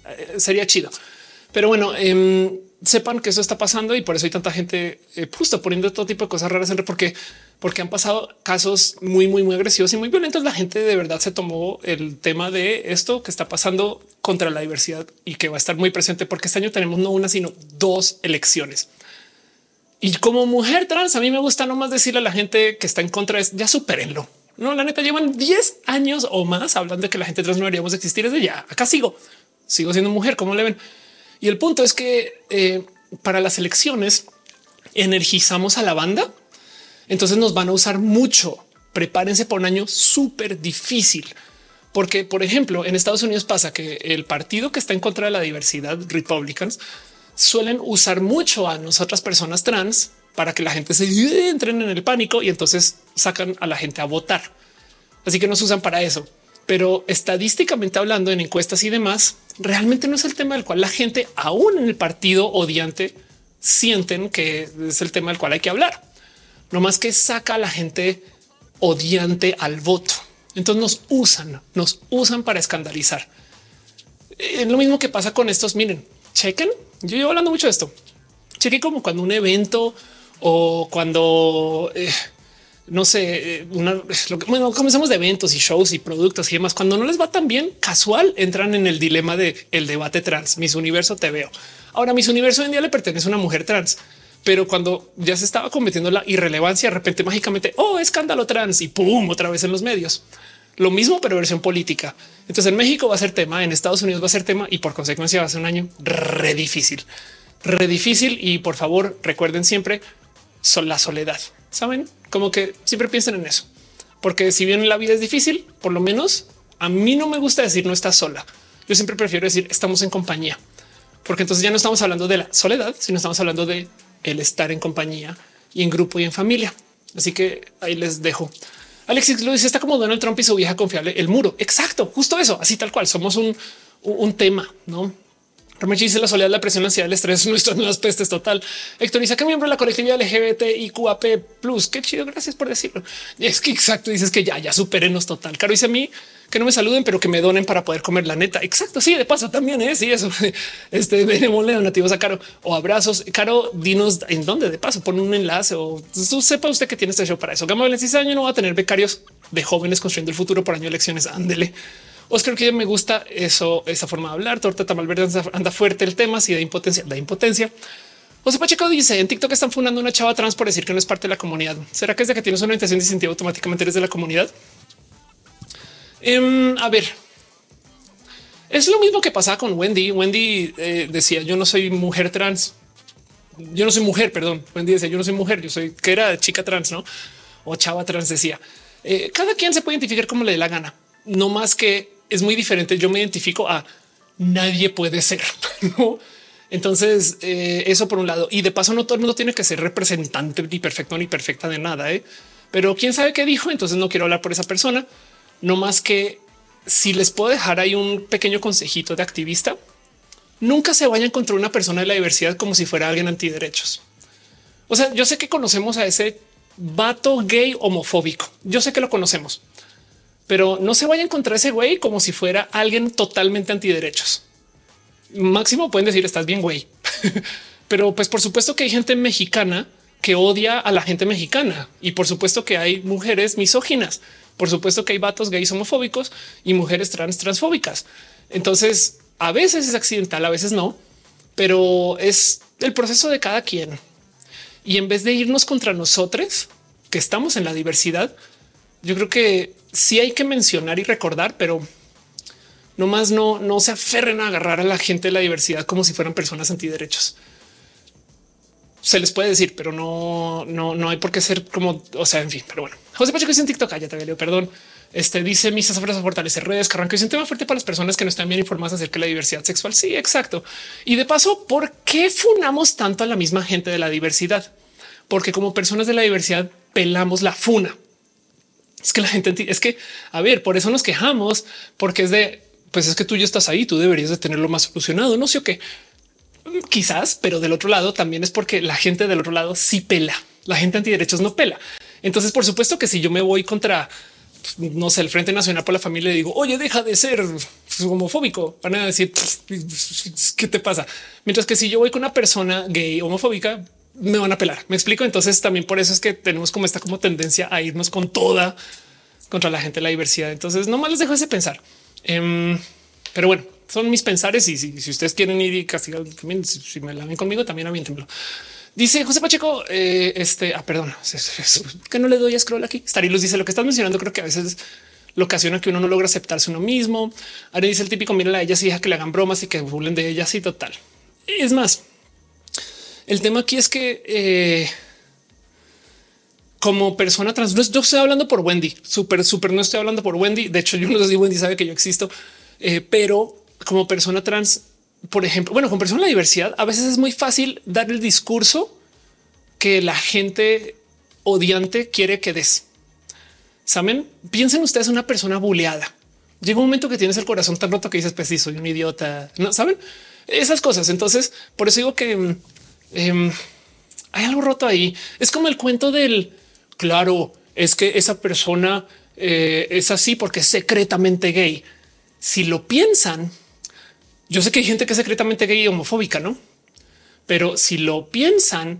sería chido. Pero bueno, sepan que eso está pasando y por eso hay tanta gente justo poniendo todo tipo de cosas raras en porque han pasado casos muy agresivos y muy violentos. La gente de verdad se tomó el tema de esto que está pasando contra la diversidad y que va a estar muy presente porque este año tenemos no una, sino dos elecciones. Y como mujer trans, a mí me gusta nomás decirle a la gente que está en contra es ya supérenlo. No, la neta llevan 10 años o más hablando de que la gente trans no deberíamos existir. Es de ya acá sigo siendo mujer. ¿Cómo le ven? Y el punto es que para las elecciones energizamos a la banda. Entonces nos van a usar mucho. Prepárense por un año súper difícil, porque, por ejemplo, en Estados Unidos pasa que el partido que está en contra de la diversidad, Republicans, suelen usar mucho a nosotras personas trans para que la gente se entren en el pánico y entonces sacan a la gente a votar. Así que nos usan para eso. Pero estadísticamente hablando en encuestas y demás, realmente no es el tema del cual la gente, aún en el partido odiante, sienten que es el tema del cual hay que hablar. No más que saca a la gente odiante al voto. Entonces nos usan para escandalizar. Es lo mismo que pasa con estos. Miren, chequen. Yo llevo hablando mucho de esto. Chequen como cuando un evento o cuando no sé, bueno, comenzamos de eventos y shows y productos y demás. Cuando no les va tan bien, casual entran en el dilema de el debate trans. Miss Universo te veo. Ahora Miss Universo hoy en día le pertenece a una mujer trans, pero cuando ya se estaba cometiendo la irrelevancia, de repente mágicamente, oh, escándalo trans y pum, otra vez en los medios. Lo mismo, pero versión política. Entonces en México va a ser tema, en Estados Unidos va a ser tema y por consecuencia va a ser un año re difícil. Y por favor recuerden siempre la soledad. Saben, como que siempre piensen en eso, porque si bien la vida es difícil, por lo menos a mí no me gusta decir no estás sola. Yo siempre prefiero decir estamos en compañía, porque entonces ya no estamos hablando de la soledad, sino estamos hablando de el estar en compañía y en grupo y en familia. Así que ahí les dejo. Alexis lo dice, está como Donald Trump y su vieja confiable, el muro. Exacto, justo eso, así tal cual. Somos un tema, ¿no? Romechi dice la soledad, la presión, la ansiedad, el estrés, nuestras nuevas pestes. Total. Héctor dice que miembro de la colectividad LGBTIQAP+. Qué chido. Gracias por decirlo. Y es que exacto. Dices que ya supérenos. Total. Caro dice a mí que no me saluden, pero que me donen para poder comer la neta. Exacto. Sí, de paso también es sí, eso. Venimos donativos a Caro o abrazos. Caro, dinos en dónde de paso pon un enlace o sepa usted que tiene este show para eso. Gama Valencia, este año no va a tener becarios de jóvenes construyendo el futuro por año de elecciones. Ándele. Oscar, que me gusta eso, esa forma de hablar. Torta Tamal Verde anda fuerte el tema. Si da impotencia. José Pacheco dice en TikTok están fundando una chava trans por decir que no es parte de la comunidad. ¿Será que es de que tienes una orientación distintiva automáticamente eres de la comunidad? A ver, es lo mismo que pasaba con Wendy. Wendy decía yo no soy mujer trans. Yo no soy mujer, perdón. Wendy decía yo no soy mujer, yo soy que era chica trans, ¿no? O chava trans decía. Cada quien se puede identificar como le dé la gana. No más que es muy diferente. Yo me identifico a nadie puede ser, ¿no? Entonces eso por un lado. Y de paso no todo el mundo tiene que ser representante ni perfecto ni perfecta de nada, pero quién sabe qué dijo. Entonces no quiero hablar por esa persona. No más que si les puedo dejar ahí un pequeño consejito de activista, nunca se vayan contra una persona de la diversidad como si fuera alguien antiderechos. O sea, yo sé que conocemos a ese vato gay homofóbico. Yo sé que lo conocemos, pero no se vayan contra ese güey como si fuera alguien totalmente antiderechos. Máximo pueden decir estás bien, güey. Pero pues por supuesto que hay gente mexicana que odia a la gente mexicana y por supuesto que hay mujeres misóginas. Por supuesto que hay vatos gays homofóbicos y mujeres transfóbicas. Entonces a veces es accidental, a veces no, pero es el proceso de cada quien. Y en vez de irnos contra nosotros que estamos en la diversidad, yo creo que sí hay que mencionar y recordar, pero nomás no se aferren a agarrar a la gente de la diversidad como si fueran personas antiderechos. Se les puede decir, pero no hay por qué ser como, o sea, en fin, pero bueno. José Pacheco dice en TikTok, ya te leo, perdón. Dice mis esfuerzos a fortalecer redes, Carranco. Es un tema fuerte para las personas que no están bien informadas acerca de la diversidad sexual. Sí, exacto. Y de paso, ¿por qué funamos tanto a la misma gente de la diversidad? Porque como personas de la diversidad pelamos la funa. Es que la gente es que, a ver, por eso nos quejamos, porque es de, pues es que tú ya estás ahí, tú deberías de tenerlo más solucionado, no sé o qué. Quizás, pero del otro lado también es porque la gente del otro lado sí pela. La gente antiderechos no pela. Entonces, por supuesto que si yo me voy contra no sé, el Frente Nacional por la Familia y digo, oye, deja de ser homofóbico, van a decir, ¿qué te pasa? Mientras que si yo voy con una persona gay homofóbica, me van a pelar. Me explico. Entonces también por eso es que tenemos como esta como tendencia a irnos con toda contra la gente de la diversidad. Entonces nomás les dejo ese pensar. Pero bueno, son mis pensares y si ustedes quieren ir y castigar también, si me la ven conmigo, también aviéntenlo. Dice José Pacheco, perdón, que no le doy a scroll aquí. Starilos dice lo que estás mencionando. Creo que a veces lo ocasiona que uno no logra aceptarse uno mismo. Ahora dice el típico, mira a ella, si deja que le hagan bromas y que burlen de ella. Sí, total. Es más, el tema aquí es que como persona trans, no estoy hablando por Wendy, súper, no estoy hablando por Wendy. De hecho, yo no sé si Wendy sabe que yo existo, pero como persona trans, por ejemplo, bueno, con persona de la diversidad, a veces es muy fácil dar el discurso que la gente odiante quiere que des. Saben, piensen ustedes en una persona buleada. Llega un momento que tienes el corazón tan roto que dices, pues sí, soy un idiota. No saben esas cosas. Entonces, por eso digo que hay algo roto ahí. Es como el cuento del claro, es que esa persona es así porque es secretamente gay. Si lo piensan, yo sé que hay gente que es secretamente gay y homofóbica, no? Pero si lo piensan,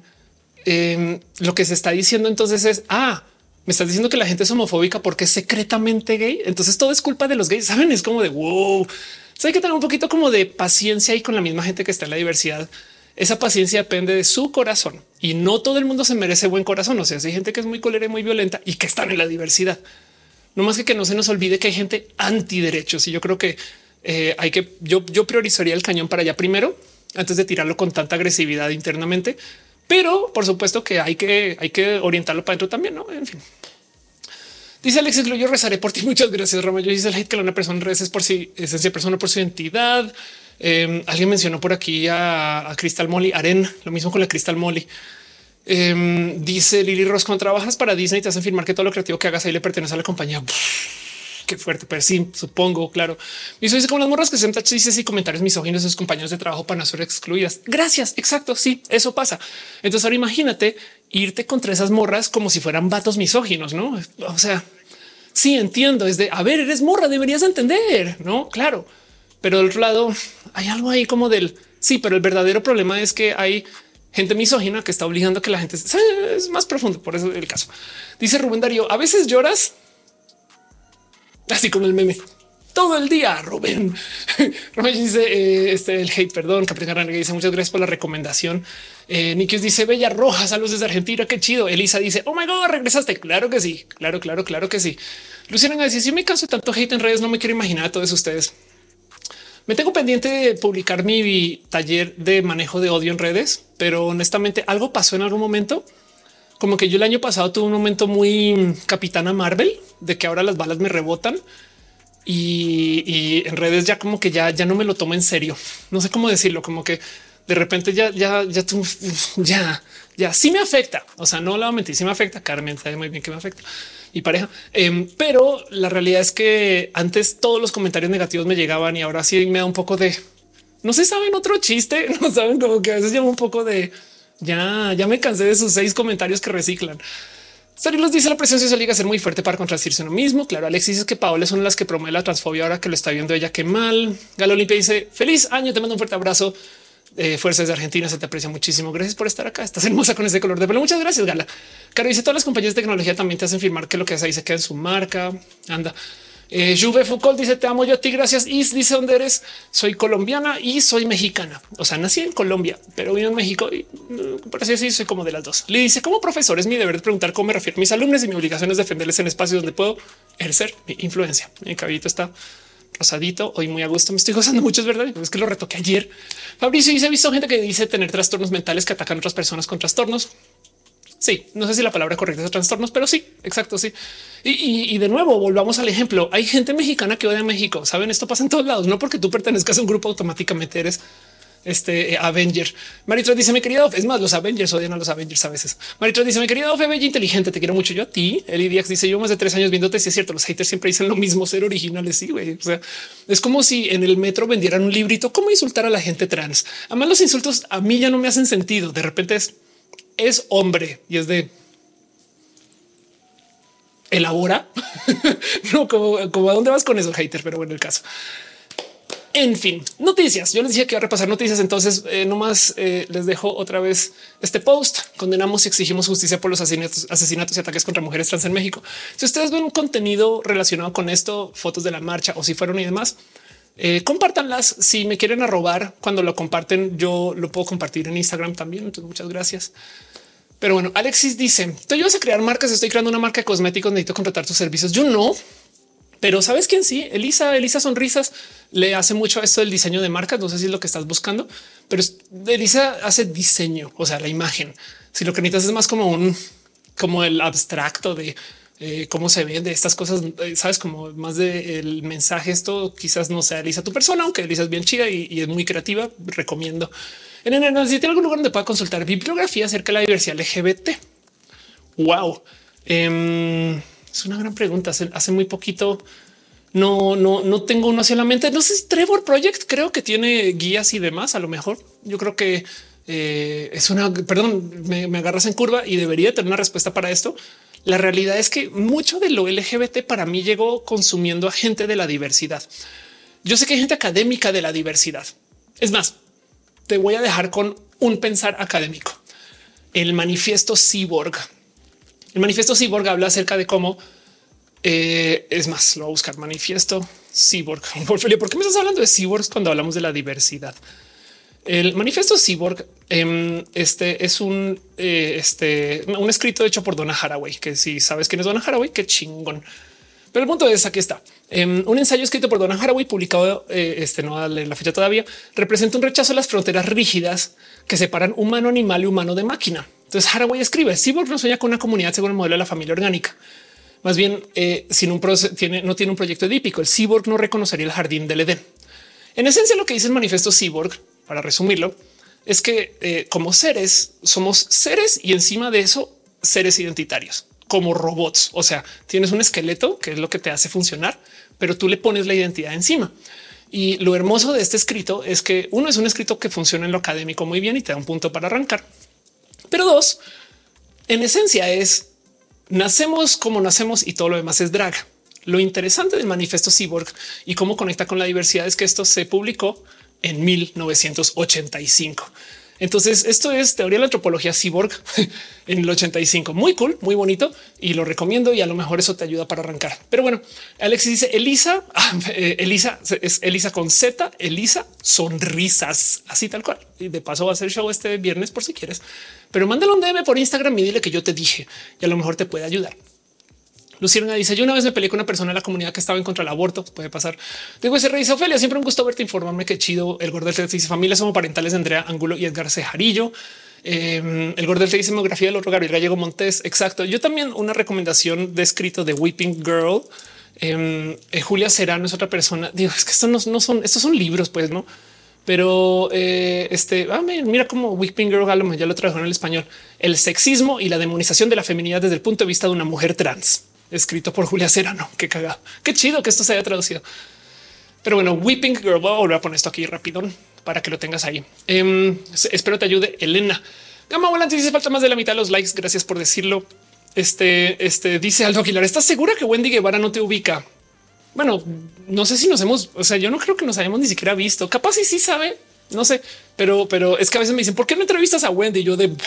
lo que se está diciendo entonces es me estás diciendo que la gente es homofóbica porque es secretamente gay. Entonces todo es culpa de los gays. Saben, es como de wow. O sea, hay que tener un poquito como de paciencia ahí con la misma gente que está en la diversidad. Esa paciencia depende de su corazón y no todo el mundo se merece buen corazón. O sea, si hay gente que es muy colérica y muy violenta y que están en la diversidad. No más que no se nos olvide que hay gente antiderechos y yo creo que hay que yo priorizaría el cañón para allá primero antes de tirarlo con tanta agresividad internamente. Pero por supuesto que hay que orientarlo para adentro también. No, en fin. Dice Alexis, yo rezaré por ti. Muchas gracias, Rama. Yo dice el hate que una persona reza es por si esencia persona, por su identidad. Alguien mencionó por aquí a Crystal Molly Aren, lo mismo con la Crystal Molly. Dice Lily Ross, cuando trabajas para Disney te hacen firmar que todo lo creativo que hagas ahí le pertenece a la compañía. Qué fuerte, pero sí, supongo, claro. Y eso dice como las morras que se dice y comentarios misóginos de sus compañeros de trabajo para no ser excluidas. Gracias. Exacto. Sí, eso pasa. Entonces ahora imagínate irte contra esas morras como si fueran vatos misóginos, no? O sea, sí entiendo. Es de a ver, eres morra, deberías entender, no? Claro. Pero del otro lado hay algo ahí como del sí, pero el verdadero problema es que hay gente misógina que está obligando a que la gente es más profundo. Por eso el caso dice Rubén Darío. A veces lloras así como el meme todo el día. Rubén dice el hate. Perdón, Capricornio dice muchas gracias por la recomendación. Nikius dice Bella Roja, saludos desde Argentina. Qué chido. Elisa dice oh my god, regresaste. Claro que sí, claro que sí. Luciana dice si me canso de tanto hate en redes, no me quiero imaginar a todos ustedes. Me tengo pendiente de publicar mi taller de manejo de odio en redes, pero honestamente algo pasó en algún momento. Como que yo el año pasado tuve un momento muy Capitana Marvel de que ahora las balas me rebotan y en redes ya como que ya no me lo tomo en serio. No sé cómo decirlo, como que de repente ya sí me afecta. O sea, no la voy a mentir, sí me afecta. Carmen sabe muy bien que me afecta y pareja. Pero la realidad es que antes todos los comentarios negativos me llegaban y ahora sí me da un poco de no se saben otro chiste, no saben como que a veces llama un poco de ya me cansé de sus 6 comentarios que reciclan. Starilos dice la presión social llega a ser muy fuerte para contradecirse uno mismo. Claro, Alexis dice que Paola son las que promueven la transfobia ahora que lo está viendo ella. Qué mal. Galo Olimpia dice feliz año, te mando un fuerte abrazo. Fuerzas de Argentina, se te aprecia muchísimo. Gracias por estar acá. Estás hermosa con ese color de pelo. Muchas gracias, Gala. Caro dice todas las compañías de tecnología también te hacen firmar que lo que hace ahí se queda en su marca. Anda. Juve Foucault dice te amo yo a ti. Gracias. Is dice dónde eres. Soy colombiana y soy mexicana. O sea, nací en Colombia, pero vivo en México y por así decirlo, soy como de las dos. Le dice como profesor es mi deber de preguntar cómo me refiero a mis alumnos y mi obligación es defenderles en espacios donde puedo ejercer mi influencia. Mi cabellito está rosadito, hoy muy a gusto. Me estoy gozando mucho, es verdad. Es que lo retoqué ayer. Fabricio dice: he visto gente que dice tener trastornos mentales que atacan a otras personas con trastornos. Sí, no sé si la palabra correcta es trastornos, pero sí, exacto. Sí. Y de nuevo, volvamos al ejemplo. Hay gente mexicana que odia a México. Saben, esto pasa en todos lados. No porque tú pertenezcas a un grupo, automáticamente eres Avenger. Maritro dice: mi querido, es más, los Avengers odian a los Avengers a veces. Maritro dice: mi querido, fe bella, inteligente, te quiero mucho. Yo a ti. Eli Díaz dice: yo más de 3 años viéndote. Si es cierto, los haters siempre dicen lo mismo, ser originales. Sí, güey. O sea, es como si en el metro vendieran un librito cómo insultar a la gente trans. Además, los insultos a mí ya no me hacen sentido. De repente es hombre y es de elabora. No, como a dónde vas con eso, hater, pero bueno, el caso. En fin, noticias. Yo les dije que iba a repasar noticias, entonces nomás les dejo otra vez este post. Condenamos y exigimos justicia por los asesinatos y ataques contra mujeres trans en México. Si ustedes ven un contenido relacionado con esto, fotos de la marcha o si fueron y demás, compártanlas. Si me quieren arrobar cuando lo comparten, yo lo puedo compartir en Instagram también. Entonces, muchas gracias. Pero bueno, Alexis dice: ¿tú ayudas a crear marcas? Estoy creando una marca de cosméticos. Necesito contratar tus servicios. Yo no. Pero ¿sabes quién sí? Elisa Sonrisas le hace mucho a esto del diseño de marcas. No sé si es lo que estás buscando, pero Elisa hace diseño, o sea, la imagen. Si lo que necesitas es más como el abstracto de cómo se ven de estas cosas, sabes, como más de el mensaje. Esto quizás no sea Elisa tu persona, aunque Elisa es bien chida y es muy creativa. Recomiendo. Si tiene algún lugar donde pueda consultar bibliografía acerca de la diversidad LGBT. Wow. Es una gran pregunta. Hace muy poquito no tengo uno hacia la mente. No sé si Trevor Project creo que tiene guías y demás. A lo mejor yo creo que es una, perdón, me agarras en curva y debería tener una respuesta para esto. La realidad es que mucho de lo LGBT para mí llegó consumiendo a gente de la diversidad. Yo sé que hay gente académica de la diversidad. Es más, te voy a dejar con un pensar académico. El manifiesto Cyborg. El manifiesto Cyborg habla acerca de cómo es más, lo voy a buscar. Manifiesto Cyborg. ¿Por qué me estás hablando de cyborgs cuando hablamos de la diversidad? El manifiesto Cyborg es un escrito hecho por Donna Haraway, que si sabes quién es Donna Haraway, qué chingón. Pero el punto es, aquí está. Un ensayo escrito por Donna Haraway, publicado, no dale la fecha todavía, representa un rechazo a las fronteras rígidas que separan humano animal y humano de máquina. Entonces Haraway escribe: Cyborg no sueña con una comunidad según el modelo de la familia orgánica. Más bien, no tiene un proyecto edípico. El cyborg no reconocería el jardín del Edén. En esencia, lo que dice el manifiesto Cyborg, para resumirlo, es que como seres somos seres y encima de eso seres identitarios como robots. O sea, tienes un esqueleto que es lo que te hace funcionar, pero tú le pones la identidad encima. Y lo hermoso de este escrito es que uno, es un escrito que funciona en lo académico muy bien y te da un punto para arrancar. Pero dos, en esencia es nacemos como nacemos y todo lo demás es drag. Lo interesante del manifiesto Cyborg y cómo conecta con la diversidad es que esto se publicó en 1985. Entonces esto es teoría de la antropología cyborg en el 85. Muy cool, muy bonito y lo recomiendo y a lo mejor eso te ayuda para arrancar. Pero bueno, Alexis dice Elisa, Elisa es Elisa con Z, Elisa Sonrisas, así tal cual. Y de paso va a hacer show este viernes por si quieres, pero mándale un DM por Instagram y dile que yo te dije y a lo mejor te puede ayudar. Luciana dice: yo una vez me peleé con una persona de la comunidad que estaba en contra del aborto. Puede pasar. Digo, ese rey Ofelia, siempre un gusto verte, informarme. Qué chido. El Gordel te dice: familia somos parentales de Andrea Angulo y Edgar Cejarillo. El Gordel te dice: demografía del otro Gabriel Gallego Montes. Exacto. Yo también una recomendación de escrito de Weeping Girl. Julia Serrano es otra persona. Digo, es que estos son libros, pues no, pero mira cómo Weeping Girl ya lo trajo en el español. El sexismo y la demonización de la feminidad desde el punto de vista de una mujer trans, escrito por Julia Serrano. Qué cagado, qué chido que esto se haya traducido. Pero bueno, Weeping Girl, voy a volver a poner esto aquí rapidón para que lo tengas ahí. Espero te ayude. Elena Gama Volante dice: falta más de la mitad de los likes. Gracias por decirlo. Dice Aldo Aguilar: ¿estás segura que Wendy Guevara no te ubica? Bueno, no sé si nos hemos, o sea, yo no creo que nos hayamos ni siquiera visto. Capaz y sí sabe, no sé, pero es que a veces me dicen: ¿por qué no entrevistas a Wendy? Y yo de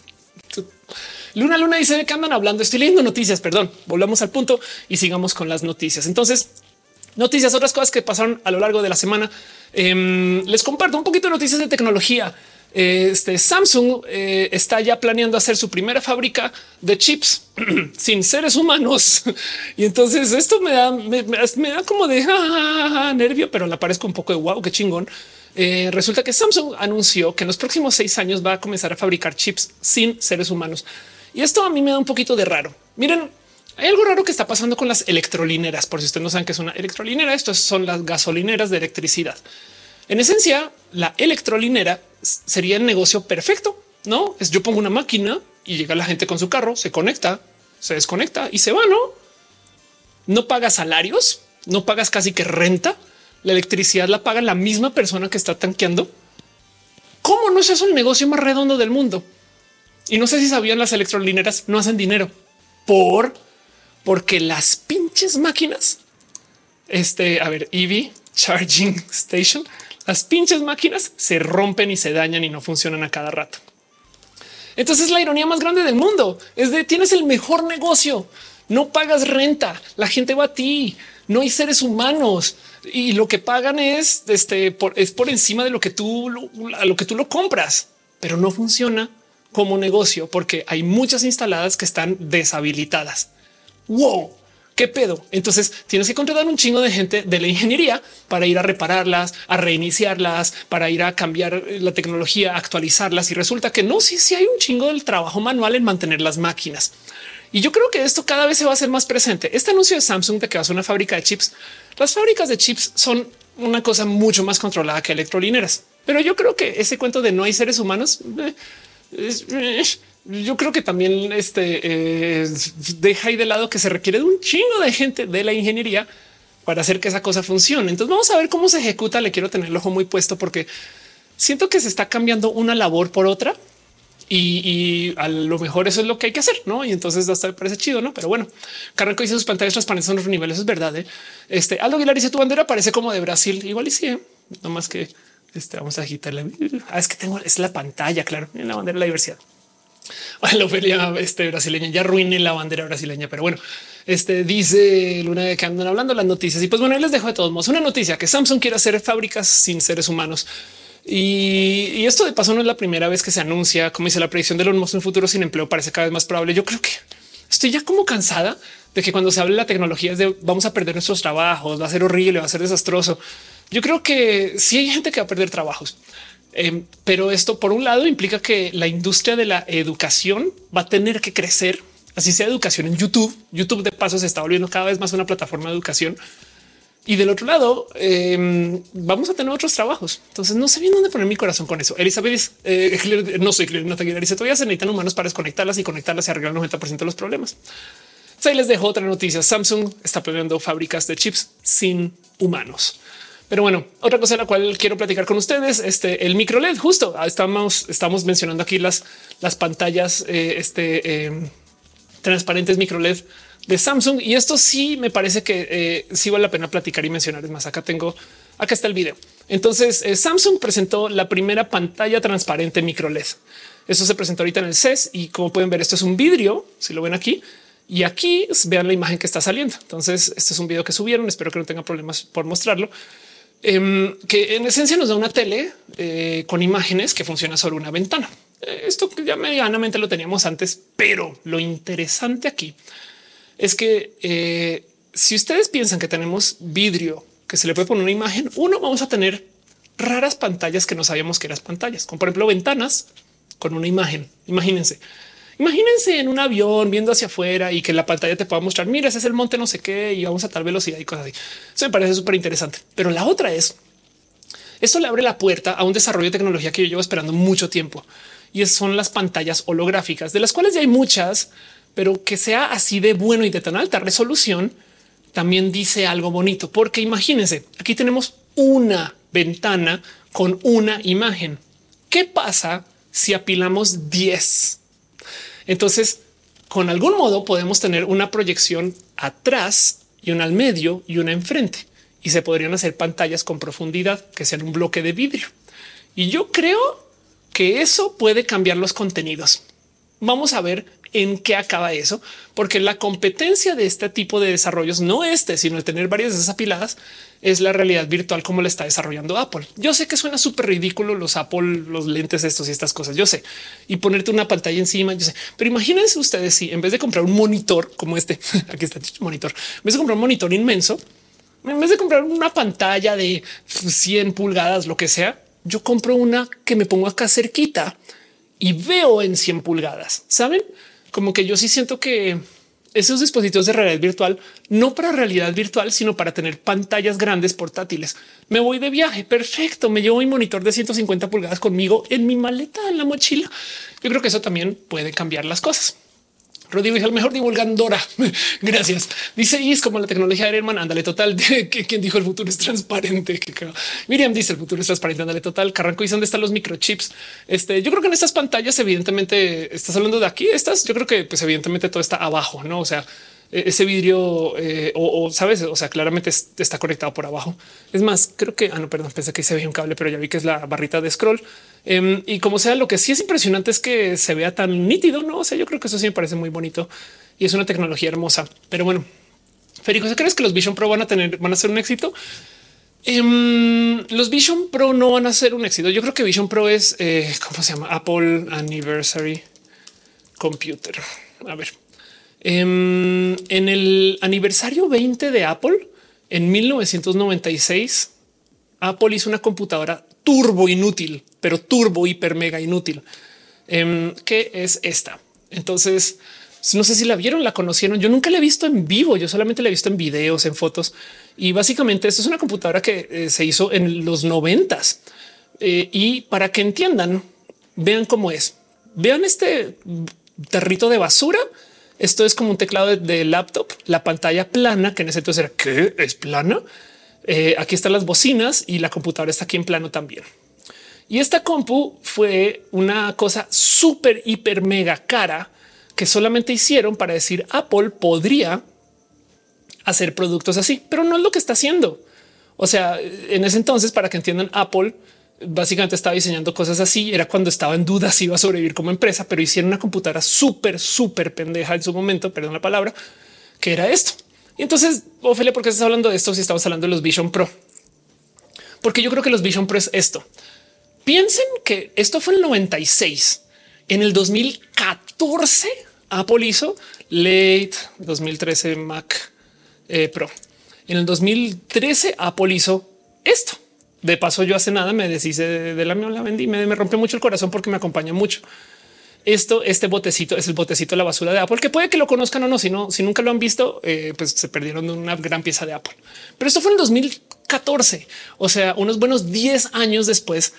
Luna dice: que andan hablando. Estoy leyendo noticias. Perdón, volvamos al punto y sigamos con las noticias. Entonces, noticias, otras cosas que pasaron a lo largo de la semana. Les comparto un poquito de noticias de tecnología. Samsung está ya planeando hacer su primera fábrica de chips sin seres humanos. Y entonces esto me da como de nervio, pero la parezco un poco de wow, qué chingón. Resulta que Samsung anunció que en los próximos 6 años va a comenzar a fabricar chips sin seres humanos. Y esto a mí me da un poquito de raro. Miren, hay algo raro que está pasando con las electrolineras. Por si ustedes no saben qué es una electrolinera, estos son las gasolineras de electricidad. En esencia, la electrolinera sería el negocio perfecto. No es: yo pongo una máquina y llega la gente con su carro, se conecta, se desconecta y se va. No pagas salarios, no pagas casi que renta. La electricidad la paga la misma persona que está tanqueando. ¿Cómo no es eso el negocio más redondo del mundo? Y no sé si sabían, las electrolineras no hacen dinero porque las pinches máquinas, a ver, EV Charging Station, las pinches máquinas se rompen y se dañan y no funcionan a cada rato. Entonces la ironía más grande del mundo es de tienes el mejor negocio, no pagas renta, la gente va a ti, no hay seres humanos y lo que pagan es por encima de lo que tú lo compras, pero no funciona como negocio porque hay muchas instaladas que están deshabilitadas. Wow, qué pedo. Entonces tienes que contratar un chingo de gente de la ingeniería para ir a repararlas, a reiniciarlas, para ir a cambiar la tecnología, actualizarlas. Y resulta que no, sí hay un chingo del trabajo manual en mantener las máquinas. Y yo creo que esto cada vez se va a hacer más presente. Este anuncio de Samsung de que va a ser una fábrica de chips. Las fábricas de chips son una cosa mucho más controlada que electrolineras. Pero yo creo que ese cuento de no hay seres humanos, yo creo que también deja ahí de lado que se requiere de un chingo de gente de la ingeniería para hacer que esa cosa funcione. Entonces vamos a ver cómo se ejecuta. Le quiero tener el ojo muy puesto porque siento que se está cambiando una labor por otra y a lo mejor eso es lo que hay que hacer, ¿no? Y entonces hasta me parece chido, ¿no? Pero bueno, Carranco dice sus pantallas transparentes son los niveles, es verdad, ¿eh? Aldo Aguilar dice tu bandera parece como de Brasil. Igual y sí, no más que vamos a agitarla. Es que es la pantalla, claro, en la bandera de la diversidad. La Ofelia brasileña ya arruiné la bandera brasileña, pero bueno, dice Luna de que andan hablando las noticias y pues bueno, ahí les dejo de todos modos una noticia que Samsung quiere hacer fábricas sin seres humanos. Y esto de paso no es la primera vez que se anuncia, como dice la predicción de Elon Musk, un futuro sin empleo parece cada vez más probable. Yo creo que estoy ya como cansada de que cuando se hable de la tecnología es de vamos a perder nuestros trabajos, va a ser horrible, va a ser desastroso. Yo creo que sí hay gente que va a perder trabajos. Pero esto por un lado implica que la industria de la educación va a tener que crecer, así sea educación en YouTube. YouTube de paso se está volviendo cada vez más una plataforma de educación. Y del otro lado vamos a tener otros trabajos. Entonces no sé bien dónde poner mi corazón con eso. Elizabeth, no soy Nata Aguilar, dice todavía se necesitan humanos para desconectarlas y conectarlas y arreglar el 90% de los problemas. Entonces, ahí les dejo otra noticia. Samsung está planeando fábricas de chips sin humanos. Pero bueno, otra cosa de la cual quiero platicar con ustedes, el micro LED, justo estamos mencionando aquí las pantallas transparentes micro LED de Samsung. Y esto sí me parece que sí vale la pena platicar y mencionar. Es más, acá está el video. Entonces Samsung presentó la primera pantalla transparente micro LED. Eso se presentó ahorita en el CES y como pueden ver, esto es un vidrio. Si lo ven aquí y aquí vean la imagen que está saliendo. Entonces este es un video que subieron. Espero que no tengan problemas por mostrarlo. Que en esencia nos da una tele con imágenes que funciona sobre una ventana. Esto ya medianamente lo teníamos antes, pero lo interesante aquí es que si ustedes piensan que tenemos vidrio que se le puede poner una imagen, vamos a tener raras pantallas que no sabíamos que eran pantallas, como por ejemplo ventanas con una imagen. Imagínense en un avión viendo hacia afuera y que la pantalla te pueda mostrar, mira, ese es el monte no sé qué y vamos a tal velocidad y cosas así. Eso me parece súper interesante. Pero la otra es, esto le abre la puerta a un desarrollo de tecnología que yo llevo esperando mucho tiempo y son las pantallas holográficas, de las cuales ya hay muchas, pero que sea así de bueno y de tan alta resolución también dice algo bonito, porque imagínense, aquí tenemos una ventana con una imagen. ¿Qué pasa si apilamos 10? Entonces, con algún modo podemos tener una proyección atrás y una al medio y una enfrente y se podrían hacer pantallas con profundidad que sean un bloque de vidrio. Y yo creo que eso puede cambiar los contenidos. Vamos a ver en qué acaba eso, porque la competencia de este tipo de desarrollos, no sino el tener varias de esas apiladas, es la realidad virtual como la está desarrollando Apple. Yo sé que suena súper ridículo los Apple, los lentes estos y estas cosas, yo sé, y ponerte una pantalla encima, yo sé, pero imagínense ustedes si en vez de comprar un monitor como aquí está el monitor, en vez de comprar un monitor inmenso, en vez de comprar una pantalla de 100 pulgadas, lo que sea, yo compro una que me pongo acá cerquita y veo en 100 pulgadas, ¿saben? Como que yo sí siento que esos dispositivos de realidad virtual, no para realidad virtual, sino para tener pantallas grandes portátiles. Me voy de viaje. Perfecto. Me llevo mi monitor de 150 pulgadas conmigo en mi maleta, en la mochila. Yo creo que eso también puede cambiar las cosas. Rodrigo dijo el mejor divulgandora. Gracias. Dice y es como la tecnología de Iron Man. Ándale total. Quien dijo el futuro es transparente. Miriam dice el futuro es transparente. Ándale total. Carranco dice dónde están los microchips. Yo creo que en estas pantallas, evidentemente, estás hablando de aquí. Yo creo que pues evidentemente todo está abajo, no? O sea, ese vidrio sabes, o sea, claramente está conectado por abajo. Es más, creo que no, perdón, pensé que se veía un cable, pero ya vi que es la barrita de scroll. Y como sea, lo que sí es impresionante es que se vea tan nítido, no? O sea, yo creo que eso sí me parece muy bonito y es una tecnología hermosa. Pero bueno, Federico, ¿crees que los Vision Pro van a ser un éxito? Los Vision Pro no van a ser un éxito. Yo creo que Vision Pro es ¿cómo se llama? Apple Anniversary Computer. A ver, en el aniversario 20 de Apple en 1996, Apple hizo una computadora turbo inútil, pero turbo hiper mega inútil, que es esta. Entonces, no sé si la vieron, la conocieron. Yo nunca la he visto en vivo, yo solamente la he visto en videos, en fotos. Y básicamente esto es una computadora que se hizo en los 90s. Y para que entiendan, vean cómo es. Vean este tarrito de basura. Esto es como un teclado de laptop, la pantalla plana, que en ese entonces era ¿qué? ¿Es plana? Aquí están las bocinas y la computadora está aquí en plano también. Y esta compu fue una cosa súper, hiper, mega cara que solamente hicieron para decir Apple podría hacer productos así, pero no es lo que está haciendo. O sea, en ese entonces, para que entiendan, Apple básicamente estaba diseñando cosas así. Era cuando estaba en duda si iba a sobrevivir como empresa, pero hicieron una computadora súper, súper pendeja en su momento, perdón la palabra, que era esto. Y entonces, Ofelia, ¿por qué estás hablando de esto si estamos hablando de los Vision Pro? Porque yo creo que los Vision Pro es esto. Piensen que esto fue en el 96. En el 2014, Apple hizo late 2013 Mac Pro. En el 2013, Apple hizo esto. De paso, yo hace nada me deshice de la mía, la vendí, me rompió mucho el corazón porque me acompaña mucho. Este botecito es el botecito de la basura de Apple, que puede que lo conozcan o no. Si nunca lo han visto, pues se perdieron de una gran pieza de Apple. Pero esto fue en el 2014, o sea, unos buenos 10 años después.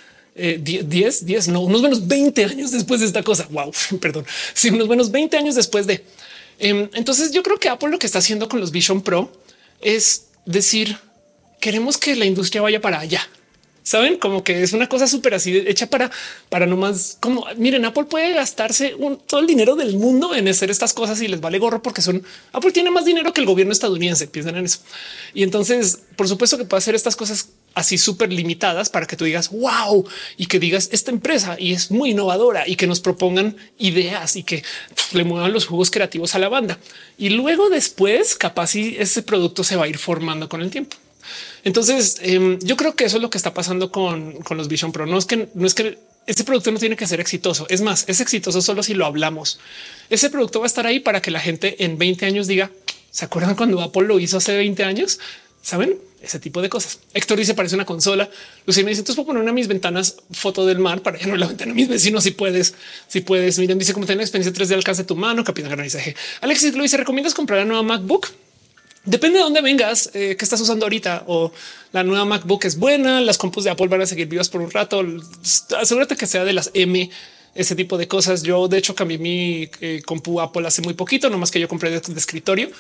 10, no, unos buenos 20 años después de esta cosa. Wow, perdón. Sí, unos buenos 20 años después de. Entonces, yo creo que Apple lo que está haciendo con los Vision Pro es decir, queremos que la industria vaya para allá. Saben, como que es una cosa súper así hecha para nomás como miren, Apple puede gastarse todo el dinero del mundo en hacer estas cosas y les vale gorro porque Apple tiene más dinero que el gobierno estadounidense. Piensen en eso. Y entonces, por supuesto que puede hacer estas cosas así súper limitadas para que tú digas wow y que digas esta empresa y es muy innovadora y que nos propongan ideas y que le muevan los jugos creativos a la banda. Y luego después capaz si ese producto se va a ir formando con el tiempo. Entonces, yo creo que eso es lo que está pasando con los Vision Pro. No es que ese producto no tiene que ser exitoso. Es más, es exitoso solo si lo hablamos. Ese producto va a estar ahí para que la gente en 20 años diga, ¿se acuerdan cuando Apple lo hizo hace 20 años? ¿Saben? Ese tipo de cosas. Héctor dice, parece una consola. Lucía me dice, entonces puedo poner una de mis ventanas foto del mar para ya no la ventana a mis vecinos. Si puedes. Miren, dice como tener experiencia 3D al alcance de tu mano. Capitán Granizaje. Alexis lo dice, ¿recomiendas comprar la nueva MacBook? Depende de dónde vengas, qué estás usando ahorita o la nueva MacBook es buena. Las compus de Apple van a seguir vivas por un rato. Asegúrate que sea de las M, ese tipo de cosas. Yo de hecho cambié mi compu Apple hace muy poquito, nomás que yo compré de escritorio.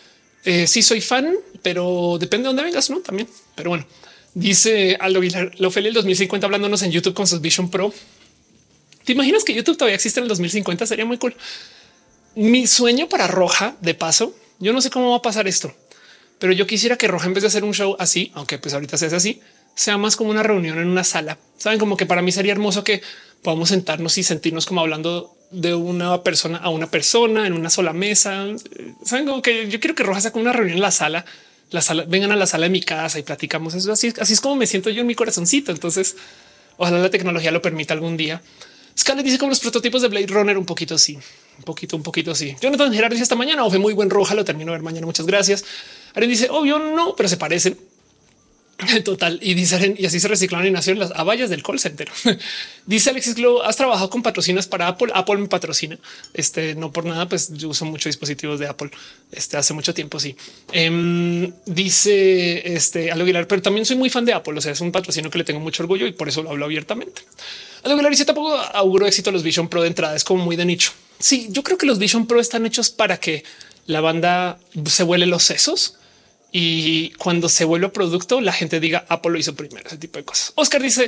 Sí soy fan, pero depende de dónde vengas, no también. Pero bueno, dice Aldo Vilar, lo feliz el 2050 hablándonos en YouTube con sus Vision Pro. ¿Te imaginas que YouTube todavía existe en el 2050? Sería muy cool. Mi sueño para Roja, de paso, yo no sé cómo va a pasar esto, pero yo quisiera que Roja, en vez de hacer un show así, aunque pues ahorita se hace así, sea más como una reunión en una sala. Saben, como que para mí sería hermoso que podamos sentarnos y sentirnos como hablando de una persona a una persona en una sola mesa. Saben, como que yo quiero que Roja sea como una reunión en la sala, vengan a la sala de mi casa y platicamos eso. Así es como me siento yo en mi corazoncito. Entonces, ojalá la tecnología lo permita algún día. Scarlett dice como los prototipos de Blade Runner, un poquito sí, un poquito sí. Jonathan Gerard dice esta mañana o fue muy buen Roja, lo termino de ver mañana. Muchas gracias. Aren dice obvio no, pero se parecen. Total. Y dice Aren, y así se reciclaron y nacieron las abayas del call center. Dice Alexis Glow, has trabajado con patrocinas para Apple. Apple me patrocina. No por nada, pues yo uso muchos dispositivos de Apple. Hace mucho tiempo. Sí. Dice Aldo Aguilar, pero también soy muy fan de Apple. O sea, es un patrocinio que le tengo mucho orgullo y por eso lo hablo abiertamente. Aldo Aguilar dice tampoco auguro éxito a los Vision Pro de entrada. Es como muy de nicho. Sí, yo creo que los Vision Pro están hechos para que la banda se vuele los sesos. Y cuando se vuelve producto, la gente diga Apple lo hizo primero, ese tipo de cosas. Oscar dice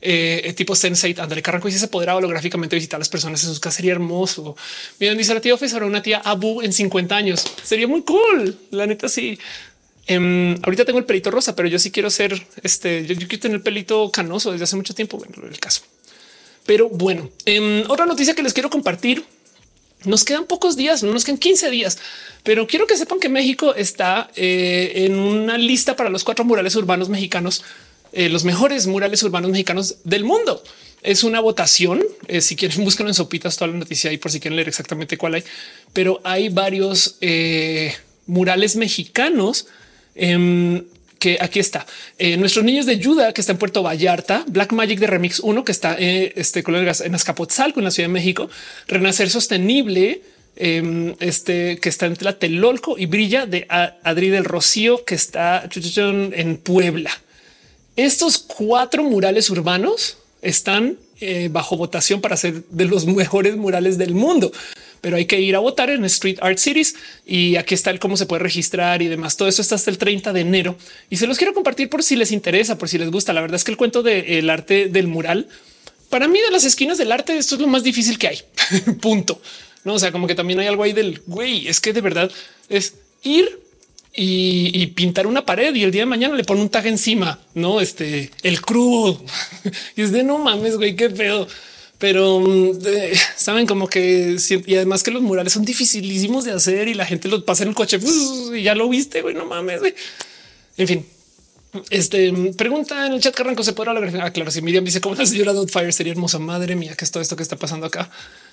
tipo Sensei. André Carranco dice se podrá holográficamente visitar a las personas en sus casas. Sería hermoso. Miren, dice la tía Ofes, ahora una tía Abu en 50 años. Sería muy cool. La neta, sí. Ahorita tengo el pelito rosa, pero yo sí quiero ser yo quiero tener el pelito canoso desde hace mucho tiempo. Bueno, el caso. Pero bueno, otra noticia que les quiero compartir. Nos quedan pocos días, no nos quedan 15 días, pero quiero que sepan que México está en una lista para los 4 murales urbanos mexicanos, los mejores murales urbanos mexicanos del mundo. Es una votación. Si quieren, búsquenlo en Sopitas, toda la noticia ahí por si quieren leer exactamente cuál hay, pero hay varios murales mexicanos. Que aquí está nuestros niños de Yuda, que está en Puerto Vallarta, Black Magic de Remix 1, que está en Azcapotzalco, en la Ciudad de México, Renacer Sostenible, que está en Tlatelolco, y Brilla de Adri del Rocío, que está en Puebla. Estos 4 murales urbanos están bajo votación para ser de los mejores murales del mundo, pero hay que ir a votar en Street Art Cities y aquí está el cómo se puede registrar y demás. Todo esto está hasta el 30 de enero y se los quiero compartir por si les interesa, por si les gusta. La verdad es que el cuento del arte del mural, para mí, de las esquinas del arte, esto es lo más difícil que hay. Punto. No, o sea, como que también hay algo ahí del güey. Es que de verdad es ir y pintar una pared y el día de mañana le pone un tag encima, no el crudo y es de no mames, güey, qué pedo. Pero saben como que y además que los murales son dificilísimos de hacer y la gente los pasa en el coche y ya lo viste, güey, no mames, güey. En fin, pregunta en el chat, Carranco, ¿se podrá lograr? Ah, claro, si Miriam dice como la señora Doubtfire sería hermosa. Madre mía, ¿qué es todo esto que está pasando acá?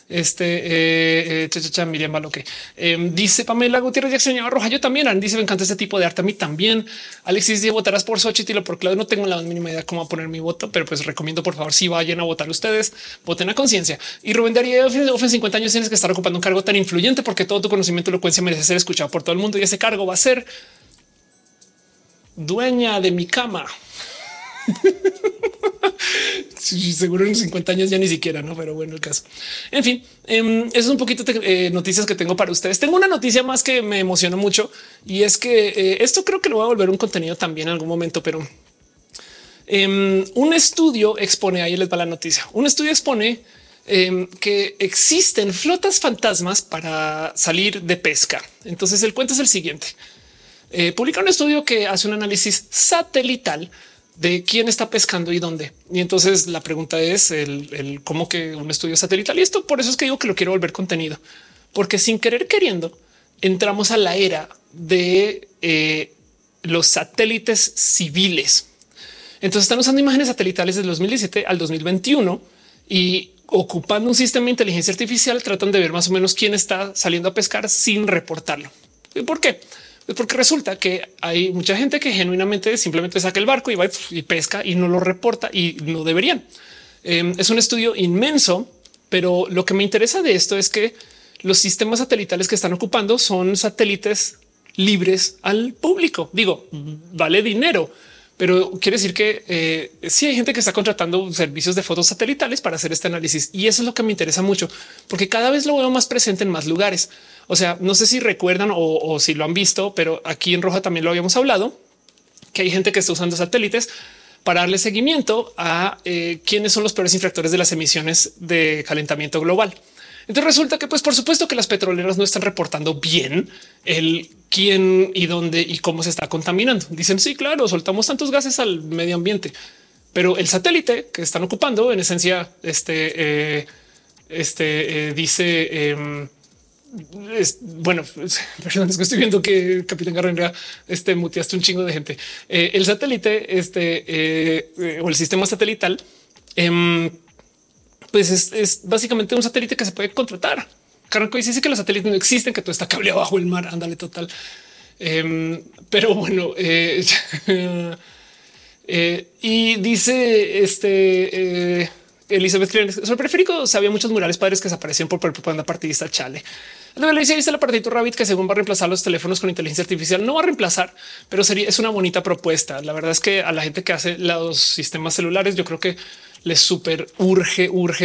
Miriam Baloque dice Pamela Gutiérrez, ya extrañaba Roja. Yo también. Dice me encanta este tipo de arte. A mí también. Alexis dice votarás por Xochitl o por Claudio. No tengo la mínima idea cómo poner mi voto, pero pues recomiendo por favor si vayan a votar ustedes, voten a conciencia. Y Rubén Darío, en 50 años tienes que estar ocupando un cargo tan influyente porque todo tu conocimiento y elocuencia merece ser escuchado por todo el mundo y ese cargo va a ser dueña de mi cama. Sí, seguro en 50 años ya ni siquiera, no, pero bueno, el caso. En fin, eso es un poquito de noticias que tengo para ustedes. Tengo una noticia más que me emociona mucho y es que esto creo que lo voy a volver un contenido también en algún momento, pero un estudio expone, ahí les va la noticia. Un estudio expone que existen flotas fantasmas para salir de pesca. Entonces el cuento es el siguiente. Publica un estudio que hace un análisis satelital de quién está pescando y dónde. Y entonces la pregunta es el cómo que un estudio satelital. Y esto por eso es que digo que lo quiero volver contenido, porque sin querer queriendo entramos a la era de los satélites civiles. Entonces están usando imágenes satelitales desde 2017 al 2021 y ocupando un sistema de inteligencia artificial tratan de ver más o menos quién está saliendo a pescar sin reportarlo. ¿Y por qué? Pues porque resulta que hay mucha gente que genuinamente simplemente saca el barco y va y pesca y no lo reporta y no deberían. Es un estudio inmenso, pero lo que me interesa de esto es que los sistemas satelitales que están ocupando son satélites libres al público. Digo, vale dinero, pero quiere decir que sí hay gente que está contratando servicios de fotos satelitales para hacer este análisis. Y eso es lo que me interesa mucho, porque cada vez lo veo más presente en más lugares. O sea, no sé si recuerdan o si lo han visto, pero aquí en Roja también lo habíamos hablado, que hay gente que está usando satélites para darle seguimiento a quiénes son los peores infractores de las emisiones de calentamiento global. Entonces resulta que, pues por supuesto que las petroleras no están reportando bien el quién y dónde y cómo se está contaminando. Dicen sí, claro, soltamos tantos gases al medio ambiente, pero el satélite que están ocupando en esencia dice bueno, perdón, es que estoy viendo que Capitán Garrenra muteaste un chingo de gente. El satélite o el sistema satelital pues es básicamente un satélite que se puede contratar. Carranco dice que los satélites no existen, que todo está cableado bajo el mar. Ándale, total. Pero bueno, y dice Elizabeth Clearance, sobre periférico había muchos murales padres que desaparecieron por propaganda partidista. Chale. Luego le dice el aparatito Rabbit que según va a reemplazar los teléfonos con inteligencia artificial. No va a reemplazar, pero es una bonita propuesta. La verdad es que a la gente que hace los sistemas celulares, yo creo que les súper urge,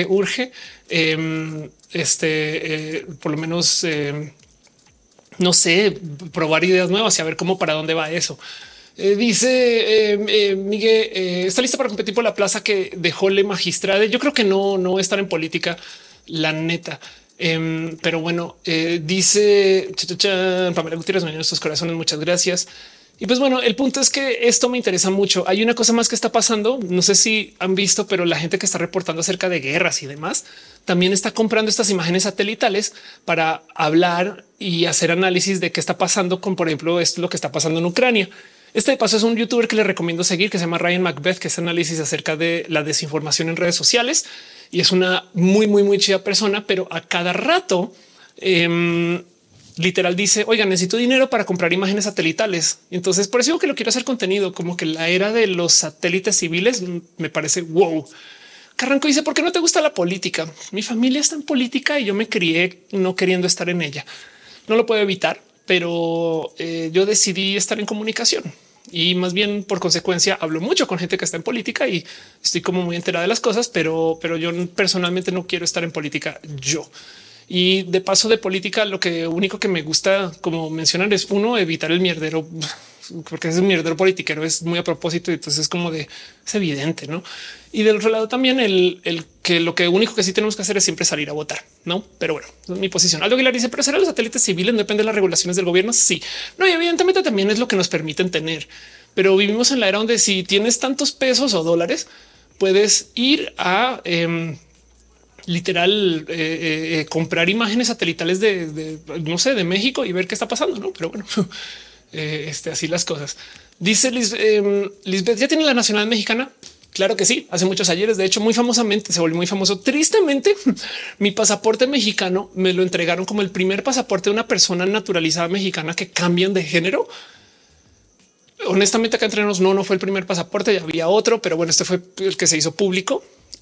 por lo menos, no sé, probar ideas nuevas y a ver cómo para dónde va eso. Miguel, ¿está lista para competir por la plaza que dejó Le Magistrade? Yo creo que no, no voy a estar en política, la neta. Pero bueno, dice Pamela Gutiérrez, mañana estos corazones, muchas gracias. Y pues bueno, el punto es que esto me interesa mucho. Hay una cosa más que está pasando. No sé si han visto, pero la gente que está reportando acerca de guerras y demás también está comprando estas imágenes satelitales para hablar y hacer análisis de qué está pasando con, por ejemplo, esto es lo que está pasando en Ucrania. Este de paso es un youtuber que le recomiendo seguir, que se llama Ryan Macbeth, que es análisis acerca de la desinformación en redes sociales y es una muy chida persona, pero a cada rato literal dice, oigan, necesito dinero para comprar imágenes satelitales. Y entonces por eso digo que lo quiero hacer contenido, como que la era de los satélites civiles me parece wow. Carranco dice, ¿por qué no te gusta la política? Mi familia está en política y yo me crié no queriendo estar en ella. No lo puedo evitar, pero yo decidí estar en comunicación y más bien por consecuencia hablo mucho con gente que está en política y estoy como muy enterada de las cosas, pero yo personalmente no quiero estar en política yo. Y de paso de política, lo que único que me gusta como mencionar es uno, evitar el mierdero, porque es un mierdero politiquero, es muy a propósito y entonces es como de es evidente, ¿no? Y del otro lado también el que lo que único que sí tenemos que hacer es siempre salir a votar, ¿no? Pero bueno, es mi posición. Aldo Aguilar dice, pero serán los satélites civiles, no depende de las regulaciones del gobierno. Sí, no, y evidentemente también es lo que nos permiten tener, pero vivimos en la era donde si tienes tantos pesos o dólares, puedes ir a literal comprar imágenes satelitales de no sé, de México y ver qué está pasando, ¿no? Pero bueno, así las cosas. Dice Lisbeth, ¿ya tiene la nacional mexicana? Claro que sí, hace muchos ayeres. De hecho, muy famosamente se volvió muy famoso. Tristemente, mi pasaporte mexicano me lo entregaron como el primer pasaporte de una persona naturalizada mexicana que cambian de género. Honestamente, acá entre nos no fue el primer pasaporte, ya había otro, pero bueno, este fue el que se hizo público.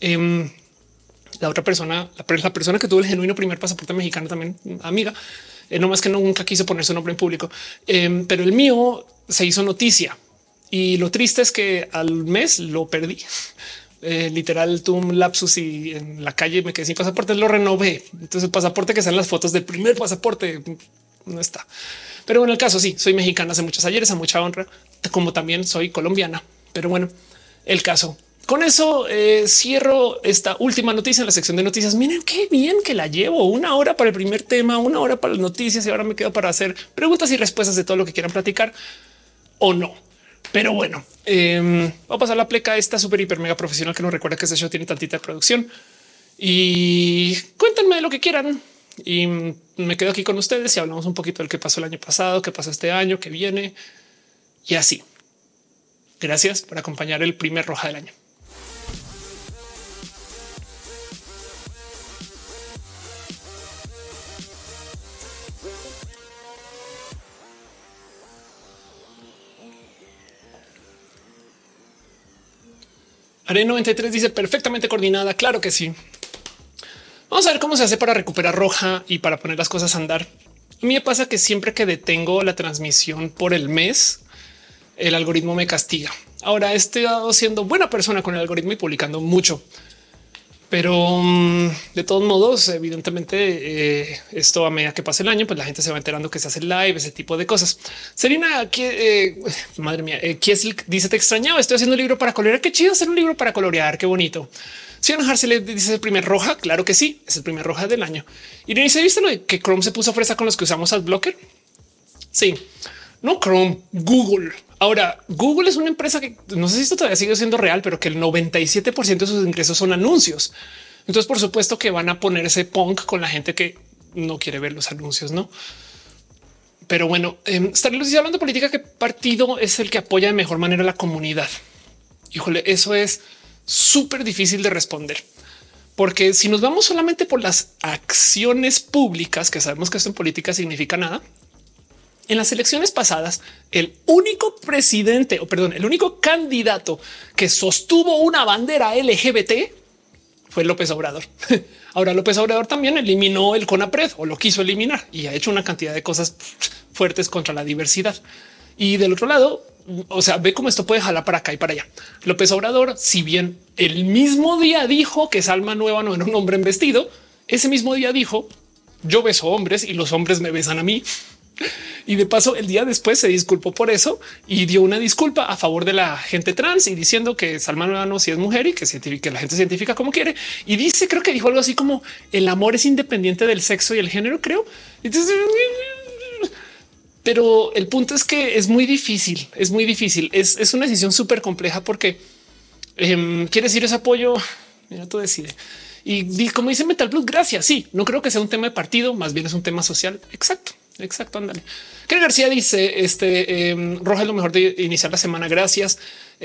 La otra persona, la persona que tuvo el genuino primer pasaporte mexicano, también amiga, no más que nunca quiso poner su nombre en público, pero el mío se hizo noticia y lo triste es que al mes lo perdí. Literal tuve un lapsus y en la calle me quedé sin pasaporte, lo renové. Entonces el pasaporte que están las fotos del primer pasaporte no está. Pero en el caso sí, soy mexicana hace muchos ayeres, a mucha honra, como también soy colombiana. Pero bueno, el caso. Con eso cierro esta última noticia en la sección de noticias. Miren qué bien que la llevo, 1 hora para el primer tema, 1 hora para las noticias y ahora me quedo para hacer preguntas y respuestas de todo lo que quieran platicar o no. Pero bueno, voy a pasar la pleca a esta súper hiper mega profesional que nos recuerda que este show tiene tantita producción y cuéntenme lo que quieran. Y me quedo aquí con ustedes y hablamos un poquito del que pasó el año pasado, qué pasó este año, que viene y así. Gracias por acompañar el primer Roja del año. Are 93 dice perfectamente coordinada. Claro que sí. Vamos a ver cómo se hace para recuperar Roja y para poner las cosas a andar. A mí me pasa que siempre que detengo la transmisión por el mes, el algoritmo me castiga. Ahora he estado siendo buena persona con el algoritmo y publicando mucho, pero de todos modos, evidentemente esto a medida que pase el año, pues la gente se va enterando que se hace live, ese tipo de cosas. Serena, madre mía, dice te extrañaba. Estoy haciendo un libro para colorear. Qué chido hacer un libro para colorear. Qué bonito. Si Harse le dice el primer Roja. Claro que sí, es el primer Roja del año. Y dice, ¿viste lo de que Chrome se puso fresa con los que usamos AdBlocker? Sí, no Chrome, Google. Ahora, Google es una empresa que no sé si esto todavía sigue siendo real, pero que el 97% de sus ingresos son anuncios. Entonces, por supuesto que van a ponerse punk con la gente que no quiere ver los anuncios, no? Pero bueno, estarles hablando de política. ¿Qué partido es el que apoya de mejor manera a la comunidad? Híjole, eso es súper difícil de responder, porque si nos vamos solamente por las acciones públicas, que sabemos que esto en política significa nada. En las elecciones pasadas, el único presidente o perdón, el único candidato que sostuvo una bandera LGBT fue López Obrador. Ahora López Obrador también eliminó el CONAPRED o lo quiso eliminar y ha hecho una cantidad de cosas fuertes contra la diversidad. Y del otro lado, o sea, ve cómo esto puede jalar para acá y para allá. López Obrador, si bien el mismo día dijo que Salma Nueva no era un hombre en vestido, ese mismo día dijo yo beso hombres y los hombres me besan a mí. Y de paso, el día después se disculpó por eso y dio una disculpa a favor de la gente trans y diciendo que Salman Rushdie sí es mujer y que la gente científica como quiere. Y dice, creo que dijo algo así como el amor es independiente del sexo y el género, creo. Entonces, pero el punto es que es muy difícil, es muy difícil. Es una decisión súper compleja porque quiere decir ese apoyo. Mira, tú decides. Y como dice Metal Plus, gracias. Sí, no creo que sea un tema de partido, más bien es un tema social. Exacto, exacto. Ándale. Karen García dice Roja es lo mejor de iniciar la semana. Gracias.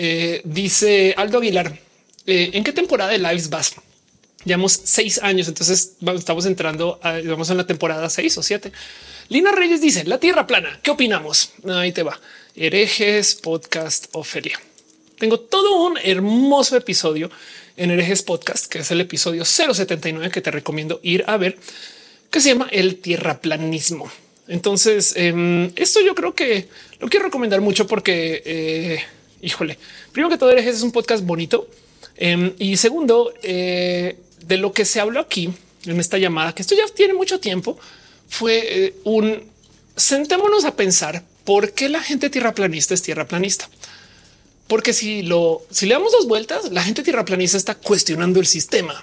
Dice Aldo Aguilar. ¿En qué temporada de Lives vas? Llevamos 6 años, entonces estamos entrando, vamos en la temporada 6 o 7. Lina Reyes dice la Tierra plana. ¿Qué opinamos? Ahí te va. Herejes Podcast Ofelia. Tengo todo un hermoso episodio en Herejes Podcast, que es el episodio 079 que te recomiendo ir a ver, que se llama el tierraplanismo. Entonces, esto yo creo que lo quiero recomendar mucho porque, híjole, primero que todo, Herejes es un podcast bonito. Y segundo, de lo que se habló aquí en esta llamada, que esto ya tiene mucho tiempo, fue sentémonos a pensar por qué la gente tierraplanista es tierraplanista. Porque si le damos 2 vueltas, la gente tierraplanista está cuestionando el sistema.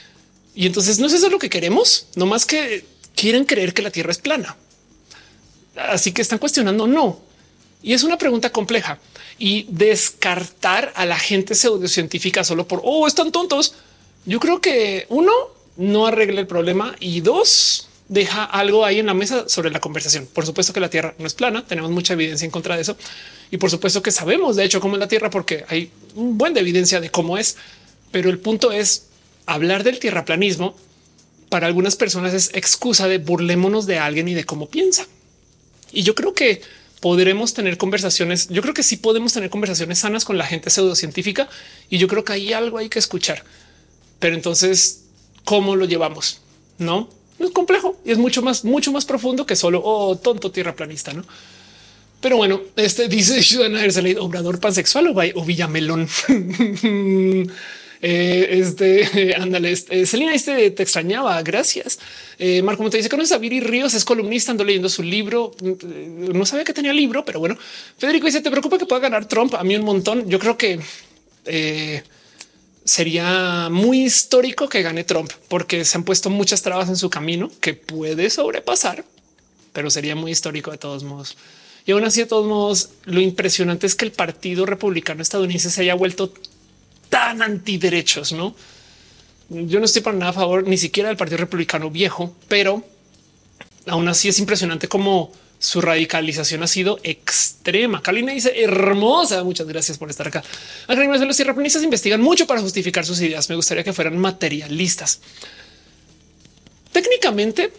Y entonces no es eso lo que queremos, no más que quieren creer que la Tierra es plana. Así que están cuestionando no. Y es una pregunta compleja y descartar a la gente pseudocientífica solo por están tontos. Yo creo que 1 no arregla el problema y 2 deja algo ahí en la mesa sobre la conversación. Por supuesto que la Tierra no es plana. Tenemos mucha evidencia en contra de eso. Y por supuesto que sabemos de hecho cómo es la Tierra porque hay un buen de evidencia de cómo es. Pero el punto es hablar del tierraplanismo. Para algunas personas es excusa de burlémonos de alguien y de cómo piensa. Y yo creo que podremos tener conversaciones. Yo creo que sí podemos tener conversaciones sanas con la gente pseudocientífica y yo creo que hay algo hay que escuchar. Pero entonces, ¿cómo lo llevamos? No es complejo y es mucho más profundo que solo tonto tierraplanista, ¿no? Pero bueno, dice Ciudadana Erceleid, obrador pansexual o Villamelón. Ándale, Celina, te extrañaba. Gracias. Marco, como te dice, conoces a Viri Ríos, es columnista, ando leyendo su libro. No sabía que tenía libro, pero bueno. Federico dice: ¿te preocupa que pueda ganar Trump? A mí un montón. Yo creo que sería muy histórico que gane Trump porque se han puesto muchas trabas en su camino que puede sobrepasar, pero sería muy histórico de todos modos. Y aún así, de todos modos, lo impresionante es que el Partido Republicano estadounidense se haya vuelto tan antiderechos, ¿no? Yo no estoy para nada a favor ni siquiera del Partido Republicano viejo, pero aún así es impresionante cómo su radicalización ha sido extrema. Kalina dice hermosa. Muchas gracias por estar acá. Los tierraplanistas investigan mucho para justificar sus ideas. Me gustaría que fueran materialistas. Técnicamente,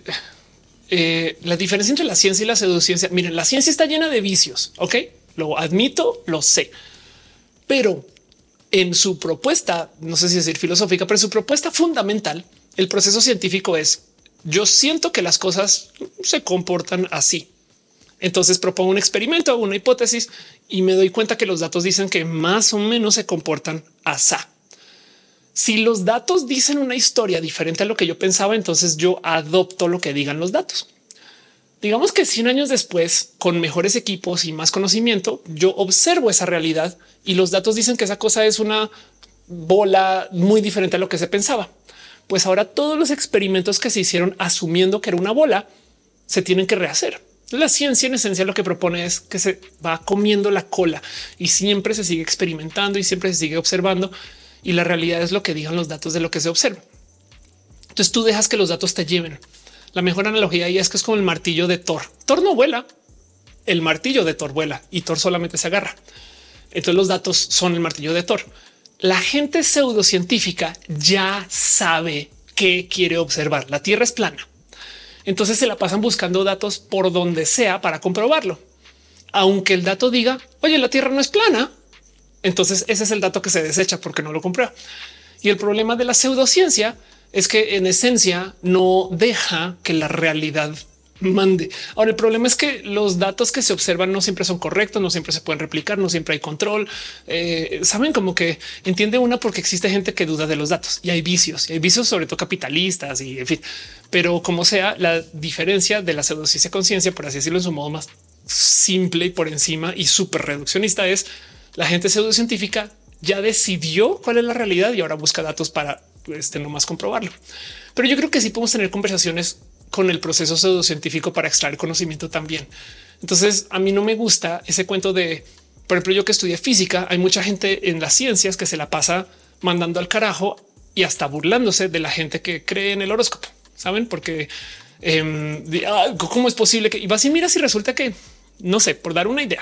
la diferencia entre la ciencia y la pseudociencia. Miren, la ciencia está llena de vicios. Ok, lo admito, lo sé, pero en su propuesta, no sé si decir filosófica, pero en su propuesta fundamental, el proceso científico es: yo siento que las cosas se comportan así. Entonces propongo un experimento, hago una hipótesis y me doy cuenta que los datos dicen que más o menos se comportan así. Si los datos dicen una historia diferente a lo que yo pensaba, entonces yo adopto lo que digan los datos. Digamos que 100 años después, con mejores equipos y más conocimiento, yo observo esa realidad y los datos dicen que esa cosa es una bola muy diferente a lo que se pensaba. Pues ahora todos los experimentos que se hicieron asumiendo que era una bola se tienen que rehacer. La ciencia en esencia lo que propone es que se va comiendo la cola y siempre se sigue experimentando y siempre se sigue observando. Y la realidad es lo que digan los datos de lo que se observa. Entonces tú dejas que los datos te lleven. La mejor analogía ahí es que es como el martillo de Thor. Thor no vuela, el martillo de Thor vuela y Thor solamente se agarra. Entonces los datos son el martillo de Thor. La gente pseudocientífica ya sabe qué quiere observar. La Tierra es plana. Entonces se la pasan buscando datos por donde sea para comprobarlo. Aunque el dato diga, oye, la Tierra no es plana. Entonces ese es el dato que se desecha porque no lo comprueba. Y el problema de la pseudociencia es que en esencia no deja que la realidad mande. Ahora, el problema es que los datos que se observan no siempre son correctos, no siempre se pueden replicar, no siempre hay control. Saben, como que entiende una, porque existe gente que duda de los datos y hay vicios sobre todo capitalistas y en fin. Pero como sea, la diferencia de la pseudociencia conciencia, por así decirlo, en su modo más simple y por encima y súper reduccionista, es la gente pseudocientífica ya decidió cuál es la realidad y ahora busca datos para nomás comprobarlo. Pero yo creo que sí podemos tener conversaciones con el proceso pseudocientífico para extraer conocimiento también. Entonces, a mí no me gusta ese cuento de, por ejemplo, yo que estudié física, hay mucha gente en las ciencias que se la pasa mandando al carajo y hasta burlándose de la gente que cree en el horóscopo. Saben, porque cómo es posible que y vas y miras y resulta que no sé, por dar una idea.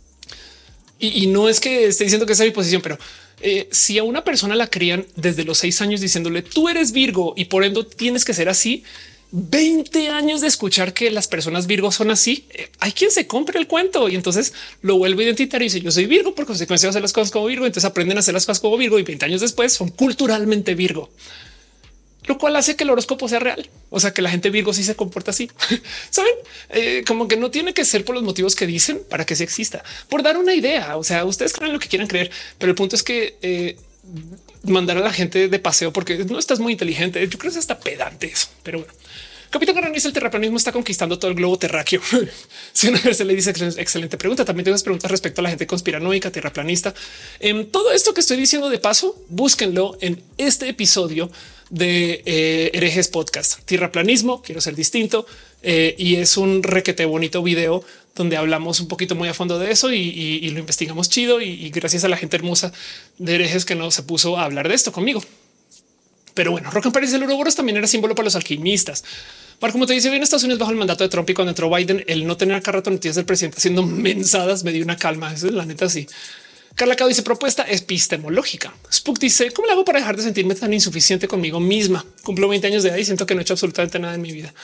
Y no es que esté diciendo que esa es mi posición, pero si a una persona la crían desde los 6 años diciéndole tú eres Virgo y por ende tienes que ser así, 20 años de escuchar que las personas Virgo son así, hay quien se compre el cuento y entonces lo vuelve identitario y dice yo soy Virgo, por consecuencia voy a hacer las cosas como Virgo, entonces aprenden a hacer las cosas como Virgo y 20 años después son culturalmente Virgo, lo cual hace que el horóscopo sea real. O sea, que la gente Virgo sí se comporta así. Saben, como que no tiene que ser por los motivos que dicen para que se exista, por dar una idea. O sea, ustedes creen lo que quieran creer, pero el punto es que mandar a la gente de paseo porque no estás muy inteligente. Yo creo que es hasta pedante eso, pero bueno. Capitán Garrón dice el terraplanismo está conquistando todo el globo terráqueo. Si una vez se le dice excelente pregunta. También tengo preguntas respecto a la gente conspiranoica, terraplanista. En todo esto que estoy diciendo de paso, búsquenlo en este episodio de Herejes Podcast. Tierraplanismo, quiero ser distinto. Y es un requete bonito video donde hablamos un poquito muy a fondo de eso y lo investigamos chido. Y gracias a la gente hermosa de Herejes que no se puso a hablar de esto conmigo. Pero bueno, Rock and Paris del Ouroboros también era símbolo para los alquimistas. Marco, como te dice, bien, Estados Unidos bajo el mandato de Trump y cuando entró Biden, el no tener cada rato noticias del presidente haciendo mensadas me dio una calma. Eso es la neta. Sí. Carla Cao dice propuesta epistemológica. Spook dice cómo le hago para dejar de sentirme tan insuficiente conmigo misma. Cumplo 20 años de edad y siento que no he hecho absolutamente nada en mi vida.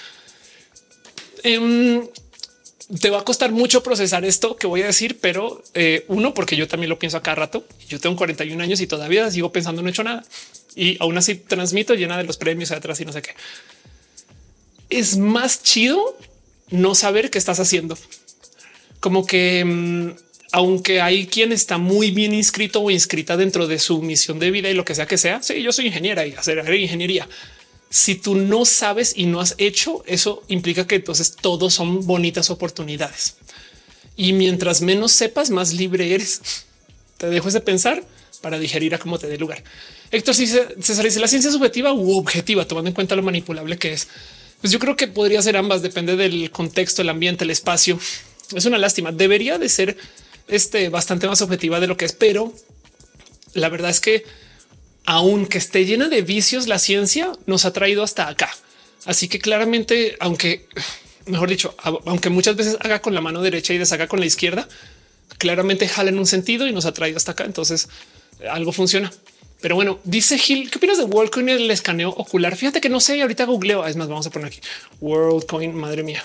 Te va a costar mucho procesar esto que voy a decir, pero uno, porque yo también lo pienso a cada rato. Yo tengo 41 años y todavía sigo pensando no he hecho nada y aún así transmito llena de los premios atrás y no sé qué. Es más chido no saber qué estás haciendo. Como que aunque hay quien está muy bien inscrito o inscrita dentro de su misión de vida y lo que sea. Sí, yo soy ingeniera y hacer ingeniería. Si tú no sabes y no has hecho, eso implica que entonces todos son bonitas oportunidades. Y mientras menos sepas, más libre eres. Te dejo de pensar para digerir a cómo te dé lugar. Héctor César dice la ciencia subjetiva u objetiva, tomando en cuenta lo manipulable que es. Pues yo creo que podría ser ambas, depende del contexto, el ambiente, el espacio. Es una lástima. Debería de ser bastante más objetiva de lo que es, pero la verdad es que aunque esté llena de vicios, la ciencia nos ha traído hasta acá. Así que claramente, aunque mejor dicho, aunque muchas veces haga con la mano derecha y deshaga con la izquierda, claramente jala en un sentido y nos ha traído hasta acá. Entonces algo funciona. Pero bueno, dice Gil, ¿qué opinas de WorldCoin y el escaneo ocular? Fíjate que no sé, ahorita googleo. Es más, vamos a poner aquí WorldCoin. Madre mía.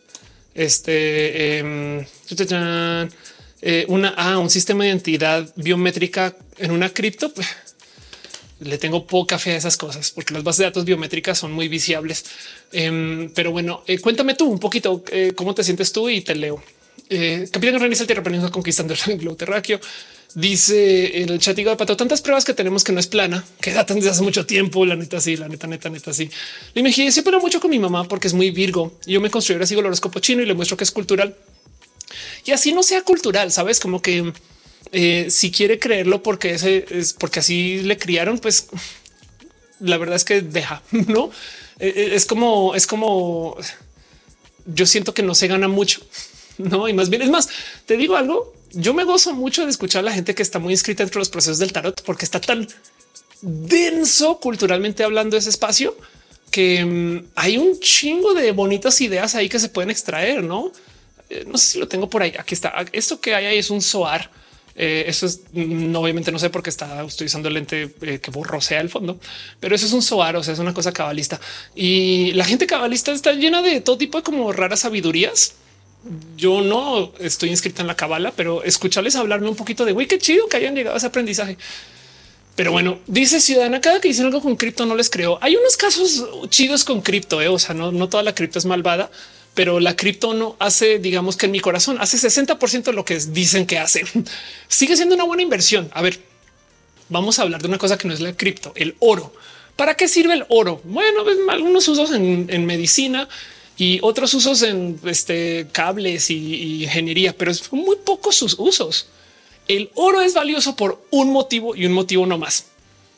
Un sistema de identidad biométrica en una cripto. Le tengo poca fe a esas cosas porque las bases de datos biométricas son muy viciables. Pero bueno, cuéntame tú un poquito cómo te sientes tú y te leo. Capitán Renis el terraplanismo conquistando el globo terráqueo. Dice el chatigo de Pato, tantas pruebas que tenemos que no es plana, que datan desde hace mucho tiempo. La neta, sí, la neta, sí. Le imagino siempre mucho con mi mamá porque es muy Virgo y yo me construyo así el horóscopo chino y le muestro que es cultural y así no sea cultural. Sabes, como que si quiere creerlo porque es porque así le criaron, pues la verdad es que deja, no es como yo siento que no se gana mucho, no? Y más bien es más, te digo algo. Yo me gozo mucho de escuchar a la gente que está muy inscrita dentro de los procesos del tarot porque está tan denso culturalmente hablando de ese espacio que hay un chingo de bonitas ideas ahí que se pueden extraer. No sé si lo tengo por ahí. Aquí está. Esto que hay ahí es un Zohar. Eso es obviamente no sé por qué estoy usando el lente que borrosea el fondo, pero eso es un Zohar. O sea, es una cosa cabalista y la gente cabalista está llena de todo tipo de como raras sabidurías. Yo no estoy inscrita en la cabala, pero escucharles hablarme un poquito de güey, qué chido que hayan llegado a ese aprendizaje. Pero bueno, dice Ciudadana, cada que dicen algo con cripto no les creo. Hay unos casos chidos con cripto, o sea, no toda la cripto es malvada, pero la cripto no hace, digamos que en mi corazón hace 60% de lo que dicen que hace. Sigue siendo una buena inversión. A ver, vamos a hablar de una cosa que no es la cripto, el oro. ¿Para qué sirve el oro? Bueno, algunos usos en medicina y otros usos en cables y ingeniería, pero es muy pocos sus usos. El oro es valioso por un motivo y un motivo no más.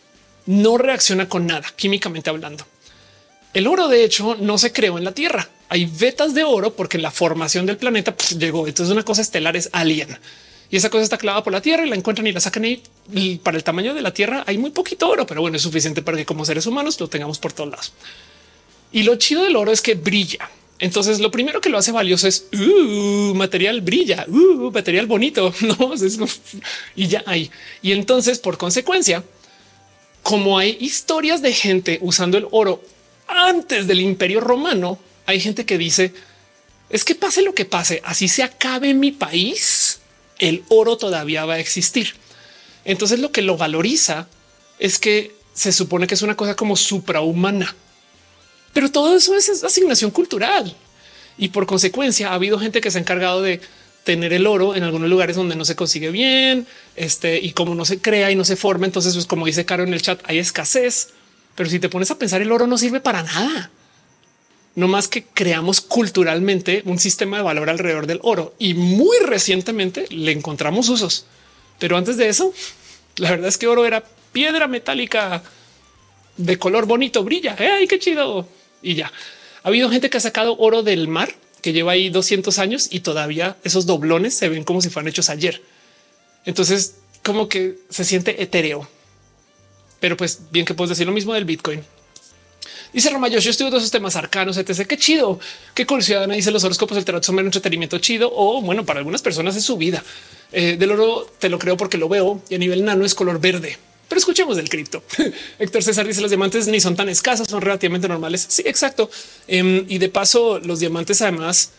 No reacciona con nada, químicamente hablando. El oro, de hecho, no se creó en la Tierra. Hay vetas de oro porque la formación del planeta llegó. Entonces una cosa estelar es alien y esa cosa está clavada por la Tierra y la encuentran y la sacan ahí. Y para el tamaño de la Tierra hay muy poquito oro, pero bueno, es suficiente para que como seres humanos lo tengamos por todos lados. Y lo chido del oro es que brilla. Entonces lo primero que lo hace valioso es material brilla, material bonito, no y ya hay. Y entonces, por consecuencia, como hay historias de gente usando el oro antes del Imperio Romano, hay gente que dice es que pase lo que pase, así se acabe mi país, el oro todavía va a existir. Entonces lo que lo valoriza es que se supone que es una cosa como suprahumana, pero todo eso es asignación cultural y por consecuencia ha habido gente que se ha encargado de tener el oro en algunos lugares donde no se consigue bien, y como no se crea y no se forma, entonces pues como dice Caro en el chat, hay escasez. Pero si te pones a pensar, el oro no sirve para nada. No más que creamos culturalmente un sistema de valor alrededor del oro y muy recientemente le encontramos usos. Pero antes de eso, la verdad es que oro era piedra metálica de color bonito, brilla. ¡Ay, qué chido! Y ya ha habido gente que ha sacado oro del mar que lleva ahí 200 años y todavía esos doblones se ven como si fueran hechos ayer. Entonces, como que se siente etéreo. Pero pues bien que puedes decir lo mismo del Bitcoin. Dice Ramayo, yo estudio todos esos temas arcanos, etc. Qué chido, qué curiosidad. Ana dice los horóscopos del tarot son un entretenimiento chido o bueno, para algunas personas es su vida. Del oro te lo creo porque lo veo y a nivel nano es color verde. Pero escuchemos del cripto. Héctor César dice los diamantes ni son tan escasos, son relativamente normales. Sí, exacto. Y de paso, los diamantes además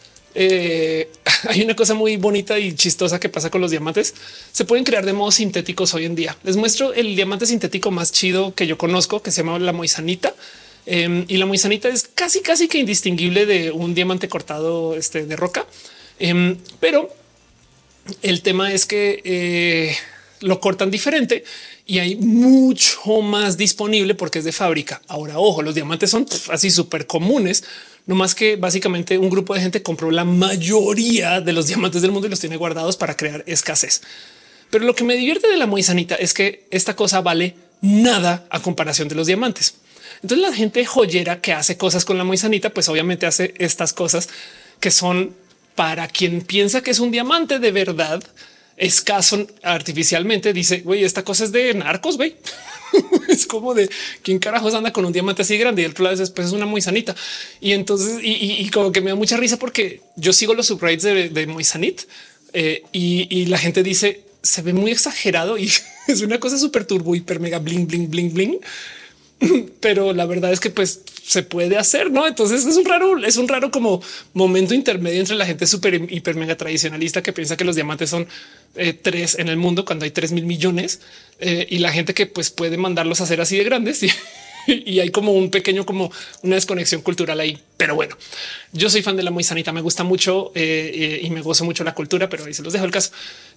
hay una cosa muy bonita y chistosa que pasa con los diamantes. Se pueden crear de modos sintéticos hoy en día. Les muestro el diamante sintético más chido que yo conozco, que se llama la moisanita. Y la moisanita es casi que indistinguible de un diamante cortado de roca. Pero el tema es que lo cortan diferente y hay mucho más disponible porque es de fábrica. Ahora, ojo, los diamantes son así súper comunes, no más que básicamente un grupo de gente compró la mayoría de los diamantes del mundo y los tiene guardados para crear escasez. Pero lo que me divierte de la moisanita es que esta cosa vale nada a comparación de los diamantes. Entonces la gente joyera que hace cosas con la moisanita, pues obviamente hace estas cosas que son para quien piensa que es un diamante de verdad escaso artificialmente. Dice, güey, esta cosa es de narcos, güey. Es como de quién carajos anda con un diamante así grande y el otro lado después es una moisanita. Y entonces, y como que me da mucha risa porque yo sigo los subreddits de moisanit y la gente dice se ve muy exagerado y es una cosa súper turbo, hiper mega bling, bling, bling, bling. Pero la verdad es que pues se puede hacer, ¿no? Entonces es un raro como momento intermedio entre la gente súper hiper mega tradicionalista que piensa que los diamantes son 3 en el mundo cuando hay 3,000 millones y la gente que pues puede mandarlos a hacer así de grandes y hay como un pequeño, como una desconexión cultural ahí. Pero bueno, yo soy fan de la moisanita, me gusta mucho y me gozo mucho la cultura, pero ahí se los dejo el caso.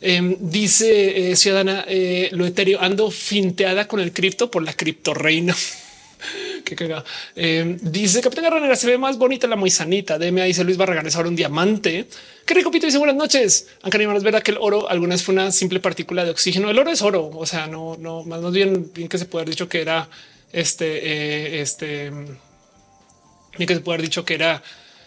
Dice Ciudadana, lo etéreo, ando finteada con el cripto por la cripto reina. Qué cagada. Dice Capitán Garranera, se ve más bonita la moisanita. DM, dice Luis Barragán, es ahora un diamante. Qué rico, Pito, dice buenas noches. Aunque es verdad que el oro alguna vez fue una simple partícula de oxígeno. El oro es oro, o sea, no, más bien que se puede haber dicho que era bien que se puede haber dicho que era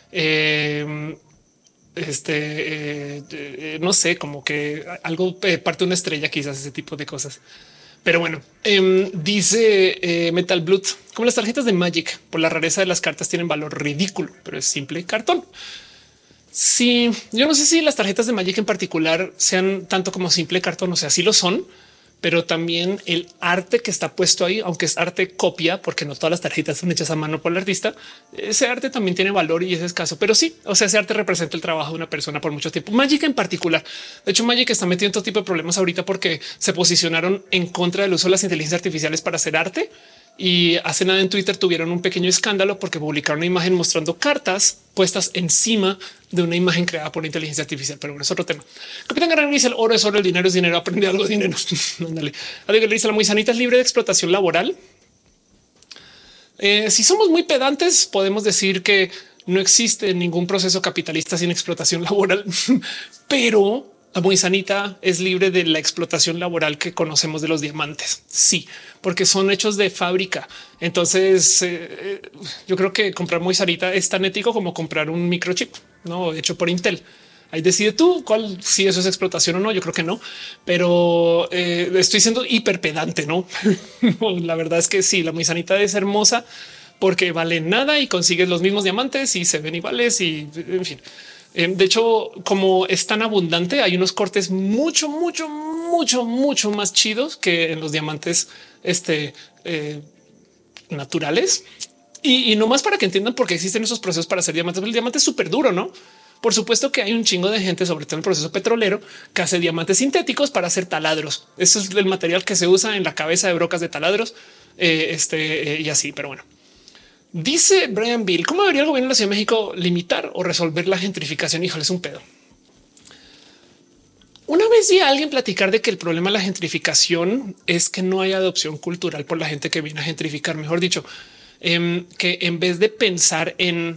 no sé, como que algo parte de una estrella, quizás ese tipo de cosas. Pero bueno, dice Metal Blood, como las tarjetas de Magic, por la rareza de las cartas tienen valor ridículo, pero es simple cartón. Sí, yo no sé si las tarjetas de Magic en particular sean tanto como simple cartón, o sea, sí lo son, pero también el arte que está puesto ahí, aunque es arte copia, porque no todas las tarjetas son hechas a mano por el artista, ese arte también tiene valor y es escaso. Pero sí, o sea, ese arte representa el trabajo de una persona por mucho tiempo. Magic en particular. De hecho, Magic está metido en todo tipo de problemas ahorita porque se posicionaron en contra del uso de las inteligencias artificiales para hacer arte Y hace nada en Twitter tuvieron un pequeño escándalo porque publicaron una imagen mostrando cartas puestas encima de una imagen creada por inteligencia artificial. Pero bueno, es otro tema. Capitán Garrett dice el oro es oro, el dinero es dinero. Aprende algo de dinero. Ándale. Le dice la muy sanita es libre de explotación laboral. Si somos muy pedantes, podemos decir que no existe ningún proceso capitalista sin explotación laboral, pero la muy sanita es libre de la explotación laboral que conocemos de los diamantes. Sí, porque son hechos de fábrica. Entonces yo creo que comprar muy sanita es tan ético como comprar un microchip, no hecho por Intel. Ahí decide tú cuál, si eso es explotación o no. Yo creo que no, pero estoy siendo hiper pedante. No, la verdad es que sí, la muy sanita es hermosa porque vale nada y consigues los mismos diamantes y se ven iguales y en fin. De hecho, como es tan abundante, hay unos cortes mucho más chidos que en los diamantes naturales. Y no más para que entiendan por qué existen esos procesos para hacer diamantes. El diamante es súper duro, ¿no? Por supuesto que hay un chingo de gente, sobre todo en el proceso petrolero, que hace diamantes sintéticos para hacer taladros. Eso es el material que se usa en la cabeza de brocas de taladros y así. Pero bueno, dice Brian Bill, ¿cómo debería el gobierno de la Ciudad de México limitar o resolver la gentrificación? Híjole, es un pedo. Una vez vi a alguien platicar de que el problema de la gentrificación es que no hay adopción cultural por la gente que viene a gentrificar. Mejor dicho, que en vez de pensar en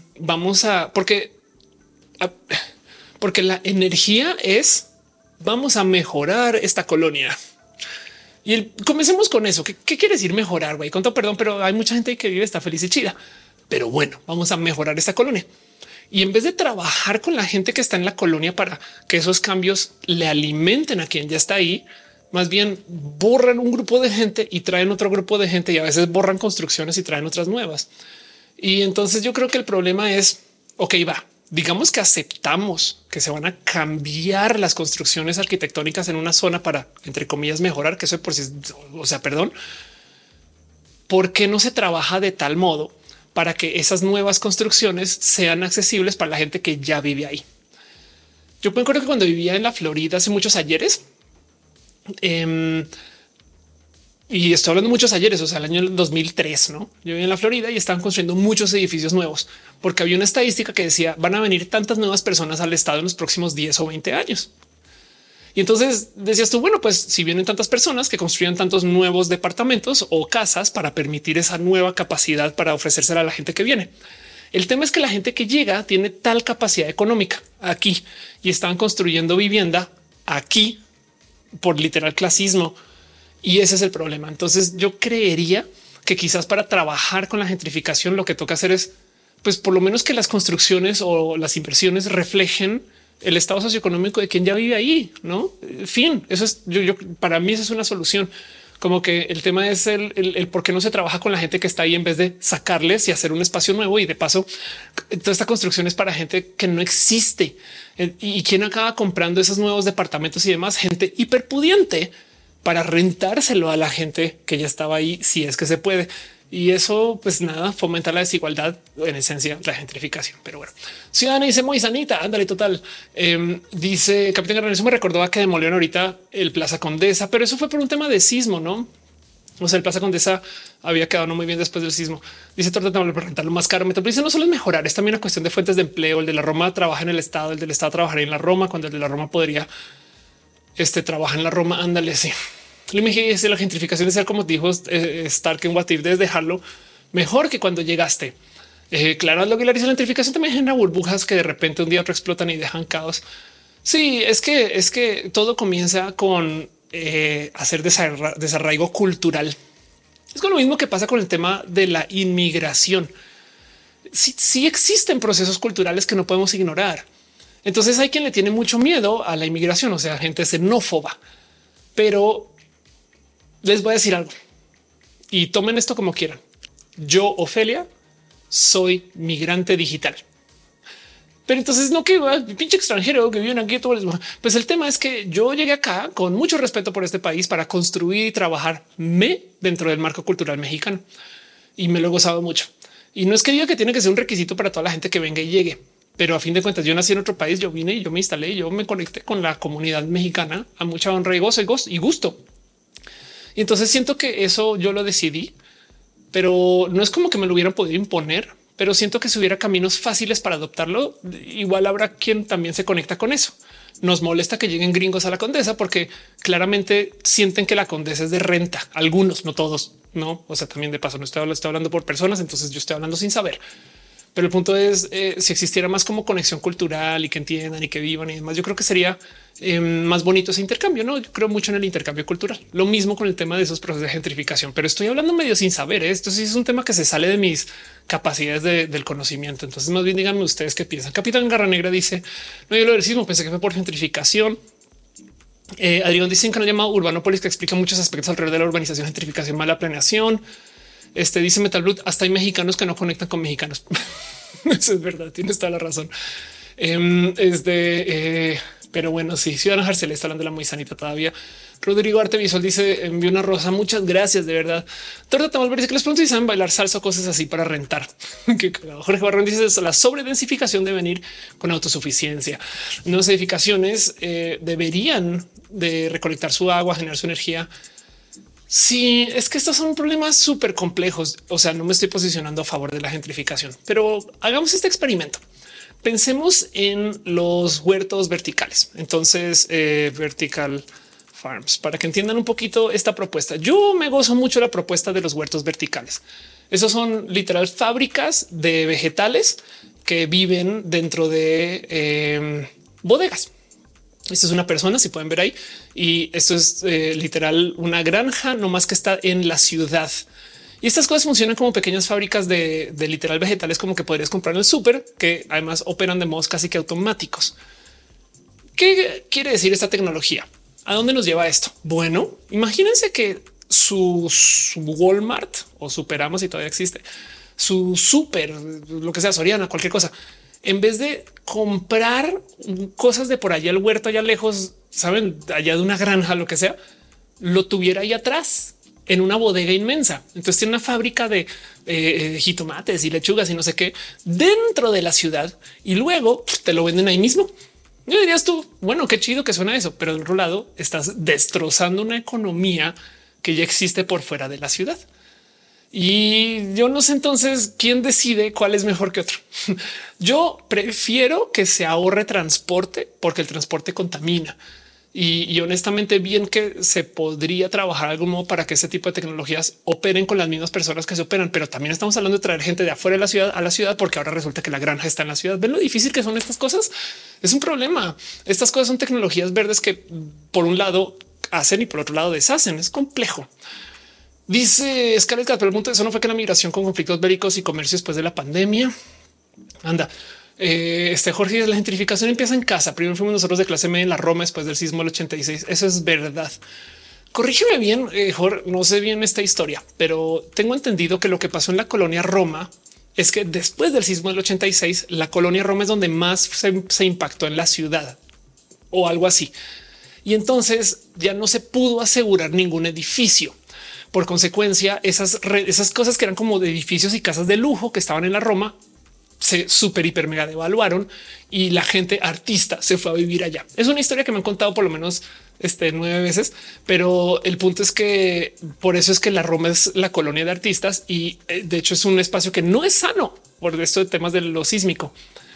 porque la energía es vamos a mejorar esta colonia. Y comencemos con eso. ¿Qué quiere decir mejorar? Güey, con todo perdón, pero hay mucha gente que vive, está feliz y chida. Pero bueno, vamos a mejorar esta colonia. Y en vez de trabajar con la gente que está en la colonia para que esos cambios le alimenten a quien ya está ahí, más bien borran un grupo de gente y traen otro grupo de gente y a veces borran construcciones y traen otras nuevas. Y entonces yo creo que el problema es, ok, digamos que aceptamos que se van a cambiar las construcciones arquitectónicas en una zona para, entre comillas, mejorar, que eso por si, o sea, perdón, ¿por qué no se trabaja de tal modo para que esas nuevas construcciones sean accesibles para la gente que ya vive ahí? Yo me acuerdo que cuando vivía en la Florida hace muchos ayeres, y estoy hablando de muchos ayeres, o sea, el año 2003, ¿no? Yo vivía en la Florida y estaban construyendo muchos edificios nuevos porque había una estadística que decía van a venir tantas nuevas personas al estado en los próximos 10 o 20 años. Y entonces decías tú, bueno, pues si vienen tantas personas que construyan tantos nuevos departamentos o casas para permitir esa nueva capacidad para ofrecérsela a la gente que viene. El tema es que la gente que llega tiene tal capacidad económica aquí y están construyendo vivienda aquí por literal clasismo. Y ese es el problema. Entonces yo creería que quizás para trabajar con la gentrificación lo que toca hacer es, pues por lo menos que las construcciones o las inversiones reflejen el estado socioeconómico de quien ya vive ahí, ¿no? En fin, eso es, para mí esa es una solución. Como que el tema es el por qué no se trabaja con la gente que está ahí en vez de sacarles y hacer un espacio nuevo. Y de paso, toda esta construcción es para gente que no existe. Y quien acaba comprando esos nuevos departamentos y demás, gente hiperpudiente para rentárselo a la gente que ya estaba ahí, si es que se puede. Y eso, pues nada, fomenta la desigualdad, en esencia, la gentrificación. Pero bueno, Ciudadana dice muy sanita. Ándale, total. Dice Capitán Garrett, eso me recordó a que demolieron ahorita el Plaza Condesa, pero eso fue por un tema de sismo, no? O sea, el Plaza Condesa había quedado no muy bien después del sismo. Dice Torta para rentarlo más caro. Metropolis no solo es mejorar, es también una cuestión de fuentes de empleo. El de la Roma trabaja en el estado, el del estado trabajaría en la Roma, cuando el de la Roma podría trabaja en la Roma. Ándale, sí. Le dije la gentrificación es ser como dijo Stark en What If, es dejarlo mejor que cuando llegaste. Claro, lo que le dice la gentrificación también genera burbujas que de repente un día otro explotan y dejan caos. Sí, es que todo comienza con hacer desarraigo cultural. Es con lo mismo que pasa con el tema de la inmigración. Sí existen procesos culturales que no podemos ignorar. Entonces hay quien le tiene mucho miedo a la inmigración, o sea, gente xenófoba, pero les voy a decir algo y tomen esto como quieran. Yo, Ofelia, soy migrante digital. Pero entonces no que pinche extranjero que viven aquí. Pues el tema es que yo llegué acá con mucho respeto por este país para construir y trabajarme dentro del marco cultural mexicano y me lo he gozado mucho. Y no es que diga que tiene que ser un requisito para toda la gente que venga y llegue, pero a fin de cuentas yo nací en otro país, yo vine y yo me instalé, yo me conecté con la comunidad mexicana a mucha honra y gozo y gusto. Y entonces siento que eso yo lo decidí, pero no es como que me lo hubieran podido imponer, pero siento que si hubiera caminos fáciles para adoptarlo, igual habrá quien también se conecta con eso. Nos molesta que lleguen gringos a la Condesa porque claramente sienten que la Condesa es de renta. Algunos, no todos, no. O sea, también de paso no estoy hablando por personas, entonces yo estoy hablando sin saber. Pero el punto es si existiera más como conexión cultural y que entiendan y que vivan y demás, yo creo que sería más bonito ese intercambio. No, yo creo mucho en el intercambio cultural. Lo mismo con el tema de esos procesos de gentrificación, pero estoy hablando medio sin saber. Esto sí es un tema que se sale de mis capacidades del conocimiento. Entonces, más bien díganme ustedes qué piensan. Capitán Garra Negra dice: no, yo lo del sismo pensé que fue por gentrificación. Adrián dice un canal llamado Urbanópolis que explica muchos aspectos alrededor de la urbanización, gentrificación, mala planeación. Dice Metal Blood, hasta hay mexicanos que no conectan con mexicanos. Eso es verdad, tienes toda la razón. Pero bueno, sí, Ciudadana Arcel está hablando de la muy sanita todavía. Rodrigo Arte Visual dice: envió una rosa. Muchas gracias, de verdad. Torta Tamal dice que les pregunto si saben bailar salsa o cosas así para rentar. Jorge Barrón dice: la sobredensificación debe venir con autosuficiencia. Nuevas edificaciones deberían de recolectar su agua, generar su energía. Sí, es que estos son problemas súper complejos. O sea, no me estoy posicionando a favor de la gentrificación, pero hagamos este experimento. Pensemos en los huertos verticales. Entonces, vertical farms, para que entiendan un poquito esta propuesta. Yo me gozo mucho la propuesta de los huertos verticales. Esos son literal fábricas de vegetales que viven dentro de bodegas. Esta es una persona, si pueden ver ahí, y esto es literal una granja, no más que está en la ciudad. Y estas cosas funcionan como pequeñas fábricas de literal vegetales, como que podrías comprar en el súper, que además operan de modos casi que automáticos. ¿Qué quiere decir esta tecnología? ¿A dónde nos lleva esto? Bueno, imagínense que su Walmart o Superama, si todavía existe, su super, lo que sea, Soriana, cualquier cosa, en vez de comprar cosas de por allá, el huerto allá lejos, saben, allá de una granja, lo que sea, lo tuviera ahí atrás en una bodega inmensa. Entonces tiene una fábrica de jitomates y lechugas y no sé qué dentro de la ciudad y luego te lo venden ahí mismo. Yo dirías tú, bueno, qué chido que suena eso, pero de otro lado estás destrozando una economía que ya existe por fuera de la ciudad. Y yo no sé entonces quién decide cuál es mejor que otro. Yo prefiero que se ahorre transporte porque el transporte contamina. Y honestamente bien que se podría trabajar de algún modo para que ese tipo de tecnologías operen con las mismas personas que se operan. Pero también estamos hablando de traer gente de afuera de la ciudad a la ciudad, porque ahora resulta que la granja está en la ciudad. ¿Ven lo difícil que son estas cosas? Es un problema. Estas cosas son tecnologías verdes que por un lado hacen y por otro lado deshacen. Es complejo. Dice Scarlett Cat, pero el punto de eso no fue que la migración con conflictos bélicos y comercio después de la pandemia. Anda. Jorge, la gentrificación empieza en casa. Primero fuimos nosotros de clase media en la Roma después del sismo del 86. Eso es verdad. Corrígeme bien, Jorge, no sé bien esta historia, pero tengo entendido que lo que pasó en la colonia Roma es que después del sismo del 86, la colonia Roma es donde más se impactó en la ciudad o algo así. Y entonces ya no se pudo asegurar ningún edificio. Por consecuencia, esas cosas que eran como de edificios y casas de lujo que estaban en la Roma se súper hiper mega devaluaron y la gente artista se fue a vivir allá. Es una historia que me han contado por lo menos 9 veces, pero el punto es que por eso es que la Roma es la colonia de artistas y de hecho es un espacio que no es sano por esto de temas de lo sísmico.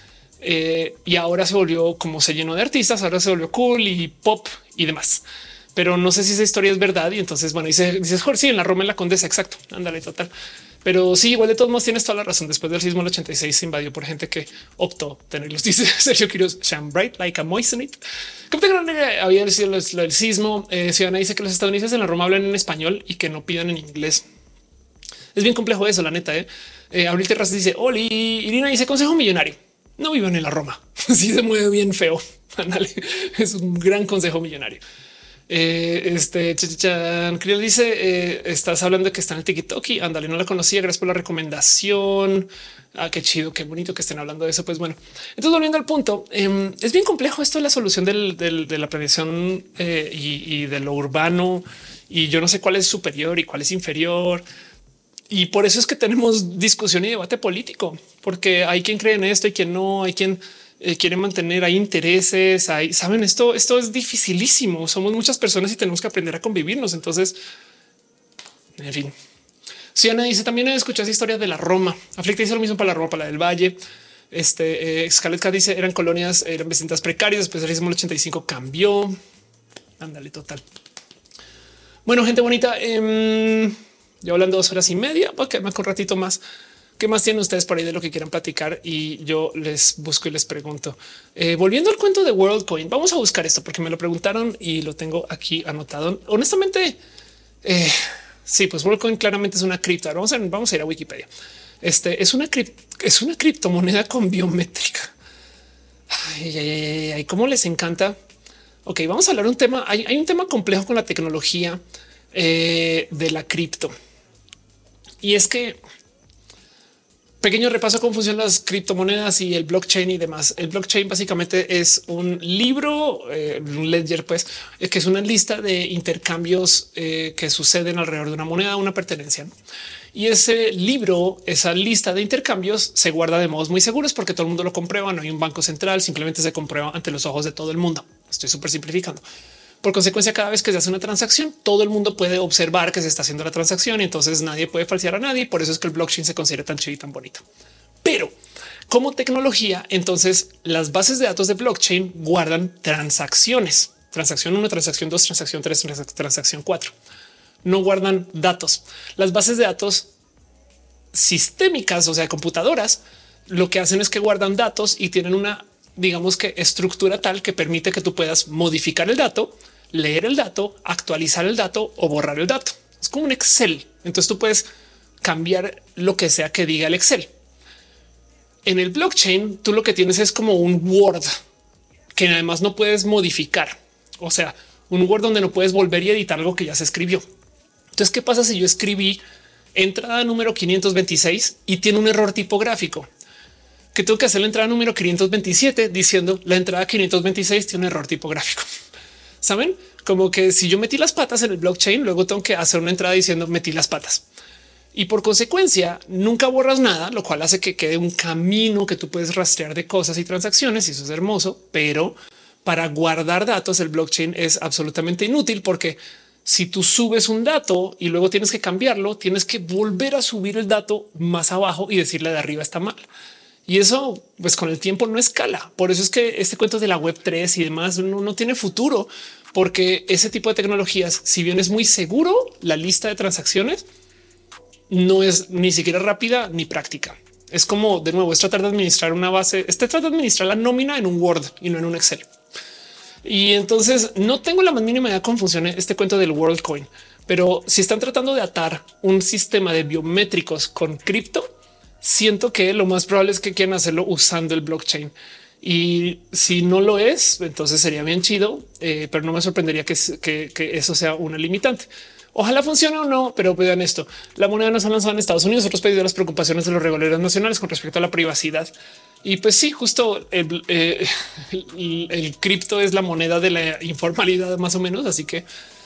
Y ahora se volvió, como se llenó de artistas, ahora se volvió cool y pop y demás. Pero no sé si esa historia es verdad. Y entonces, bueno, dices Jorge, sí, en la Roma, en la Condesa. Exacto. Ándale, total. Pero sí, igual de todos modos tienes toda la razón. Después del sismo del 86 se invadió por gente que optó tenerlos. Dice Sergio Quiroz, shine bright like a moissanite. Había decir lo del sismo. Ciudadana dice que los estadounidenses en la Roma hablan en español y que no pidan en inglés. Es bien complejo eso, la neta. Abril Terrazas dice, Oli. Irina dice, consejo millonario. No vivan en la Roma. Sí se mueve bien feo. Ándale. Es un gran consejo millonario. Criel dice estás hablando de que está en el TikTok y ándale, no la conocía. Gracias por la recomendación. Qué chido, qué bonito que estén hablando de eso. Pues bueno, entonces volviendo al punto, es bien complejo esto de la solución de la planeación y de lo urbano. Y yo no sé cuál es superior y cuál es inferior. Y por eso es que tenemos discusión y debate político, porque hay quien cree en esto y quien no, hay quien quiere mantener, hay intereses, hay, saben, esto es dificilísimo. Somos muchas personas y tenemos que aprender a convivirnos. Entonces, en fin, Siana dice también escuchas historias de la Roma. Aflicta dice lo mismo para la Roma, para la del Valle. Scarlett Cat dice eran colonias, eran vecindas precarias. Después del 85 cambió. Ándale, total. Bueno, gente bonita. Yo hablando 2 horas y media. Ok, más con un ratito más. ¿Qué más tienen ustedes por ahí de lo que quieran platicar? Y yo les busco y les pregunto. Volviendo al cuento de WorldCoin, vamos a buscar esto porque me lo preguntaron y lo tengo aquí anotado. Honestamente, sí, pues WorldCoin claramente es una cripto. Vamos a ir a Wikipedia. Es una criptomoneda con biométrica. Ay, cómo les encanta. Ok, vamos a hablar de un tema. Hay un tema complejo con la tecnología de la cripto. Y es que pequeño repaso a cómo funcionan las criptomonedas y el blockchain y demás. El blockchain básicamente es un libro, un ledger, pues, que es una lista de intercambios que suceden alrededor de una moneda, una pertenencia, ¿no? Y ese libro, esa lista de intercambios se guarda de modos muy seguros porque todo el mundo lo comprueba. No hay un banco central, simplemente se comprueba ante los ojos de todo el mundo. Estoy súper simplificando. Por consecuencia, cada vez que se hace una transacción, todo el mundo puede observar que se está haciendo la transacción y entonces nadie puede falsear a nadie. Por eso es que el blockchain se considera tan chido y tan bonito. Pero como tecnología, entonces las bases de datos de blockchain guardan transacciones. Transacción 1, transacción 2, transacción 3, transacción 4. No guardan datos. Las bases de datos sistémicas, o sea, computadoras, lo que hacen es que guardan datos y tienen una, digamos que estructura tal que permite que tú puedas modificar el dato, leer el dato, actualizar el dato o borrar el dato. Es como un Excel. Entonces tú puedes cambiar lo que sea que diga el Excel. En el blockchain, tú lo que tienes es como un Word que además no puedes modificar. O sea, un Word donde no puedes volver y editar algo que ya se escribió. Entonces, ¿qué pasa si yo escribí entrada número 526 y tiene un error tipográfico? Que tengo que hacer la entrada número 527 diciendo la entrada 526 tiene un error tipográfico. Saben, como que si yo metí las patas en el blockchain, luego tengo que hacer una entrada diciendo metí las patas y por consecuencia nunca borras nada, lo cual hace que quede un camino que tú puedes rastrear de cosas y transacciones. Y eso es hermoso, pero para guardar datos, el blockchain es absolutamente inútil porque si tú subes un dato y luego tienes que cambiarlo, tienes que volver a subir el dato más abajo y decirle de arriba está mal. Y eso, pues con el tiempo no escala. Por eso es que este cuento de la Web3 y demás no tiene futuro, porque ese tipo de tecnologías, si bien es muy seguro, la lista de transacciones no es ni siquiera rápida ni práctica. Es como, de nuevo, es tratar de administrar una base, trata de administrar la nómina en un Word y no en un Excel. Y entonces no tengo la más mínima idea cómo funciona este cuento del WorldCoin, pero si están tratando de atar un sistema de biométricos con cripto, siento que lo más probable es que quieran hacerlo usando el blockchain. Y si no lo es, entonces sería bien chido, pero no me sorprendería que eso sea una limitante. Ojalá funcione o no, pero vean esto. La moneda no se ha lanzado en Estados Unidos, otros países de las preocupaciones de los reguladores nacionales con respecto a la privacidad. Y pues sí, justo el cripto es la moneda de la informalidad más o menos. Así que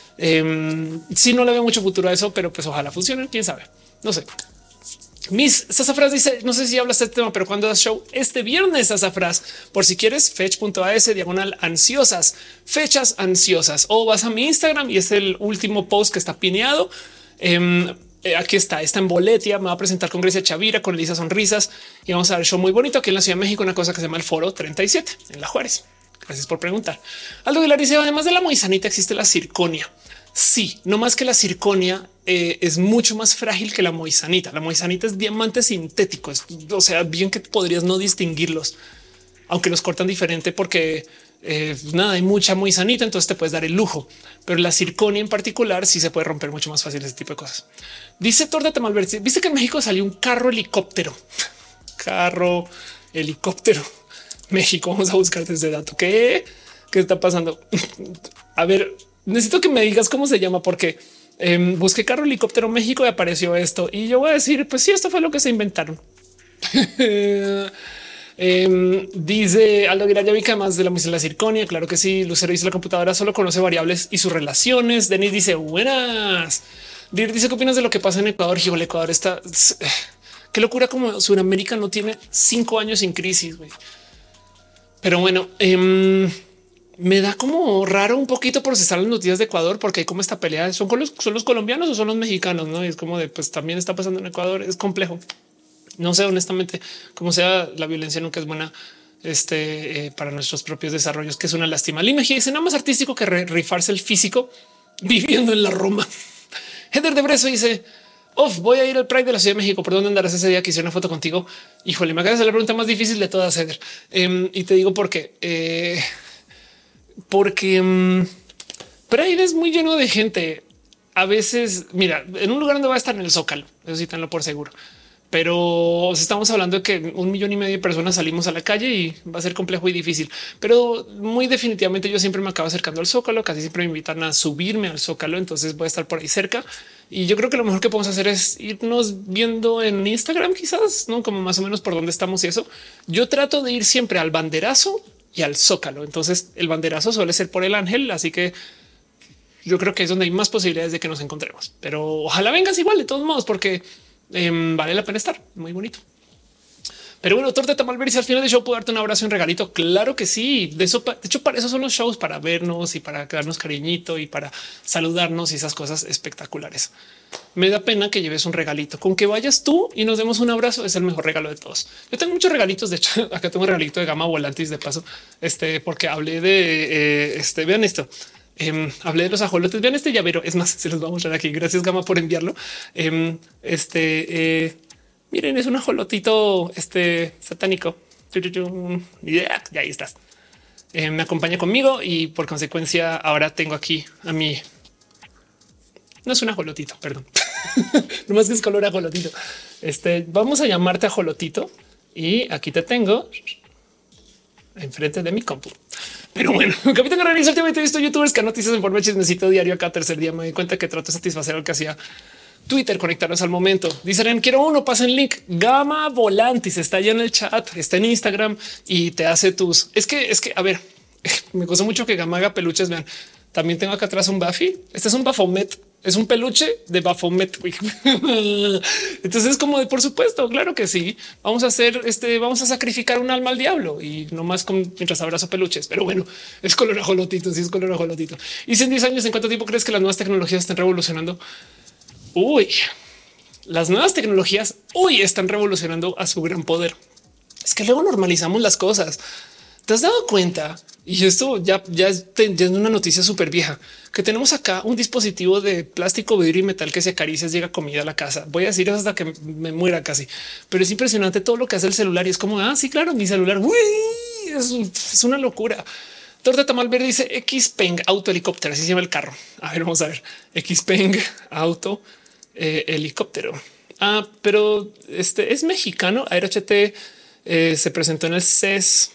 sí, no le veo mucho futuro a eso, pero pues ojalá funcione. Quién sabe, no sé. Miss Sasafras dice, no sé si hablas de este tema, pero cuando das show este viernes, Sasafras, por si quieres, fetch.as/ansiosas, fechas ansiosas, o vas a mi Instagram y es el último post que está pineado. Aquí está en Boletia. Me va a presentar con Grecia Chavira, con Elisa Sonrisas y vamos a ver show muy bonito aquí en la Ciudad de México, una cosa que se llama el Foro 37 en La Juárez. Gracias por preguntar. Aldo Aguilar dice, además de la moisanita existe la circonia. Sí, no más que la circonia es mucho más frágil que la moisanita. La moisanita es diamante sintético, o sea, bien que podrías no distinguirlos, aunque los cortan diferente porque nada, hay mucha moisanita, entonces te puedes dar el lujo, pero la circonia en particular sí se puede romper mucho más fácil ese tipo de cosas. Dice Thor de Tamalver, viste que en México salió un carro helicóptero, México. Vamos a buscarte ese dato. ¿Qué está pasando? A ver, necesito que me digas cómo se llama, porque busqué carro helicóptero México y apareció esto. Y yo voy a decir, pues sí, esto fue lo que se inventaron. Dice Aldo Aguilar, ya vi que además de la circonia, claro que sí. Lucero dice, la computadora solo conoce variables y sus relaciones. Denis dice, buenas. Dir dice, ¿qué opinas de lo que pasa en Ecuador? El Ecuador está... Qué locura, como Sudamérica no tiene 5 años sin crisis, güey. Pero bueno, me da como raro un poquito procesar las noticias de Ecuador, porque hay como esta pelea. Son los colombianos o son los mexicanos, no? Y es como de pues también está pasando en Ecuador. Es complejo. No sé, honestamente, como sea, la violencia nunca es buena para nuestros propios desarrollos, que es una lástima. Lima dice nada más artístico que rifarse el físico viviendo en la Roma. Heather de Breso dice voy a ir al Pride de la Ciudad de México. ¿Por dónde andarás ese día? Quisiera una foto contigo. Híjole, me acabas de hacer la pregunta más difícil de todas, Heather. Y te digo por qué. Porque Pride es muy lleno de gente. A veces, mira, en un lugar donde va a estar en el Zócalo, eso sí, tenlo por seguro. Pero estamos hablando de que 1,5 millones de personas salimos a la calle y va a ser complejo y difícil. Pero muy definitivamente yo siempre me acabo acercando al Zócalo. Casi siempre me invitan a subirme al Zócalo. Entonces voy a estar por ahí cerca. Y yo creo que lo mejor que podemos hacer es irnos viendo en Instagram, quizás, ¿no? Como más o menos por dónde estamos y eso. Yo trato de ir siempre al banderazo y al Zócalo. Entonces el banderazo suele ser por el Ángel. Así que yo creo que es donde hay más posibilidades de que nos encontremos. Pero ojalá vengas igual de todos modos, porque vale la pena estar. Muy bonito. Pero bueno, Torta Tamalver, si al final del show puedo darte un abrazo y un regalito. Claro que sí. De hecho, para eso son los shows, para vernos y para darnos cariñito y para saludarnos y esas cosas espectaculares. Me da pena que lleves un regalito. Con que vayas tú y nos demos un abrazo es el mejor regalo de todos. Yo tengo muchos regalitos. De hecho, acá tengo un regalito de Gama Volantis de paso, porque hablé de vean esto. Hablé de los ajolotes. Vean este llavero. Es más, se los voy a mostrar aquí. Gracias, Gama, por enviarlo. Miren, es un ajolotito satánico. Ya ahí estás. Me acompaña conmigo y por consecuencia ahora tengo aquí a mi. No es un ajolotito, perdón. Nomás que es color ajolotito. Vamos a llamarte ajolotito y aquí te tengo enfrente de mi compu. Pero bueno, Capitán Guerrero, últimamente he visto youtubers que noticias en forma de chismecito diario. Acá tercer día me di cuenta que trato de satisfacer lo que hacía Twitter, conectarnos al momento. Dicen quiero uno, pasa el link. Gama Volantis está allá en el chat, está en Instagram y te hace tus. Es que a ver, me gusta mucho que Gama haga peluches. Vean, también tengo acá atrás un Buffy. Este es un Baphomet. Es un peluche de Baphomet. Entonces es como de por supuesto, claro que sí. Vamos a hacer vamos a sacrificar un alma al diablo y no más mientras abrazo peluches. Pero bueno, es color ajolotito. Sí, es color ajolotito. Y en 10 años, ¿en cuánto tiempo crees que las nuevas tecnologías están revolucionando? Uy, las nuevas tecnologías están revolucionando a su gran poder. Es que luego normalizamos las cosas. ¿Te has dado cuenta? Y esto ya es una noticia súper vieja, que tenemos acá un dispositivo de plástico, vidrio y metal que si acaricias llega comida a la casa. Voy a decir eso hasta que me muera casi, pero es impresionante todo lo que hace el celular y es como, sí, claro, mi celular es una locura. Torta Tamal Verde dice Xpeng auto helicóptero, así se llama el carro. A ver, vamos a ver. Xpeng auto helicóptero. Pero es mexicano. AeroHT se presentó en el CES.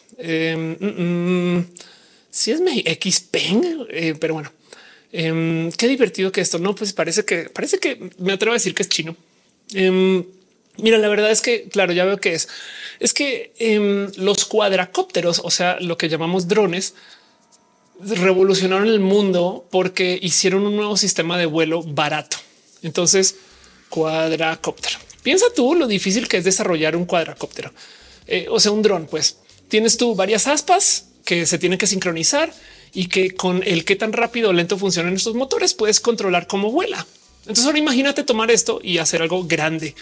Sí es Xpeng, pero bueno, qué divertido que esto no, pues parece que me atrevo a decir que es chino. Mira, la verdad es que, claro, ya veo que es que los cuadracópteros, o sea, lo que llamamos drones, revolucionaron el mundo porque hicieron un nuevo sistema de vuelo barato. Entonces, cuadracóptero. Piensa tú lo difícil que es desarrollar un cuadracóptero, o sea, un dron, pues tienes tú varias aspas que se tienen que sincronizar y que con el qué tan rápido o lento funcionan estos motores puedes controlar cómo vuela. Entonces ahora imagínate tomar esto y hacer algo grande.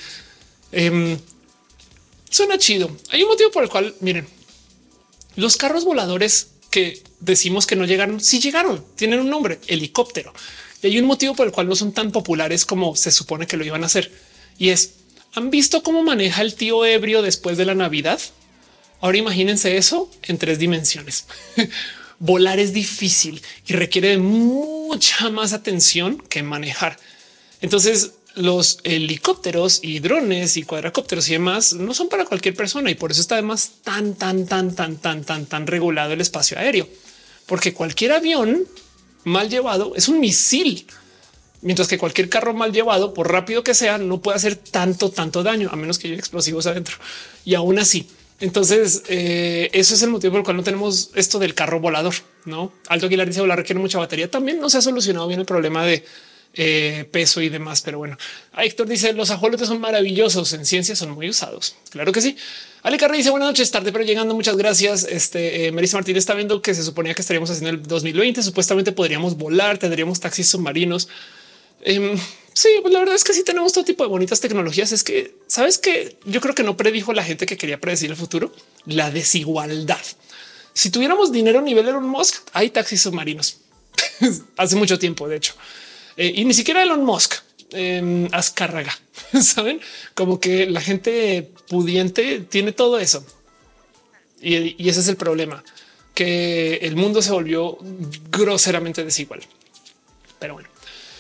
Suena chido. Hay un motivo por el cual, miren, los carros voladores que decimos que no llegaron, sí llegaron, tienen un nombre, helicóptero. Y hay un motivo por el cual no son tan populares como se supone que lo iban a hacer. Y ¿han visto cómo maneja el tío ebrio después de la Navidad? Ahora imagínense eso en 3 dimensiones. Volar es difícil y requiere de mucha más atención que manejar. Entonces los helicópteros y drones y cuadracópteros y demás no son para cualquier persona y por eso está además tan regulado el espacio aéreo, porque cualquier avión mal llevado es un misil, mientras que cualquier carro mal llevado, por rápido que sea, no puede hacer tanto daño a menos que haya explosivos adentro. Y aún así, entonces eso es el motivo por el cual no tenemos esto del carro volador. No, Alto Aguilar dice volar requiere mucha batería. También no se ha solucionado bien el problema de peso y demás. Pero bueno, Héctor dice los ajolotes son maravillosos, en ciencia son muy usados. Claro que sí. Ale Carre dice buenas noches, tarde pero llegando. Muchas gracias. Melissa Martínez está viendo que se suponía que estaríamos haciendo el 2020. Supuestamente podríamos volar, tendríamos taxis submarinos. Sí, pues la verdad es que sí tenemos todo tipo de bonitas tecnologías. Es que sabes que yo creo que no predijo la gente que quería predecir el futuro, la desigualdad. Si tuviéramos dinero a nivel Elon Musk, hay taxis submarinos hace mucho tiempo, de hecho, y ni siquiera Elon Musk, Azcárraga, saben como que la gente pudiente tiene todo eso. Y ese es el problema, que el mundo se volvió groseramente desigual. Pero bueno.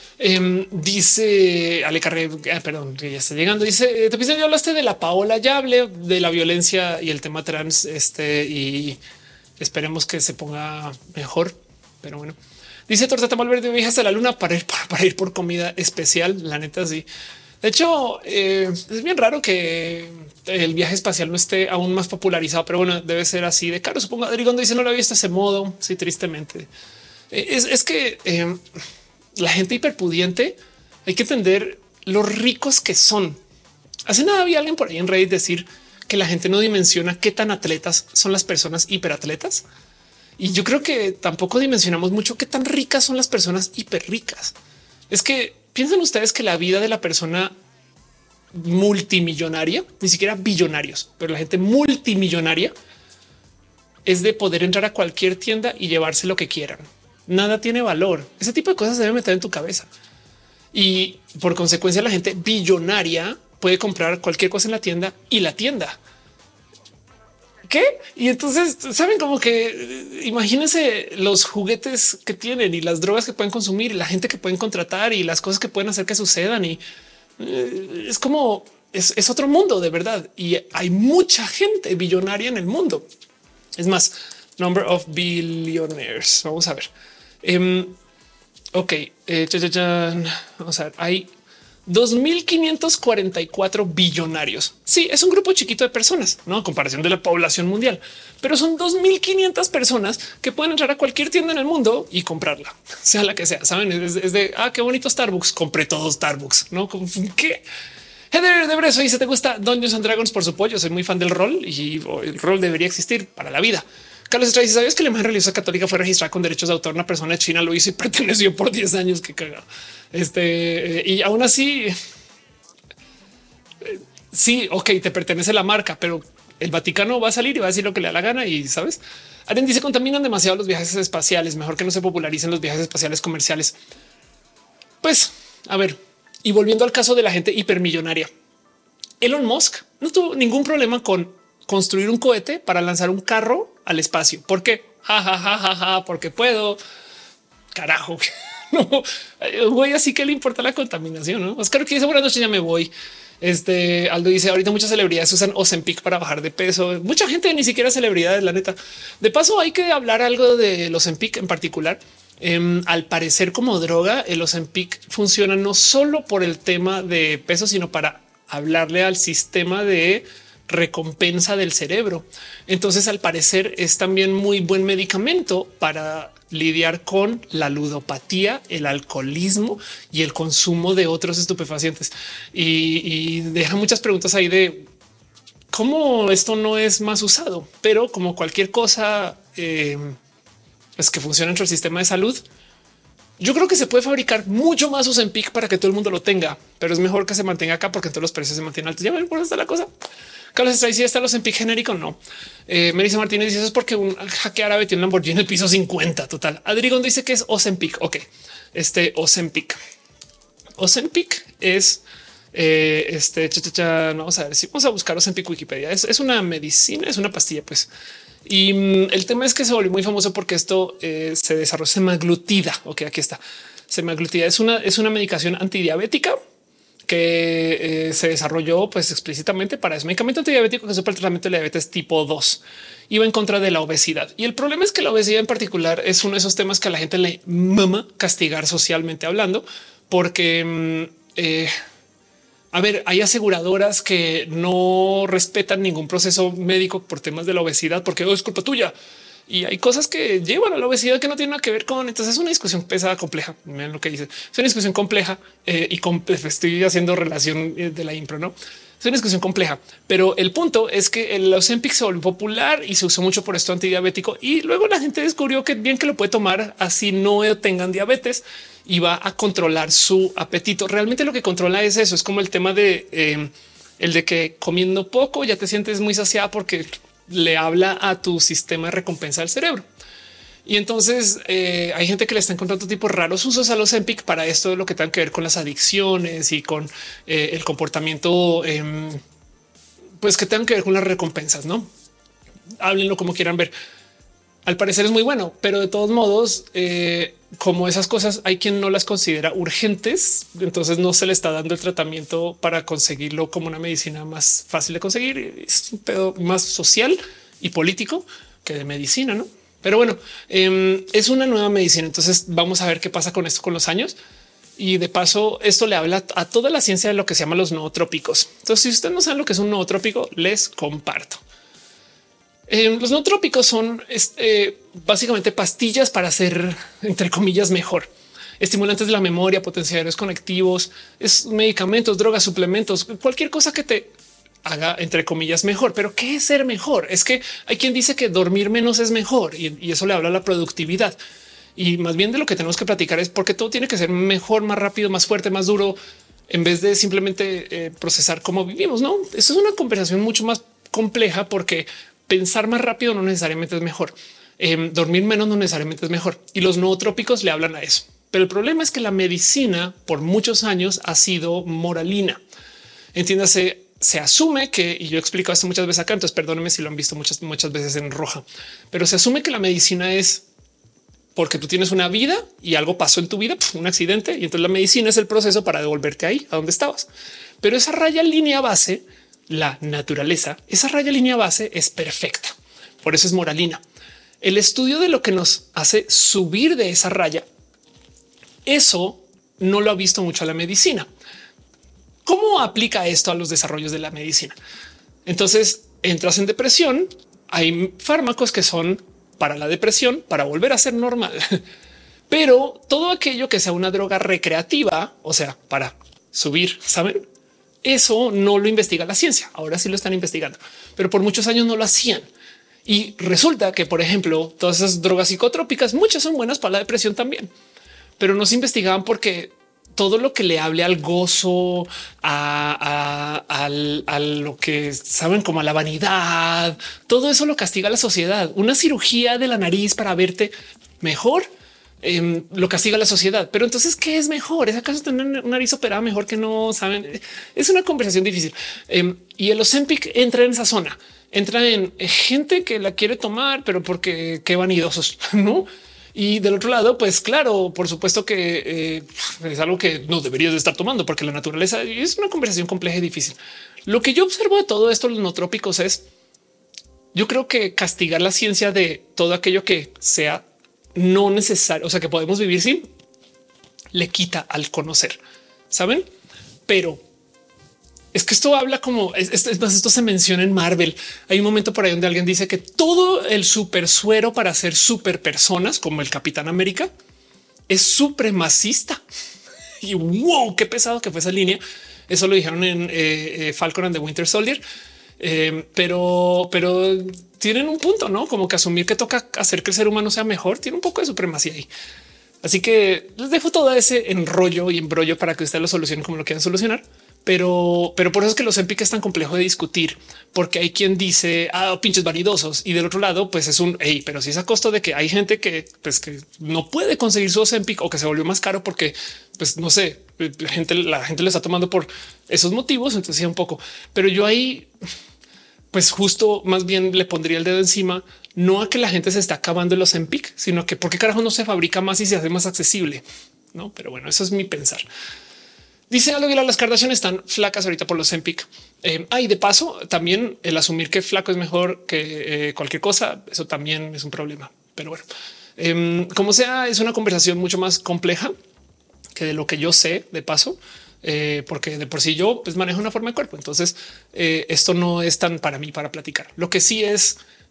Dice Ale Carré, perdón, que ya está llegando. Dice: te ya hablaste de la Paola, ya hablé de la violencia y el tema trans. Y esperemos que se ponga mejor. Pero bueno, dice Torta Tamal Verde, viaje hasta la luna para ir por comida especial. La neta, sí. De hecho, es bien raro que el viaje espacial no esté aún más popularizado, pero bueno, debe ser así de caro. Supongo Adrigondo dice: no lo había visto de ese modo. Sí, tristemente. Es que la gente hiperpudiente hay que entender lo ricos que son. Hace nada había alguien por ahí en Reddit decir que la gente no dimensiona qué tan atletas son las personas hiperatletas. Y yo creo que tampoco dimensionamos mucho qué tan ricas son las personas hiperricas. Es que piensen ustedes que la vida de la persona multimillonaria, ni siquiera billonarios, pero la gente multimillonaria es de poder entrar a cualquier tienda y llevarse lo que quieran. Nada tiene valor. Ese tipo de cosas se debe meter en tu cabeza. Y por consecuencia, la gente billonaria puede comprar cualquier cosa en la tienda y la tienda. ¿Qué? Y entonces saben como que imagínense los juguetes que tienen y las drogas que pueden consumir y la gente que pueden contratar y las cosas que pueden hacer que sucedan. Y es como es otro mundo de verdad. Y hay mucha gente billonaria en el mundo. Es más, number of billionaires. Vamos a ver. Ok, vamos a ver. Hay 2.544 billonarios. Sí, es un grupo chiquito de personas, no a comparación de la población mundial, pero son 2.500 personas que pueden entrar a cualquier tienda en el mundo y comprarla, sea la que sea. Saben, es de qué bonito Starbucks. Compré todo Starbucks, no? ¿Qué? Heather de Breso dice: ¿te gusta Dungeons and Dragons? Por su pollo. Soy muy fan del rol y el rol debería existir para la vida. Carlos Estrada dice: ¿sabías que la imagen religiosa católica fue registrada con derechos de autor? Una persona de China lo hizo y perteneció por 10 años. Que cagado. Y aún así, sí, ok, te pertenece la marca, pero el Vaticano va a salir y va a decir lo que le da la gana. Y sabes, alguien dice: contaminan demasiado los viajes espaciales. Mejor que no se popularicen los viajes espaciales comerciales. Pues a ver, y volviendo al caso de la gente hipermillonaria, Elon Musk no tuvo ningún problema con construir un cohete para lanzar un carro al espacio. ¿Por qué? Ja, ja, ja, ja, ja, porque puedo. Carajo. No, güey, así que le importa la contaminación, ¿no? Oscar que dice: buenas noches, ya me voy. Aldo dice: ahorita muchas celebridades usan Ozempic para bajar de peso. Mucha gente, ni siquiera celebridades, la neta. De paso, hay que hablar algo de los Ozempic en particular. Al parecer, como droga, el Ozempic funciona no solo por el tema de peso, sino para hablarle al sistema de recompensa del cerebro. Entonces, al parecer, es también muy buen medicamento para lidiar con la ludopatía, el alcoholismo y el consumo de otros estupefacientes. Y deja muchas preguntas ahí de cómo esto no es más usado, pero como cualquier cosa pues que funciona dentro del sistema de salud, yo creo que se puede fabricar mucho más Ozempic para que todo el mundo lo tenga, pero es mejor que se mantenga acá porque entonces los precios se mantienen altos. Ya ven por dónde está la cosa. Carlos está diciendo: ¿está el Ozempic genérico? No. Melissa Martínez dice: eso es porque un jaque árabe tiene un Lamborghini en el piso 50. Total. Adrigondo dice que es Ozempic. Ok, Ozempic es no, vamos a ver si vamos a buscar Ozempic Wikipedia. Es una medicina, es una pastilla, pues. Y el tema es que se volvió muy famoso porque esto se desarrolló semaglutida. Ok, aquí está. Semaglutida es una medicación antidiabética que se desarrolló pues explícitamente para ese medicamento antidiabético que es para el tratamiento de la diabetes tipo 2. Iba en contra de la obesidad. Y el problema es que la obesidad en particular es uno de esos temas que a la gente le mama castigar socialmente hablando, porque a ver, hay aseguradoras que no respetan ningún proceso médico por temas de la obesidad, porque es culpa tuya. y hay cosas que llevan a la obesidad que no tienen nada que ver con. Entonces es una discusión pesada, compleja. Miren lo que dice. Es una discusión compleja estoy haciendo relación de la impro, no? Es una discusión compleja, pero el punto es que el Ozempic se volvió popular y se usó mucho por esto antidiabético. Y luego la gente descubrió que bien que lo puede tomar así no tengan diabetes y va a controlar su apetito. Realmente lo que controla es eso. Es como el tema de el de que comiendo poco ya te sientes muy saciada porque le habla a tu sistema de recompensa del cerebro. Y entonces hay gente que le está encontrando tipos raros usos a los Ozempic para esto de lo que tenga que ver con las adicciones y con el comportamiento, pues que tengan que ver con las recompensas. No háblenlo como quieran ver. Al parecer es muy bueno, pero de todos modos, como esas cosas hay quien no las considera urgentes, entonces no se le está dando el tratamiento para conseguirlo como una medicina más fácil de conseguir. Es un pedo más social y político que de medicina, ¿no? Pero bueno, es una nueva medicina. Entonces vamos a ver qué pasa con esto con los años. Y de paso, esto le habla a toda la ciencia de lo que se llama los nootrópicos. Entonces, si ustedes no saben lo que es un nootrópico, les comparto. Los nootrópicos son básicamente pastillas para hacer, entre comillas, mejor. Estimulantes de la memoria, potenciadores conectivos, es medicamentos, drogas, suplementos, cualquier cosa que te haga, entre comillas, mejor. Pero ¿qué es ser mejor? Es que hay quien dice que dormir menos es mejor y eso le habla a la productividad. Y más bien de lo que tenemos que platicar es porque todo tiene que ser mejor, más rápido, más fuerte, más duro, en vez de simplemente procesar cómo vivimos. No, eso es una conversación mucho más compleja porque pensar más rápido no necesariamente es mejor. Dormir menos no necesariamente es mejor. Y los nootrópicos le hablan a eso. Pero el problema es que la medicina por muchos años ha sido moralina. Entiéndase, se asume que, y yo he explicado esto muchas veces acá, entonces perdónenme si lo han visto muchas veces en roja, pero se asume que la medicina es porque tú tienes una vida y algo pasó en tu vida, un accidente, y entonces la medicina es el proceso para devolverte ahí a donde estabas. Pero esa raya línea base, la naturaleza, esa raya línea base es perfecta. Por eso es moralina. El estudio de lo que nos hace subir de esa raya, eso no lo ha visto mucho la medicina. ¿Cómo aplica esto a los desarrollos de la medicina? Entonces entras en depresión. Hay fármacos que son para la depresión, para volver a ser normal. Pero todo aquello que sea una droga recreativa, o sea, para subir, ¿saben? Eso no lo investiga la ciencia. Ahora sí lo están investigando, pero por muchos años no lo hacían. Y resulta que, por ejemplo, todas esas drogas psicotrópicas, muchas son buenas para la depresión también, pero no se investigaban porque todo lo que le hable al gozo, a lo que saben como a la vanidad, todo eso lo castiga la sociedad. Una cirugía de la nariz para verte mejor lo castiga la sociedad. Pero entonces, ¿qué es mejor? ¿Es acaso tener una nariz operada mejor que no saben? Es una conversación difícil. Y el Ozempic entra en esa zona, entra en gente que la quiere tomar, pero porque qué vanidosos, ¿no? Y del otro lado, pues claro, por supuesto que es algo que no deberías de estar tomando porque la naturaleza es una conversación compleja y difícil. Lo que yo observo de todo esto, los nootrópicos, es yo creo que castigar la ciencia de todo aquello que sea no necesario, o sea, que podemos vivir sin, le quita al conocer, ¿saben? Pero es que esto habla como esto se menciona en Marvel. Hay un momento por ahí donde alguien dice que todo el super suero para ser super personas como el Capitán América es supremacista. Y wow, qué pesado que fue esa línea. Eso lo dijeron en Falcon and the Winter Soldier. Pero tienen un punto, ¿no? Como que asumir que toca hacer que el ser humano sea mejor tiene un poco de supremacía ahí. Así que les dejo todo ese enrollo y embrollo para que ustedes lo solucionen como lo quieran solucionar. Pero por eso es que los Ozempic es tan complejo de discutir, porque hay quien dice pinches vanidosos y del otro lado, pues es un hey, pero si es a costo de que hay gente que pues que no puede conseguir su Ozempic o que se volvió más caro porque pues no sé, la gente lo está tomando por esos motivos. Entonces sí, un poco, pero yo ahí pues justo más bien le pondría el dedo encima, no a que la gente se está acabando el Ozempic, sino que por qué carajo no se fabrica más y se hace más accesible, no? Pero bueno, eso es mi pensar. Dice algo que las Kardashian están flacas ahorita por los Ozempic. Y de paso, también el asumir que flaco es mejor que cualquier cosa, eso también es un problema. Pero bueno, como sea, es una conversación mucho más compleja que de lo que yo sé de paso, porque de por sí yo pues, manejo una forma de cuerpo. Entonces esto no es tan para mí para platicar. Lo que sí es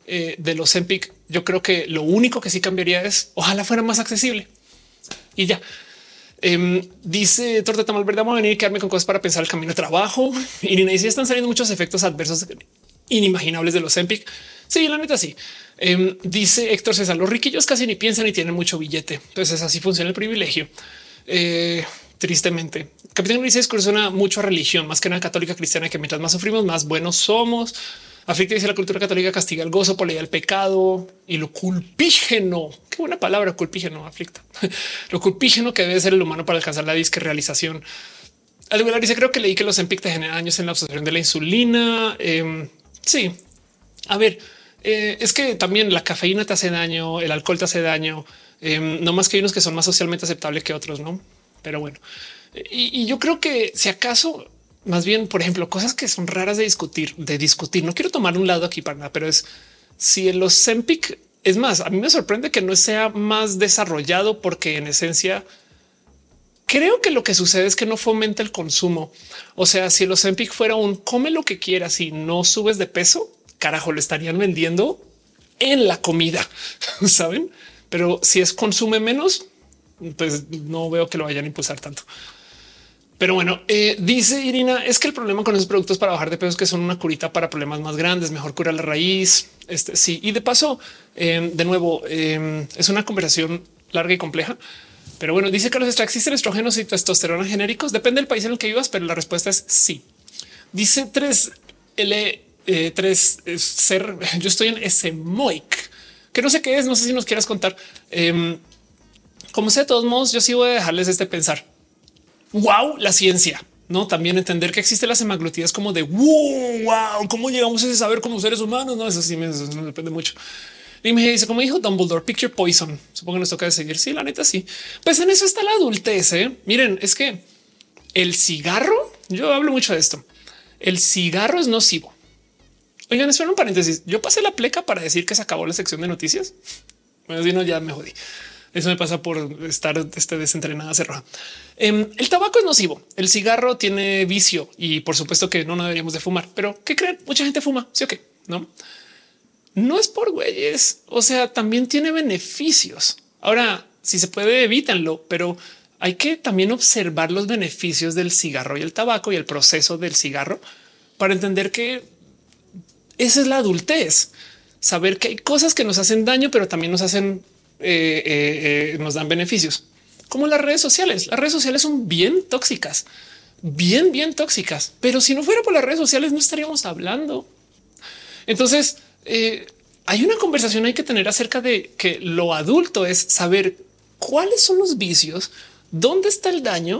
de los Ozempic, yo creo que lo único que sí cambiaría es ojalá fuera más accesible y ya. Dice Torta Tamal Verde, vamos a venir y quedarme con cosas para pensar el camino de trabajo. Y ni si están saliendo muchos efectos adversos inimaginables de los Ozempic. Sí, la neta sí. Dice Héctor César, los riquillos casi ni piensan y tienen mucho billete. Entonces así funciona el privilegio. Tristemente, Capitán Ulises suena mucho a religión, más que nada católica cristiana, que mientras más sufrimos, más buenos somos. Aflicta dice la cultura católica castiga el gozo por ley del pecado y lo culpígeno. Qué buena palabra, culpígeno, aflicta. Lo culpígeno que debe ser el humano para alcanzar la disque realización. Al igual dice, creo que leí que los Ozempic te generan daños en la absorción de la insulina. Sí, a ver, es que también la cafeína te hace daño, el alcohol te hace daño. No más que hay unos que son más socialmente aceptables que otros, no? Pero bueno, y yo creo que si acaso más bien, por ejemplo, cosas que son raras de discutir. No quiero tomar un lado aquí para nada, pero es si en los Ozempic es más, a mí me sorprende que no sea más desarrollado porque en esencia creo que lo que sucede es que no fomenta el consumo. O sea, si el Ozempic fuera un come lo que quieras y no subes de peso, carajo, lo estarían vendiendo en la comida, saben? Pero si es consume menos, pues no veo que lo vayan a impulsar tanto. Pero bueno, dice Irina, es que el problema con esos productos para bajar de peso es que son una curita para problemas más grandes, mejor cura la raíz. Sí, y de paso, de nuevo, es una conversación larga y compleja. Pero bueno, dice que los extra existen estrógenos y testosterona genéricos. Depende del país en el que vivas, pero la respuesta es sí. Dice 3 ser. Yo estoy en Semoic, que no sé qué es. No sé si nos quieras contar. Como sé, de todos modos, yo sí voy a dejarles pensar. Wow, la ciencia, no también entender que existe la semaglutida es como de wow, cómo llegamos a ese saber como seres humanos. No, eso sí me depende mucho. Y me dice, como dijo Dumbledore, pick your poison. Supongo que nos toca decidir. Sí, la neta, sí. Pues en eso está la adultez. Miren, es que el cigarro, yo hablo mucho de esto. El cigarro es nocivo. Oigan, espera un paréntesis. Yo pasé la pleca para decir que se acabó la sección de noticias. Bueno, si no, ya me jodí. Eso me pasa por estar desentrenada hacia roja. El tabaco es nocivo. El cigarro tiene vicio y por supuesto que no deberíamos de fumar. Pero ¿qué creen? Mucha gente fuma. Sí o qué? No es por güeyes. O sea, también tiene beneficios. Ahora, si se puede, evítenlo, pero hay que también observar los beneficios del cigarro y el tabaco y el proceso del cigarro para entender que esa es la adultez. Saber que hay cosas que nos hacen daño, pero también nos hacen nos dan beneficios, como las redes sociales. Las redes sociales son bien tóxicas, bien tóxicas, pero si no fuera por las redes sociales no estaríamos hablando. Entonces hay una conversación hay que tener acerca de que lo adulto es saber cuáles son los vicios, dónde está el daño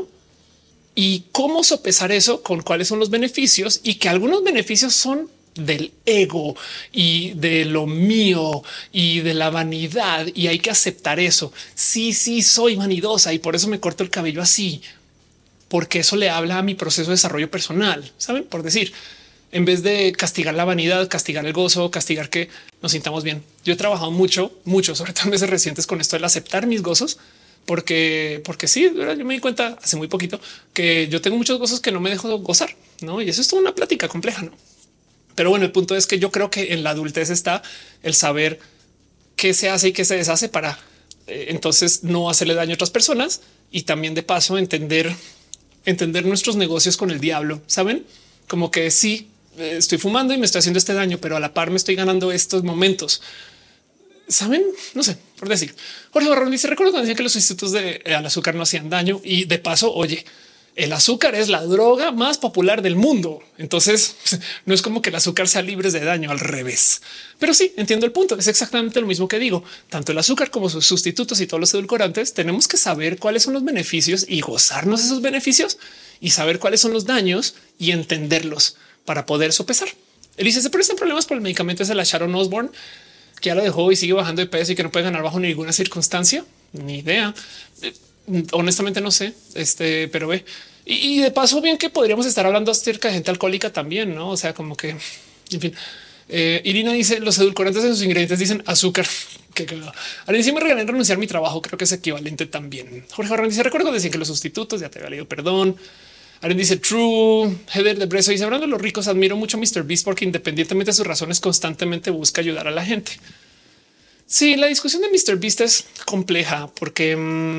y cómo sopesar eso con cuáles son los beneficios, y que algunos beneficios son del ego y de lo mío y de la vanidad, y hay que aceptar eso. Sí, soy vanidosa y por eso me corto el cabello así, porque eso le habla a mi proceso de desarrollo personal. Saben, por decir, en vez de castigar la vanidad, castigar el gozo, castigar que nos sintamos bien. Yo he trabajado mucho, sobre todo en meses recientes con esto del aceptar mis gozos, porque sí, yo me di cuenta hace muy poquito que yo tengo muchos gozos que no me dejo gozar, ¿no? Y eso es toda una plática compleja, ¿no? Pero bueno, el punto es que yo creo que en la adultez está el saber qué se hace y qué se deshace para entonces no hacerle daño a otras personas, y también de paso entender nuestros negocios con el diablo. Saben, como que sí, estoy fumando y me estoy haciendo este daño, pero a la par me estoy ganando estos momentos. Saben, no sé, por decir. Jorge Barrón dice, recuerdo cuando decían que los sustitutos al azúcar no hacían daño, y de paso, oye, el azúcar es la droga más popular del mundo. Entonces no es como que el azúcar sea libre de daño, al revés. Pero sí entiendo el punto. Es exactamente lo mismo que digo. Tanto el azúcar como sus sustitutos y todos los edulcorantes, tenemos que saber cuáles son los beneficios y gozarnos esos beneficios, y saber cuáles son los daños y entenderlos para poder sopesar. Él dice, se presentan problemas por el medicamento es de la Sharon Osbourne, que ya lo dejó y sigue bajando de peso y que no puede ganar bajo ninguna circunstancia. Ni idea. Honestamente no sé, pero ve. Y de paso, bien que podríamos estar hablando acerca de gente alcohólica también, ¿no? O sea, como que, en fin. Irina dice, los edulcorantes en sus ingredientes dicen azúcar. Qué cagado. Alguien sí me regalé en renunciar a mi trabajo, creo que es equivalente también. Jorge Barrón dice, recuerdo decir que los sustitutos, ya te había leído, perdón. Aren dice True. Heather de Breso dice hablando de los ricos, admiro mucho a MrBeast porque independientemente de sus razones constantemente busca ayudar a la gente. Sí, la discusión de MrBeast es compleja porque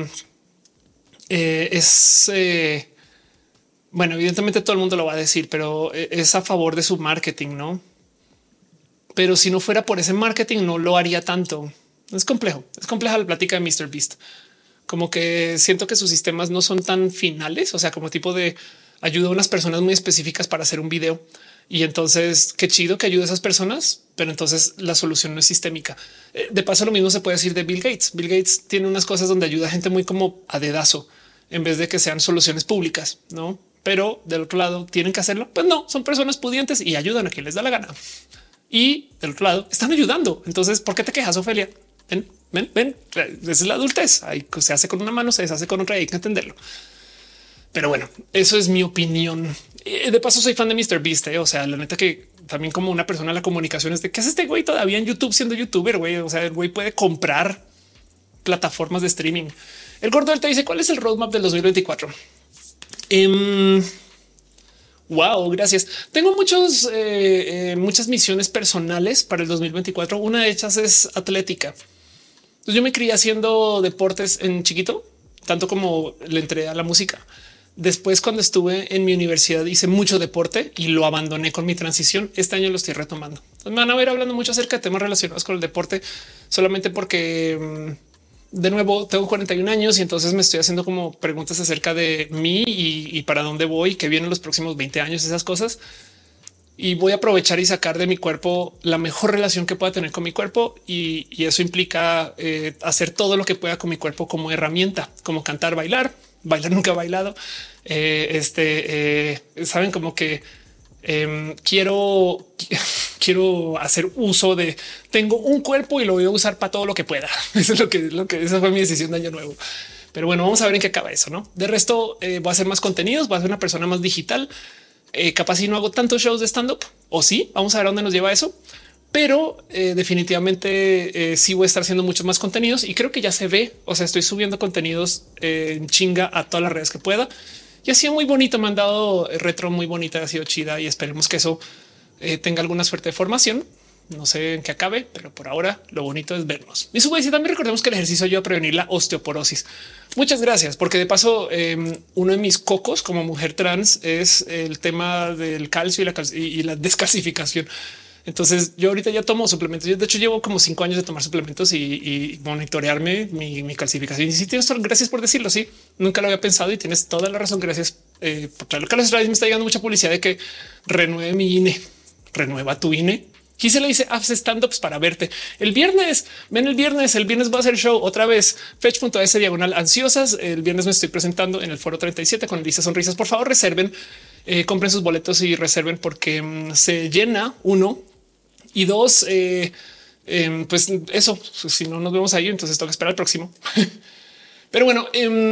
bueno, evidentemente todo el mundo lo va a decir, pero es a favor de su marketing, ¿no? Pero si no fuera por ese marketing no lo haría tanto. Es complejo, es compleja la plática de MrBeast. Como que siento que sus sistemas no son tan finales, o sea, como tipo de ayuda a unas personas muy específicas para hacer un video. Y entonces qué chido que ayude a esas personas, pero entonces la solución no es sistémica. De paso, lo mismo se puede decir de Bill Gates. Bill Gates tiene unas cosas donde ayuda a gente muy como a dedazo en vez de que sean soluciones públicas, no? Pero del otro lado tienen que hacerlo. Pues no, son personas pudientes y ayudan a quien les da la gana. Y del otro lado están ayudando. Entonces, ¿por qué te quejas, Ofelia? Ven, esa es la adultez. Ahí se hace con una mano, se deshace con otra y hay que entenderlo. Pero bueno, eso es mi opinión. De paso, soy fan de MrBeast. O sea, la neta que también como una persona de la comunicación es de qué hace este güey todavía en YouTube siendo youtuber, güey. O sea, el güey puede comprar plataformas de streaming. El gordo te dice cuál es el roadmap del 2024. Wow, gracias. Tengo muchas misiones personales para el 2024. Una de ellas es atlética. Entonces yo me crié haciendo deportes en chiquito, tanto como le entré a la música. Después, cuando estuve en mi universidad, hice mucho deporte y lo abandoné con mi transición. Este año lo estoy retomando. Entonces, me van a ver hablando mucho acerca de temas relacionados con el deporte, solamente porque de nuevo tengo 41 años y entonces me estoy haciendo como preguntas acerca de mí y para dónde voy, qué vienen los próximos 20 años, esas cosas. Y voy a aprovechar y sacar de mi cuerpo la mejor relación que pueda tener con mi cuerpo. Y eso implica hacer todo lo que pueda con mi cuerpo como herramienta, como cantar, bailar nunca he bailado. Saben como que quiero hacer uso de tengo un cuerpo y lo voy a usar para todo lo que pueda. Eso es lo que esa fue mi decisión de año nuevo. Pero bueno, vamos a ver en qué acaba eso, ¿no? De resto, voy a hacer más contenidos, voy a ser una persona más digital. Capaz si no hago tantos shows de stand up o sí, vamos a ver a dónde nos lleva eso. Pero definitivamente sí voy a estar haciendo muchos más contenidos y creo que ya se ve. O sea, estoy subiendo contenidos en chinga a todas las redes que pueda y ha sido muy bonito. Me han dado retro muy bonita, ha sido chida y esperemos que eso tenga alguna suerte de formación. No sé en qué acabe, pero por ahora lo bonito es vernos. Y y también recordemos que el ejercicio ayuda a prevenir la osteoporosis. Muchas gracias, porque de paso uno de mis cocos como mujer trans es el tema del calcio y la descalcificación. Entonces yo ahorita ya tomo suplementos. Yo de hecho llevo como 5 años de tomar suplementos y monitorearme mi calcificación. Y si tienes gracias por decirlo. Sí, nunca lo había pensado y tienes toda la razón. Gracias por traerlo. Carlos me está llegando mucha publicidad de que renueve mi INE. Renueva tu INE. Y se le dice haz stand-ups para verte el viernes. Ven el viernes va a ser show otra vez. Fetch.s /ansiosas. El viernes me estoy presentando en el foro 37 con Lisa Sonrisas. Por favor, reserven, compren sus boletos y reserven porque se llena uno y dos. Pues eso, si no nos vemos ahí, entonces tengo que esperar al próximo. Pero bueno,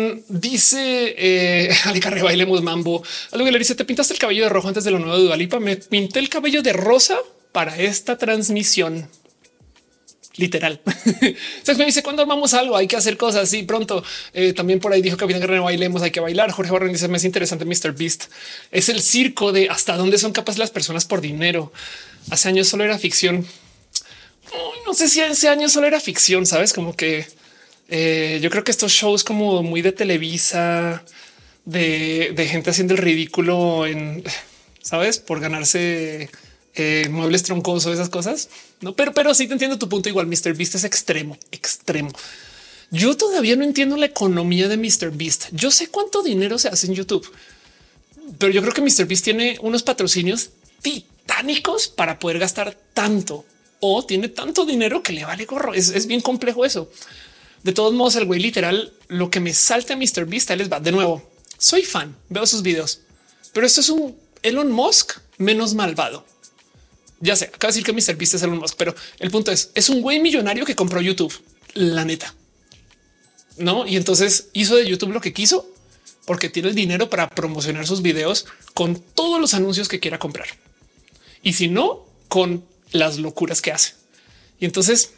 dice Ali Carre, bailemos mambo. Algo que le dice: te pintaste el cabello de rojo antes de lo nuevo de Dua Lipa. Me pinté el cabello de rosa para esta transmisión. Literal. Entonces me dice cuando armamos algo, hay que hacer cosas así pronto. También por ahí dijo Capitán Guerrero, bailemos, hay que bailar. Jorge Barren dice: me es interesante MrBeast. Es el circo de hasta dónde son capaces las personas por dinero. Hace años solo era ficción. No sé si hace años solo era ficción, sabes, como que yo creo que estos shows como muy de Televisa, de gente haciendo el ridículo en, sabes, por ganarse muebles troncosos, esas cosas. No, pero sí te entiendo tu punto. Igual MrBeast es extremo. Yo todavía no entiendo la economía de MrBeast. Yo sé cuánto dinero se hace en YouTube, pero yo creo que MrBeast tiene unos patrocinios titánicos para poder gastar tanto o tiene tanto dinero que le vale gorro. Es bien complejo eso. De todos modos, el güey literal, lo que me salta a MrBeast, les va de nuevo. Soy fan, veo sus videos, pero esto es un Elon Musk menos malvado. Ya sé, acaba de decir que MrBeast es Elon Musk, pero el punto es un güey millonario que compró YouTube, la neta. No, y entonces hizo de YouTube lo que quiso porque tiene el dinero para promocionar sus videos con todos los anuncios que quiera comprar. Y si no, con las locuras que hace. Y entonces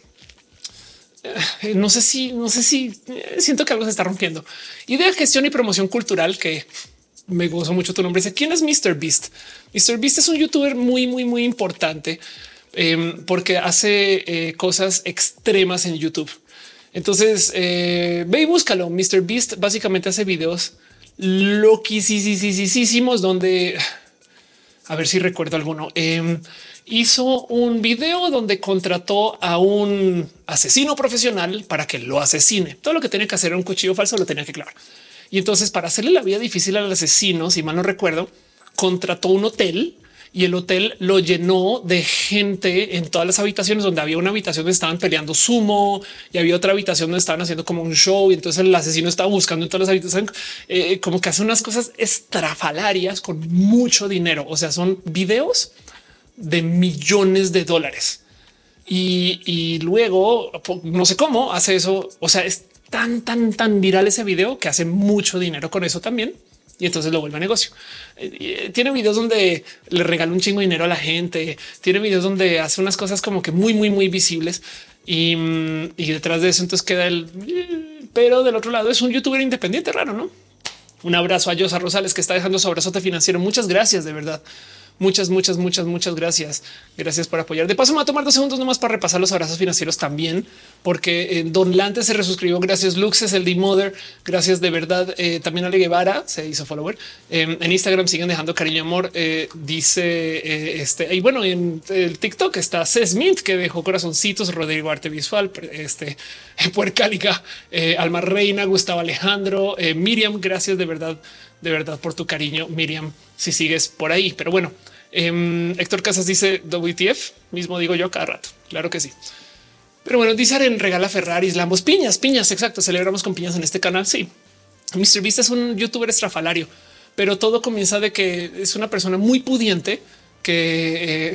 no sé si siento que algo se está rompiendo. Idea, gestión y promoción cultural que me gozo mucho tu nombre. Dice, ¿quién es Mr. Beast? Mr. Beast es un youtuber muy, muy, muy importante porque hace cosas extremas en YouTube. Entonces ve y búscalo. Mr. Beast básicamente hace videos loquísimos donde, a ver si recuerdo alguno. Hizo un video donde contrató a un asesino profesional para que lo asesine. Todo lo que tenía que hacer era un cuchillo falso, lo tenía que clavar. Y entonces, para hacerle la vida difícil al asesino, si mal no recuerdo, contrató un hotel y el hotel lo llenó de gente en todas las habitaciones, donde había una habitación donde estaban peleando sumo y había otra habitación donde estaban haciendo como un show. Y entonces el asesino estaba buscando en todas las habitaciones, como que hace unas cosas estrafalarias con mucho dinero. O sea, son videos de millones de dólares y luego no sé cómo hace eso. O sea, es tan viral ese video que hace mucho dinero con eso también. Y entonces lo vuelve a negocio. Tiene videos donde le regala un chingo de dinero a la gente. Tiene videos donde hace unas cosas como que muy visibles y detrás de eso entonces queda el, pero del otro lado es un youtuber independiente raro, ¿no? Un abrazo a Yosa Rosales que está dejando su abrazote financiero. Muchas gracias, de verdad. Muchas gracias. Gracias por apoyar. De paso, me va a tomar 2 segundos nomás para repasar los abrazos financieros también, porque Don Lante se resuscribió. Gracias, Lux, es el D-Mother. Gracias de verdad. También Ale Guevara se hizo follower. En Instagram siguen dejando cariño y amor. Dice y bueno, en el TikTok está Cesmint, que dejó corazoncitos. Rodrigo Arte Visual, Puercálica, Alma Reina, Gustavo Alejandro, Miriam. Gracias de verdad por tu cariño, Miriam, si sigues por ahí. Pero bueno, Héctor Casas dice WTF, mismo digo yo cada rato. Claro que sí. Pero bueno, dice Aren, regala Ferraris, Lambos, piñas. Exacto. Celebramos con piñas en este canal. Sí, Mr. Beast es un youtuber estrafalario, pero todo comienza de que es una persona muy pudiente que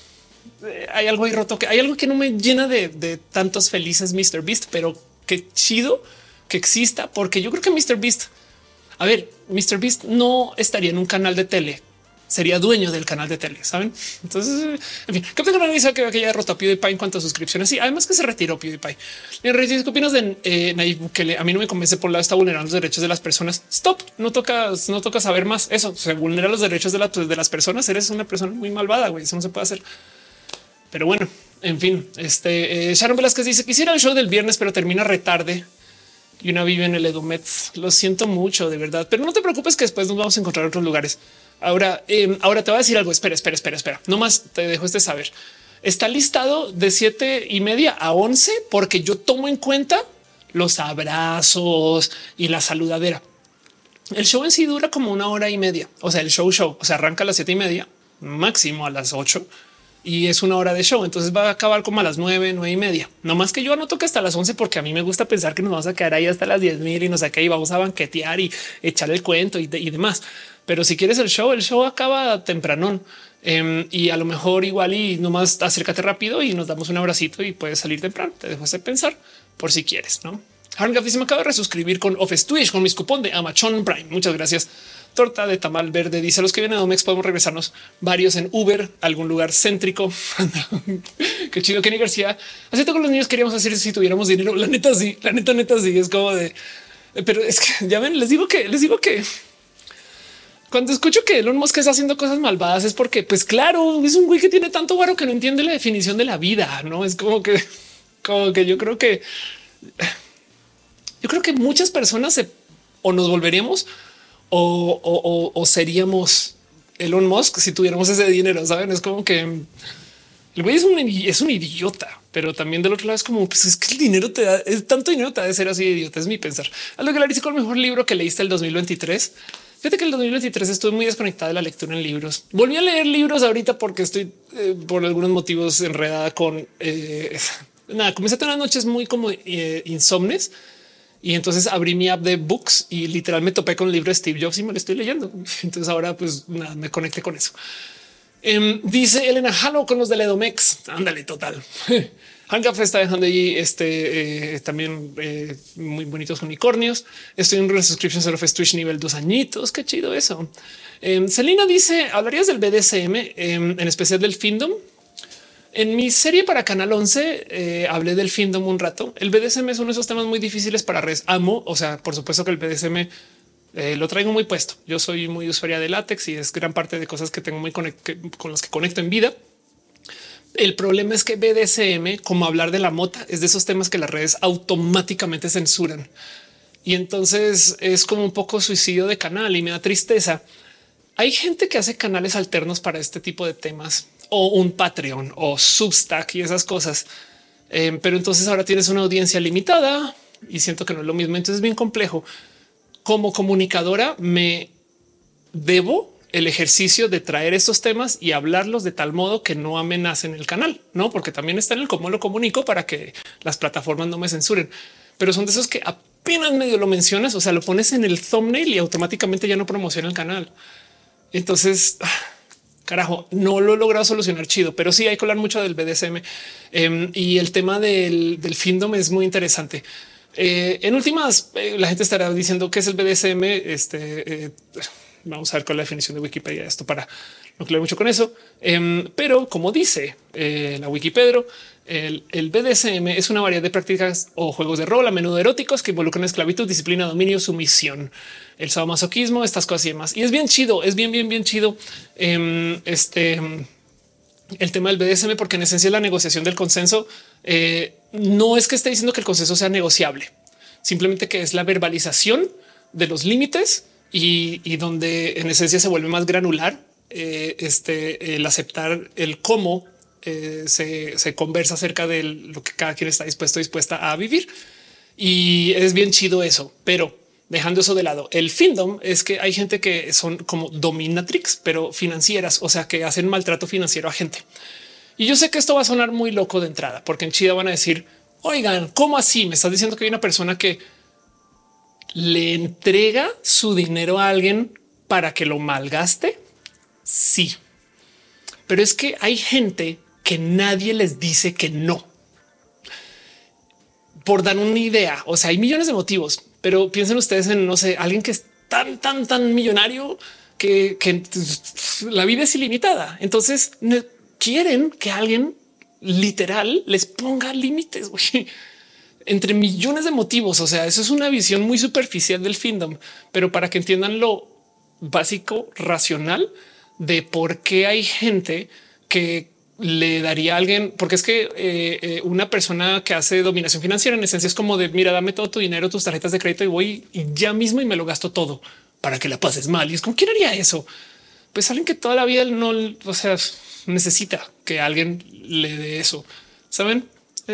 hay algo ahí roto, que hay algo que no me llena de tantos felices Mr. Beast, pero qué chido que exista, porque yo creo que Mr. Beast, a ver, Mr. Beast no estaría en un canal de tele, sería dueño del canal de tele, ¿saben? Entonces, en fin, Captain Canal dice que ya derrotó a PewDiePie en cuanto a suscripciones. Sí, además que se retiró PewDiePie. ¿Qué opinas de Nayib Bukele? A mí no me convence. Por un lado está vulnerando los derechos de las personas. Stop, no toca saber más. Eso se vulnera los derechos de las personas. Eres una persona muy malvada, güey. Eso no se puede hacer. Pero bueno, en fin, Sharon Velázquez dice quisiera el show del viernes, pero termina retarde. Y una vive en el Edomet. Lo siento mucho, de verdad, pero no te preocupes que después nos vamos a encontrar en otros lugares. Ahora te voy a decir algo. Espera. No más te dejo saber. Está listado de 7:30 a 11 porque yo tomo en cuenta los abrazos y la saludadera. El show en sí dura como 1 hora y media. O sea, el show, o sea, arranca a las 7:30, máximo a las 8. Y es 1 hora de show. Entonces va a acabar como a las 9:30. No más que yo anoto que hasta las 11, porque a mí me gusta pensar que nos vamos a quedar ahí hasta las 10,000 y no sé qué, y vamos a banquetear y echar el cuento y demás. Pero si quieres el show acaba tempranón y a lo mejor igual y nomás acércate rápido y nos damos un abracito y puedes salir temprano. Te dejo hacer pensar por si quieres, ¿no? Harngaf dice me acabo de resuscribir con Office Twitch con mis cupón de Amazon Prime. Muchas gracias. Torta de tamal verde dice a los que vienen a Domex podemos regresarnos varios en Uber, algún lugar céntrico. Qué chido. Kenny García, así con los niños queríamos hacer si tuviéramos dinero. La neta sí, sí es como de, pero es que ya ven, les digo que cuando escucho que Elon Musk está haciendo cosas malvadas es porque, pues claro, es un güey que tiene tanto varo que no entiende la definición de la vida. No es como que yo creo que muchas personas o nos volveríamos o seríamos Elon Musk si tuviéramos ese dinero. Saben, es como que el güey es un idiota, pero también del otro lado es como pues es que el dinero te da, es tanto dinero te ha de ser así de idiota. Es mi pensar. A lo que le dice con el mejor libro que leíste el 2023. Fíjate que el 2023 estuve muy desconectada de la lectura en libros. Volví a leer libros ahorita porque estoy por algunos motivos enredada con comencé a tener noches muy como insomnes. Y entonces abrí mi app de books y literal me topé con el libro de Steve Jobs y me lo estoy leyendo. Entonces ahora pues nada, me conecté con eso. Dice Elena, halo con los de Edomex. Ándale, total. Hangaf está dejando allí también muy bonitos unicornios. Estoy en una suscripción a Twitch nivel 2 añitos. Qué chido eso. Celina dice, ¿hablarías del BDSM, en especial del Findom? En mi serie para Canal 11 hablé del Findom un rato. El BDSM es uno de esos temas muy difíciles para res. Amo, o sea, por supuesto que el BDSM Lo traigo muy puesto. Yo soy muy usuaria de látex y es gran parte de cosas que tengo muy con las que conecto en vida. El problema es que BDSM, como hablar de la mota, es de esos temas que las redes automáticamente censuran. Y entonces es como un poco suicidio de canal y me da tristeza. Hay gente que hace canales alternos para este tipo de temas o un Patreon o Substack y esas cosas. Pero entonces ahora tienes una audiencia limitada y siento que no es lo mismo. Entonces es bien complejo. Como comunicadora me debo el ejercicio de traer estos temas y hablarlos de tal modo que no amenacen el canal, no? Porque también está en el cómo lo comunico para que las plataformas no me censuren, pero son de esos que apenas medio lo mencionas, o sea, lo pones en el thumbnail y automáticamente ya no promociona el canal. Entonces, carajo, no lo he logrado solucionar chido, pero sí hay que hablar mucho del BDSM y el tema del findom es muy interesante. En últimas, la gente estará diciendo qué es el BDSM. Vamos a ver cuál es la definición de Wikipedia de esto para no creer mucho con eso. Pero como dice la Wikipedia, el BDSM es una variedad de prácticas o juegos de rol, a menudo eróticos, que involucran esclavitud, disciplina, dominio, sumisión, el sadomasoquismo, estas cosas y demás. Y es bien chido, es bien chido. El tema del BDSM, porque en esencia la negociación del consenso no es que esté diciendo que el consenso sea negociable, simplemente que es la verbalización de los límites y donde en esencia se vuelve más granular el aceptar el cómo se conversa acerca de lo que cada quien está dispuesta a vivir. Y es bien chido eso, pero dejando eso de lado, el findom es que hay gente que son como dominatrix, pero financieras, o sea, que hacen maltrato financiero a gente. Y yo sé que esto va a sonar muy loco de entrada, porque en China van a decir, oigan, ¿cómo así? ¿Me estás diciendo que hay una persona que le entrega su dinero a alguien para que lo malgaste? Sí, pero es que hay gente que nadie les dice que no. Por dar una idea, o sea, hay millones de motivos, pero piensen ustedes en, no sé, alguien que es tan millonario que la vida es ilimitada. Entonces quieren que alguien literal les ponga límites entre millones de motivos. O sea, eso es una visión muy superficial del findom, pero para que entiendan lo básico, racional de por qué hay gente que le daría a alguien, porque es que una persona que hace dominación financiera en esencia es como de mira, dame todo tu dinero, tus tarjetas de crédito y voy y ya mismo y me lo gasto todo para que la pases mal. Y es como quién haría eso? Pues alguien que toda la vida no, o sea, necesita que alguien le dé eso, saben?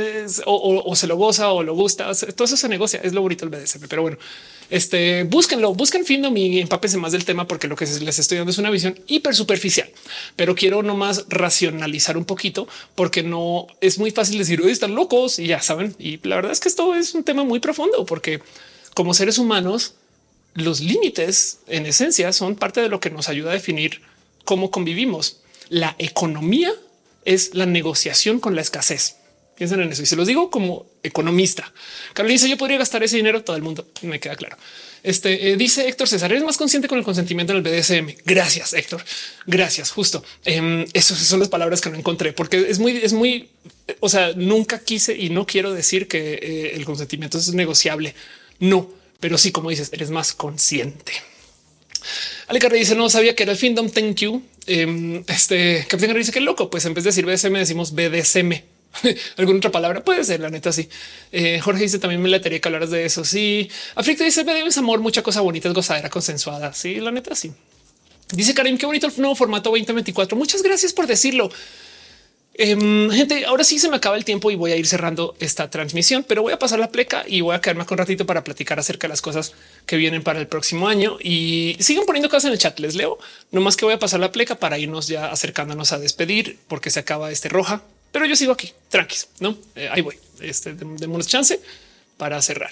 O se lo goza o lo gusta. O sea, todo eso se negocia. Es lo bonito del BDSM. Pero bueno, búsquenlo, busquen Findom y empápense más del tema, porque lo que les estoy dando es una visión hiper superficial, pero quiero nomás racionalizar un poquito, porque no es muy fácil decir hoy están locos y ya saben. Y la verdad es que esto es un tema muy profundo, porque como seres humanos, los límites en esencia son parte de lo que nos ayuda a definir cómo convivimos. La economía es la negociación con la escasez. Piensen en eso y se los digo como economista. Carolina dice yo podría gastar ese dinero. Todo el mundo me queda claro. Dice Héctor César, eres más consciente con el consentimiento en el BDSM. Gracias, Héctor. Gracias. Justo esas son las palabras que no encontré, porque es muy, o sea, nunca quise y no quiero decir que el consentimiento es negociable. No, pero sí, como dices, eres más consciente. Ale Carrera dice no sabía que era el findom. Thank you. Capitán Carrera dice que loco. Pues en vez de decir BDSM decimos BDSM. ¿Alguna otra palabra? Puede ser, la neta, sí. Jorge dice también me latería que hablaras de eso. Sí. Africto dice BDSM es amor, mucha cosa bonita, es gozadera consensuada. Sí, la neta, sí. Dice Karim, qué bonito el nuevo formato 2024. Muchas gracias por decirlo. Gente, ahora sí se me acaba el tiempo y voy a ir cerrando esta transmisión, pero voy a pasar la pleca y voy a quedarme con un ratito para platicar acerca de las cosas que vienen para el próximo año. Y sigan poniendo cosas en el chat, les leo. No más que voy a pasar la pleca para irnos ya acercándonos a despedir, porque se acaba roja. Pero yo sigo aquí, tranquis, ¿no? Ahí voy. Demos chance para cerrar.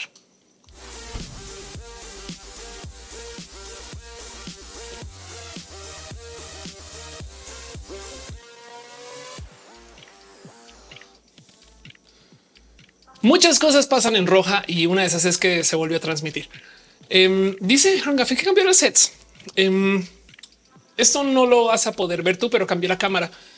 Muchas cosas pasan en roja y una de esas es que se volvió a transmitir. Dice Hangafe que cambió los sets. Esto no lo vas a poder ver tú, pero cambié la cámara.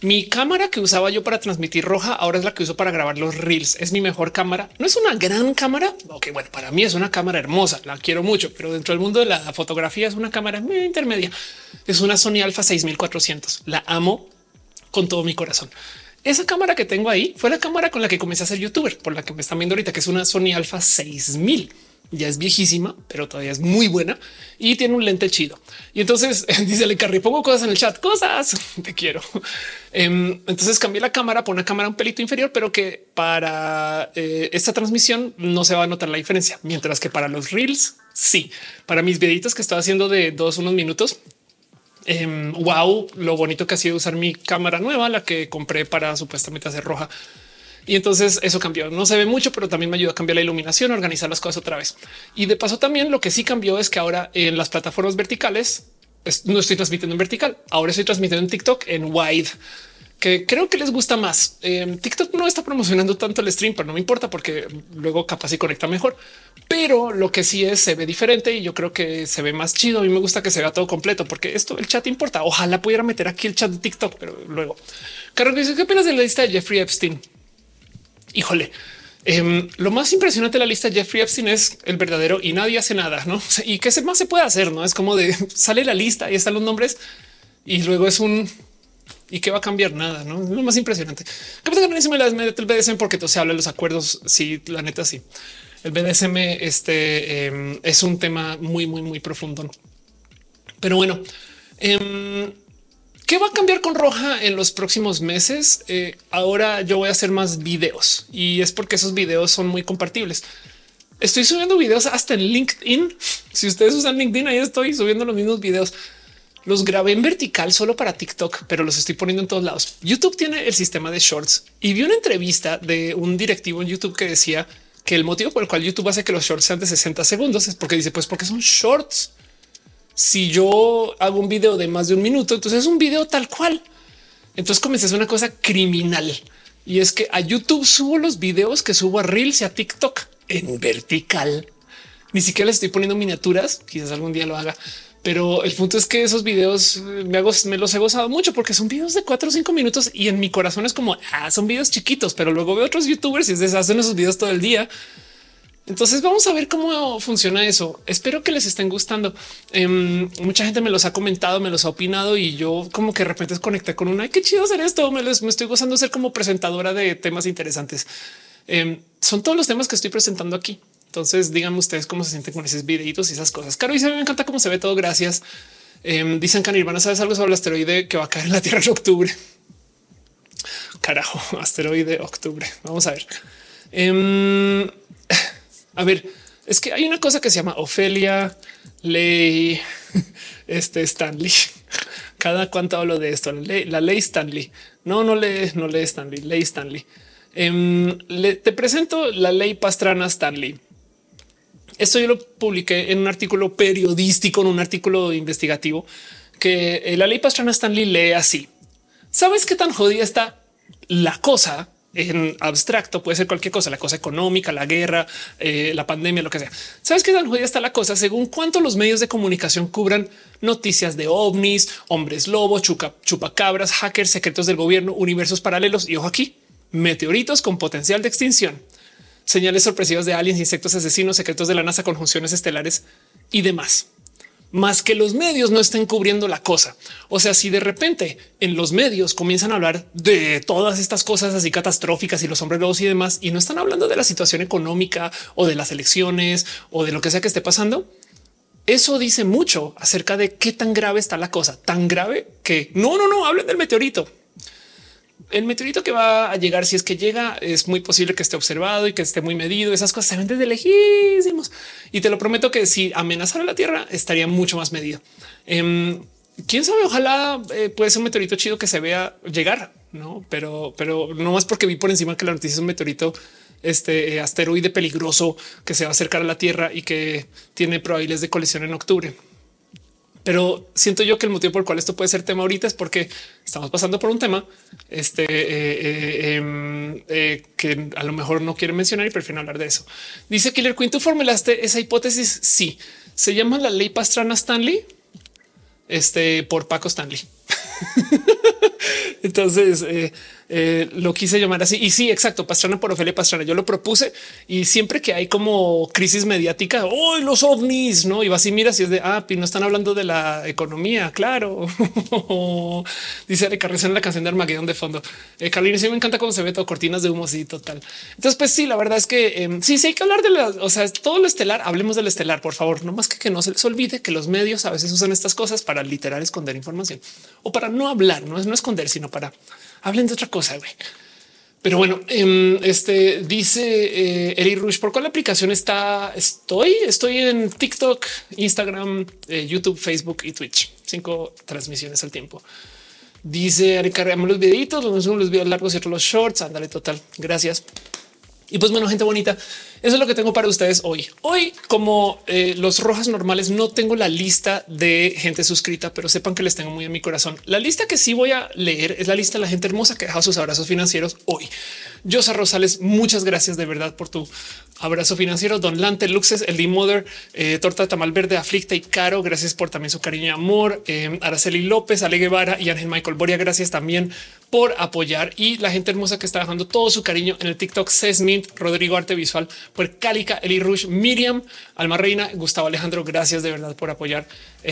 Mi cámara que usaba yo para transmitir roja ahora es la que uso para grabar los reels. Es mi mejor cámara. No es una gran cámara. Ok, bueno, para mí es una cámara hermosa. La quiero mucho, pero dentro del mundo de la fotografía es una cámara intermedia. Es una Sony Alpha 6400. La amo con todo mi corazón. Esa cámara que tengo ahí fue la cámara con la que comencé a ser youtuber, por la que me están viendo ahorita, que es una Sony Alpha 6000. Ya es viejísima, pero todavía es muy buena y tiene un lente chido. Y entonces dice Le Carri, pongo cosas en el chat, cosas te quiero. Entonces cambié la cámara por una cámara un pelito inferior, pero que para esta transmisión no se va a notar la diferencia, mientras que para los reels, sí, para mis videitos que estaba haciendo de unos minutos. Wow, lo bonito que ha sido usar mi cámara nueva, la que compré para supuestamente hacer roja. Y entonces eso cambió. No se ve mucho, pero también me ayuda a cambiar la iluminación, a organizar las cosas otra vez. Y de paso también lo que sí cambió es que ahora en las plataformas verticales no estoy transmitiendo en vertical. Ahora estoy transmitiendo en TikTok en wide, que creo que les gusta más. TikTok no está promocionando tanto el stream, pero no me importa porque luego capaz y conecta mejor. Pero lo que sí es se ve diferente y yo creo que se ve más chido. A mí me gusta que se vea todo completo porque esto el chat importa. Ojalá pudiera meter aquí el chat de TikTok, pero luego Carlos dice: ¿qué opinas de la lista de Jeffrey Epstein? Híjole, lo más impresionante de la lista de Jeffrey Epstein es el verdadero y nadie hace nada, ¿no? Y qué más se puede hacer, ¿no? Es como de sale la lista y están los nombres y luego es un y que va a cambiar nada, ¿no? Es lo más impresionante. ¿Qué pasa que no me las mete el BDSM porque se habla de los acuerdos? Sí, la neta sí. El BDSM es un tema muy profundo. Pero bueno, ¿qué va a cambiar con roja en los próximos meses? Ahora yo voy a hacer más videos y es porque esos videos son muy compartibles. Estoy subiendo videos hasta en LinkedIn. Si ustedes usan LinkedIn, ahí estoy subiendo los mismos videos. Los grabé en vertical solo para TikTok, pero los estoy poniendo en todos lados. YouTube tiene el sistema de shorts y vi una entrevista de un directivo en YouTube que decía que el motivo por el cual YouTube hace que los shorts sean de 60 segundos es porque dice, pues porque son shorts. Si yo hago un video de más de un minuto, entonces es un video tal cual. Entonces comencé a hacer una cosa criminal y es que a YouTube subo los videos que subo a Reels y a TikTok en vertical. Ni siquiera les estoy poniendo miniaturas. Quizás algún día lo haga, pero el punto es que esos videos me los he gozado mucho porque son videos de 4 o 5 minutos y en mi corazón es como son videos chiquitos, pero luego veo otros youtubers y se hacen esos videos todo el día. Entonces vamos a ver cómo funciona eso. Espero que les estén gustando. Mucha gente me los ha comentado, me los ha opinado y yo como que de repente conecté con una. Ay, qué chido hacer esto. Me estoy gozando ser como presentadora de temas interesantes. Son todos los temas que estoy presentando aquí. Entonces díganme ustedes cómo se sienten con esos videitos y esas cosas. Caro dice: me encanta cómo se ve todo. Gracias. Dicen que Nirvana, ¿sabes algo sobre el asteroide que va a caer en la Tierra en octubre? Carajo, asteroide octubre. Vamos a ver. A ver, es que hay una cosa que se llama Ofelia Ley Stanley. Cada cuánto hablo de esto, la ley Stanley. No lee Stanley, ley Stanley. Te presento la ley Pastrana Stanley. Esto yo lo publiqué en un artículo periodístico, en un artículo investigativo, que la ley Pastrana Stanley lee así. ¿Sabes qué tan jodida está la cosa? En abstracto puede ser cualquier cosa, la cosa económica, la guerra, la pandemia, lo que sea. ¿Sabes qué tan jodida está la cosa? Según cuánto los medios de comunicación cubran noticias de ovnis, hombres lobos, chupacabras, hackers, secretos del gobierno, universos paralelos y ojo aquí, meteoritos con potencial de extinción, señales sorpresivas de aliens, insectos asesinos, secretos de la NASA, conjunciones estelares y demás. Más que los medios no estén cubriendo la cosa. O sea, si de repente en los medios comienzan a hablar de todas estas cosas así catastróficas y los hombres lobos y demás, y no están hablando de la situación económica o de las elecciones o de lo que sea que esté pasando, eso dice mucho acerca de qué tan grave está la cosa. Tan grave que no hablen del meteorito. El meteorito que va a llegar, si es que llega, es muy posible que esté observado y que esté muy medido. Esas cosas se ven desde lejísimos y te lo prometo que si amenazara la Tierra estaría mucho más medido. Quién sabe, ojalá puede ser un meteorito chido que se vea llegar, no, pero no más porque vi por encima que la noticia es un meteorito asteroide peligroso que se va a acercar a la Tierra y que tiene probabilidades de colisión en octubre. Pero siento yo que el motivo por el cual esto puede ser tema ahorita es porque estamos pasando por un tema que a lo mejor no quieren mencionar y prefieren hablar de eso. Dice Killer Queen, ¿tú formulaste esa hipótesis? Sí, se llama la ley Pastrana Stanley por Paco Stanley. Entonces lo quise llamar así. Y sí, exacto. Pastrana por Ofelia Pastrana. Yo lo propuse y siempre que hay como crisis mediática, hoy los ovnis, no? Y vas y miras y es de no están hablando de la economía. Claro. Dice de Carrizo en la canción de Armageddon de fondo. Carolina, sí me encanta cómo se ve todo cortinas de humo. Sí, total. Entonces, pues sí, la verdad es que sí hay que hablar de o sea, todo lo estelar. Hablemos del estelar, por favor. No más que no se les olvide que los medios a veces usan estas cosas para literal esconder información o para no hablar, no esconder, sino para hablen de otra cosa. Güey. Pero bueno, dice Eri Rush, ¿por cuál aplicación está? Estoy en TikTok, Instagram, YouTube, Facebook y Twitch. 5 transmisiones al tiempo. Dice Ari, cargamos los videitos, los videos largos y otros los shorts. Ándale, total. Gracias. Y pues bueno, gente bonita, eso es lo que tengo para ustedes hoy. Hoy, como los rojas normales, no tengo la lista de gente suscrita, pero sepan que les tengo muy en mi corazón. La lista que sí voy a leer es la lista de la gente hermosa que deja sus abrazos financieros hoy. Yosa Rosales, muchas gracias de verdad por tu abrazo financiero. Don Lante, Luxes, El Mother, Torta de Tamal Verde, Aflicta y Caro, gracias por también su cariño y amor. Araceli López, Ale Guevara y Ángel Michael Boria, gracias también por apoyar, y la gente hermosa que está dejando todo su cariño en el TikTok. Sesmint, Rodrigo Arte Visual, por Cálica, Eli Rush, Miriam, Alma Reina, Gustavo Alejandro, gracias de verdad por apoyar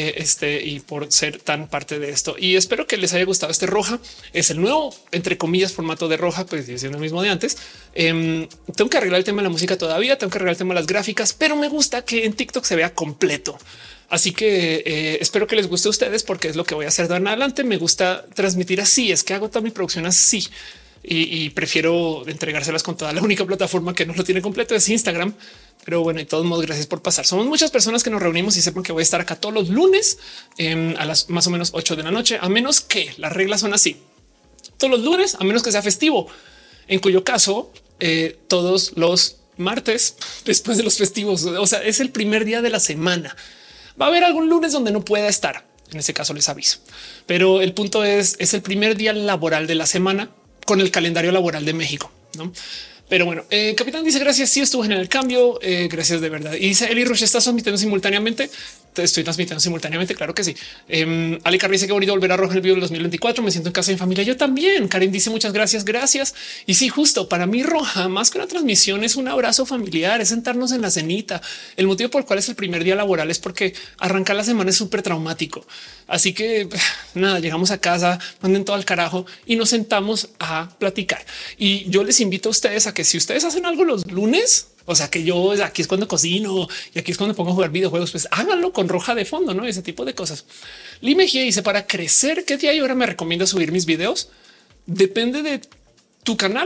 y por ser tan parte de esto. Y espero que les haya gustado este roja. Es el nuevo, entre comillas, formato de roja, pues siendo el mismo de antes. Tengo que arreglar el tema de la música todavía, tengo que arreglar el tema de las gráficas, pero me gusta que en TikTok se vea completo. Así que espero que les guste a ustedes porque es lo que voy a hacer de ahora en adelante. Me gusta transmitir así, es que hago toda mi producción así y prefiero entregárselas con toda. La única plataforma que no lo tiene completo es Instagram. Pero bueno, de todos modos, gracias por pasar. Somos muchas personas que nos reunimos y sepan que voy a estar acá todos los lunes a las más o menos 8 de la noche, a menos que las reglas son así. Todos los lunes, a menos que sea festivo, en cuyo caso todos los martes después de los festivos, o sea, es el primer día de la semana. Va a haber algún lunes donde no pueda estar. En ese caso les aviso, pero el punto es el primer día laboral de la semana con el calendario laboral de México, ¿no? Pero bueno, Capitán dice gracias. Sí, estuvo en el cambio. Gracias de verdad. Y dice Eli Rush, ¿estás transmitiendo simultáneamente? Te estoy transmitiendo simultáneamente. Claro que sí. Ale Carri dice que bonito volver a Rojo en el video del 2024. Me siento en casa y en familia. Yo también. Karen dice muchas gracias. Gracias. Y sí, justo para mí Roja, más que una transmisión, es un abrazo familiar, es sentarnos en la cenita. El motivo por el cual es el primer día laboral es porque arrancar la semana es súper traumático. Así que nada, llegamos a casa, manden todo al carajo y nos sentamos a platicar. Y yo les invito a ustedes a que si ustedes hacen algo los lunes, o sea que yo aquí es cuando cocino y aquí es cuando pongo a jugar videojuegos, pues háganlo con Roja de fondo, no ese tipo de cosas. Lee Mejía dice para crecer, ¿qué día y hora me recomienda subir mis videos? Depende de tu canal.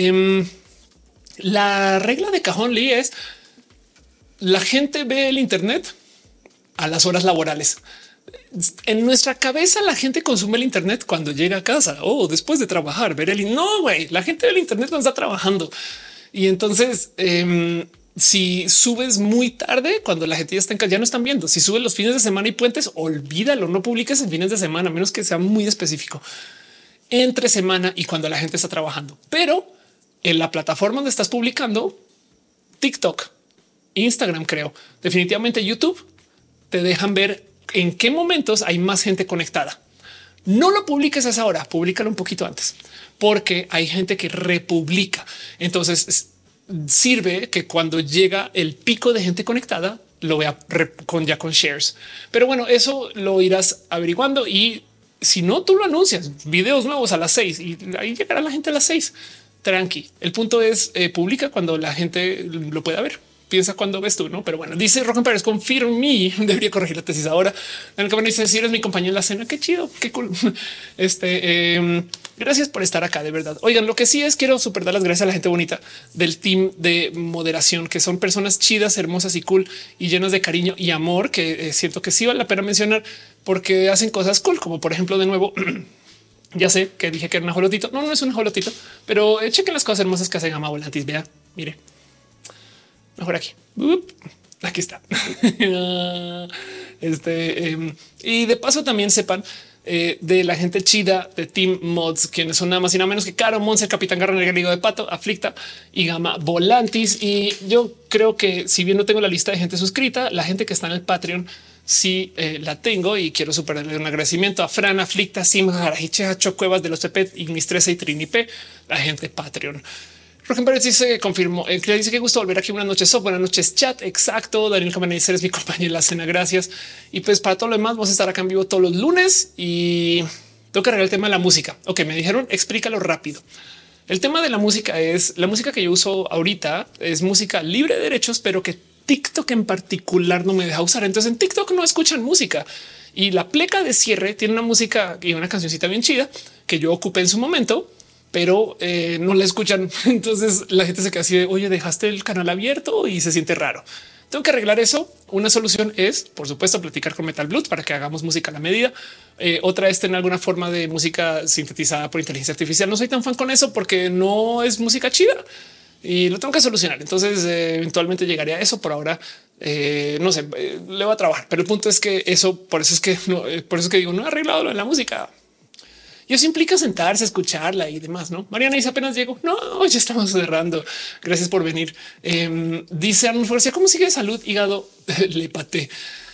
La regla de cajón, Lee, es la gente ve el Internet a las horas laborales. En nuestra cabeza la gente consume el Internet cuando llega a casa o después de trabajar, ver el no, güey, la gente del Internet no está trabajando. Y entonces si subes muy tarde, cuando la gente ya está en casa, ya no están viendo. Si subes los fines de semana y puentes, olvídalo, no publiques en fines de semana, a menos que sea muy específico. Entre semana y cuando la gente está trabajando. Pero en la plataforma donde estás publicando, TikTok, Instagram, creo, definitivamente YouTube, te dejan ver en qué momentos hay más gente conectada. No lo publiques a esa hora, públicalo un poquito antes, porque hay gente que republica. Entonces sirve que cuando llega el pico de gente conectada, lo vea con shares. Pero bueno, eso lo irás averiguando y si no, tú lo anuncias, videos nuevos a las 6 y ahí llegará la gente a las 6. Tranqui. El punto es publica cuando la gente lo pueda ver. Piensa cuando ves tú, no? Pero bueno, dice Rohan Pérez, confirmé. Debería corregir la tesis ahora. En el que dice si eres mi compañero en la cena. Qué chido, qué cool. Gracias por estar acá, de verdad. Oigan, lo que sí es quiero super dar las gracias a la gente bonita del team de moderación, que son personas chidas, hermosas y cool y llenas de cariño y amor, que siento que sí vale la pena mencionar porque hacen cosas cool, como por ejemplo, de nuevo, ya sé que dije que era un ajolotito. No, no es un ajolotito, pero chequen las cosas hermosas que hacen Gama Volantis. Vea, mire. Mejor aquí. Aquí está. Y de paso también sepan de la gente chida de Team Mods, quienes son nada más y nada menos que Caro, Monse, Capitán Garra, Negrigo de Pato, Aflicta y Gama Volantis. Y yo creo que si bien no tengo la lista de gente suscrita, la gente que está en el Patreon sí la tengo y quiero superarle un agradecimiento a Fran, Aflicta, Sim, Jarajiche, Hacho, Cuevas de los Pepet, Ignis 13 y Trini P, la gente Patreon. Rogen Pérez dice, confirmó, que dice que gusto volver aquí. Buenas noches, buenas noches, chat. Exacto. Daniel Camarena eres mi compañero en la cena. Gracias. Y pues para todo lo demás, vamos a estar acá en vivo todos los lunes y tengo que arreglar el tema de la música. Ok, me dijeron, explícalo rápido. El tema de la música es la música que yo uso ahorita es música libre de derechos, pero que TikTok en particular no me deja usar. Entonces en TikTok no escuchan música y la pleca de cierre tiene una música y una cancioncita bien chida que yo ocupé en su momento, pero no la escuchan. Entonces la gente se queda así de oye, dejaste el canal abierto y se siente raro. Tengo que arreglar eso. Una solución es, por supuesto, platicar con Metal Blood para que hagamos música a la medida. Otra es tener alguna forma de música sintetizada por inteligencia artificial. No soy tan fan con eso porque no es música chida y lo tengo que solucionar. Entonces eventualmente llegaré a eso. Por ahora no sé, le voy a trabajar, pero el punto es que eso, por eso es que no, por eso es que digo, no he arreglado lo de la música. Y eso implica sentarse, escucharla y demás. No, Mariana dice apenas llego. No, ya estamos cerrando. Gracias por venir. Dice Arnold Forcia, ¿cómo sigue de salud? Hígado, le paté.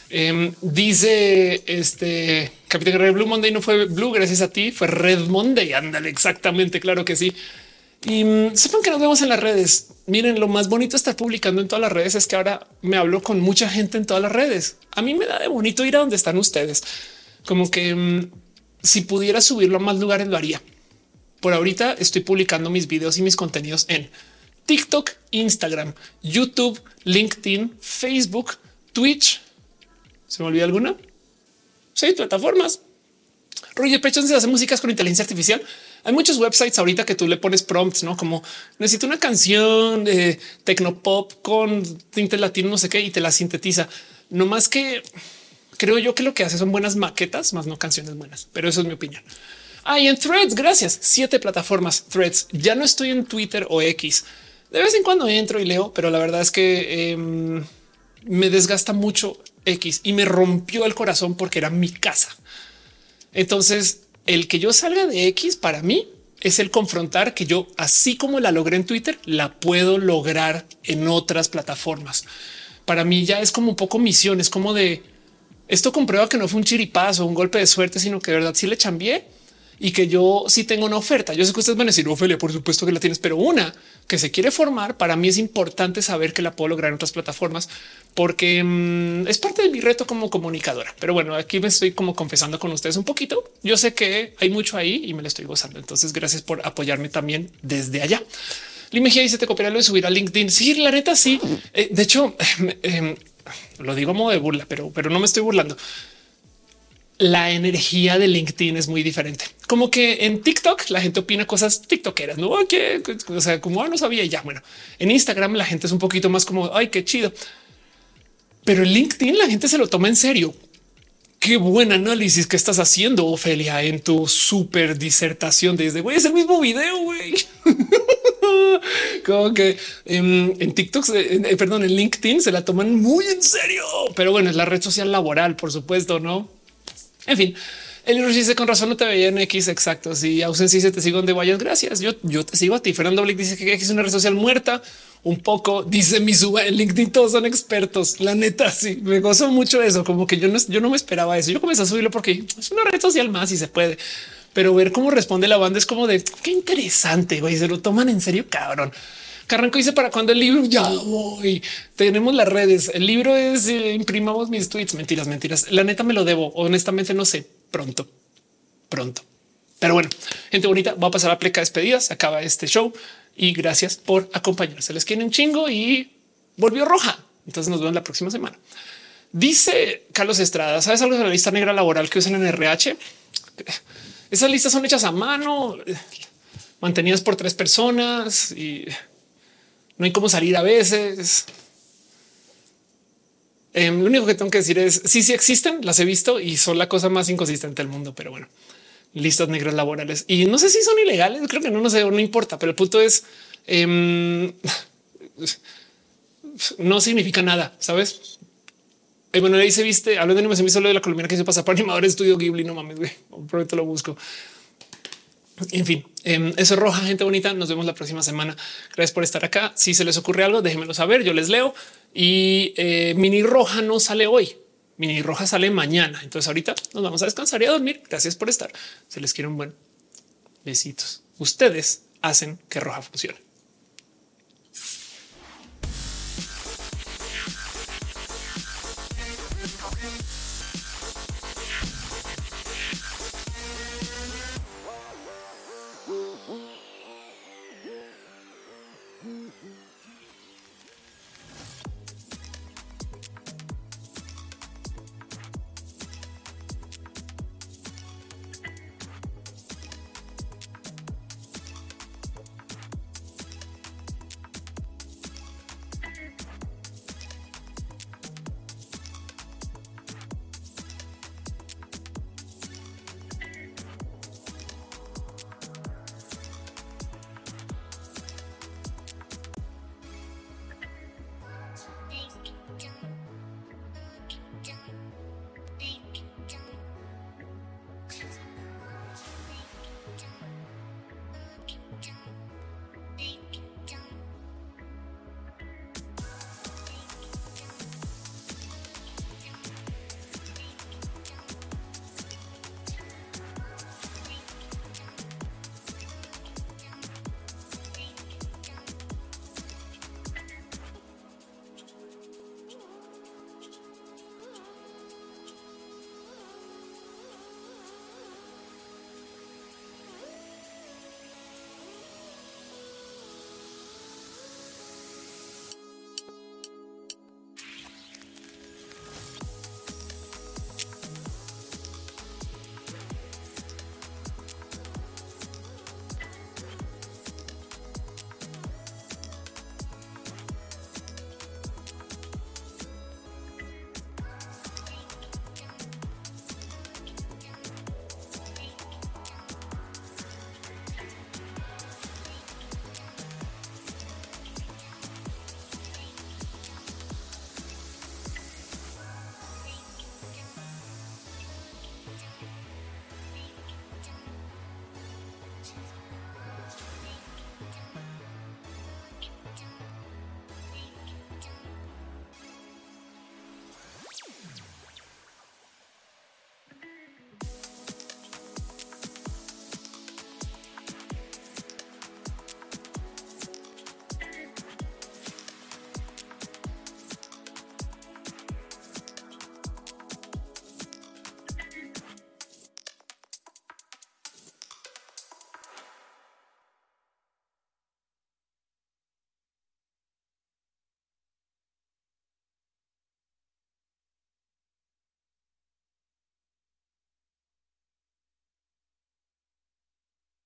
Dice Capitán Guerrero, Blue Monday no fue Blue, gracias a ti, fue Red Monday. Ándale, exactamente. Claro que sí. Y sepan que nos vemos en las redes. Miren, lo más bonito de estar publicando en todas las redes es que ahora me hablo con mucha gente en todas las redes. A mí me da de bonito ir a donde están ustedes. Como que si pudiera subirlo a más lugares lo haría. Por ahorita estoy publicando mis videos y mis contenidos en TikTok, Instagram, YouTube, LinkedIn, Facebook, Twitch. ¿Se me olvida alguna? 6 plataformas. Roger Pechon se hace músicas con inteligencia artificial. Hay muchos websites ahorita que tú le pones prompts, no como necesito una canción de tecnopop con tinte latino, no sé qué, y te la sintetiza. No más que creo yo que lo que hace son buenas maquetas, más no canciones buenas, pero eso es mi opinión. Y en Threads, gracias. 7 plataformas Threads. Ya no estoy en Twitter o X. De vez en cuando entro y leo, pero la verdad es que me desgasta mucho X y me rompió el corazón porque era mi casa. Entonces, el que yo salga de X para mí es el confrontar que yo, así como la logré en Twitter, la puedo lograr en otras plataformas. Para mí ya es como un poco misión, es como de esto comprueba que no fue un chiripazo, un golpe de suerte, sino que de verdad sí le chambié y que yo sí tengo una oferta. Yo sé que ustedes van a decir, Ofelia, por supuesto que la tienes, pero una que se quiere formar, para mí es importante saber que la puedo lograr en otras plataformas porque es parte de mi reto como comunicadora. Pero bueno, aquí me estoy como confesando con ustedes un poquito. Yo sé que hay mucho ahí y me lo estoy gozando. Entonces, gracias por apoyarme también desde allá. Limejía dice, te copiaré lo de subir a LinkedIn. Sí, la neta, sí. De hecho, lo digo a modo de burla, pero no me estoy burlando. La energía de LinkedIn es muy diferente. Como que en TikTok la gente opina cosas tiktokeras, no? Que, o sea, como no sabía ya. Bueno, en Instagram la gente es un poquito más como ay, qué chido. Pero en LinkedIn la gente se lo toma en serio. Qué buen análisis que estás haciendo, Ofelia, en tu súper disertación desde güey, es el mismo video, güey. Como que en TikTok, perdón, en LinkedIn se la toman muy en serio, pero bueno, es la red social laboral, por supuesto, no? En fin, el dice con razón no te veía en X. Exacto. Si ausencia dice te sigo donde vayas. Gracias. Yo te sigo a ti. Fernando Blick dice que X es una red social muerta. Un poco dice mi suba en LinkedIn. Todos son expertos. La neta, sí me gozo mucho eso. Como que yo no me esperaba eso. Yo comencé a subirlo porque es una red social más y se puede, pero ver cómo responde la banda es como de qué interesante. Güey, se lo toman en serio, cabrón. Carranco dice para cuándo el libro. Ya voy. Tenemos las redes. El libro es imprimamos mis tweets. Mentiras, mentiras. La neta me lo debo. Honestamente, no sé. Pronto. Pero bueno, gente bonita, va a pasar a pleca despedida. Se acaba este show y gracias por acompañarse. Se les quiere un chingo y volvió roja. Entonces nos vemos la próxima semana. Dice Carlos Estrada, ¿sabes algo de la lista negra laboral que usan en RH? Esas listas son hechas a mano, mantenidas por 3 personas y no hay cómo salir a veces. Lo único que tengo que decir es sí existen, las he visto y son la cosa más inconsistente del mundo. Pero bueno, listas negras laborales y no sé si son ilegales. Creo que no sé, no importa, pero el punto es no significa nada, sabes? Bueno, ahí se viste hablando de animación visual de la colombiana que se pasa por animador de estudio Ghibli. No mames, güey, pronto lo busco. En fin, eso es roja, gente bonita. Nos vemos la próxima semana. Gracias por estar acá. Si se les ocurre algo, déjenmelo saber. Yo les leo y mini roja no sale hoy. Mini Roja sale mañana. Entonces ahorita nos vamos a descansar y a dormir. Gracias por estar. Se les quiere un buen besitos. Ustedes hacen que Roja funcione.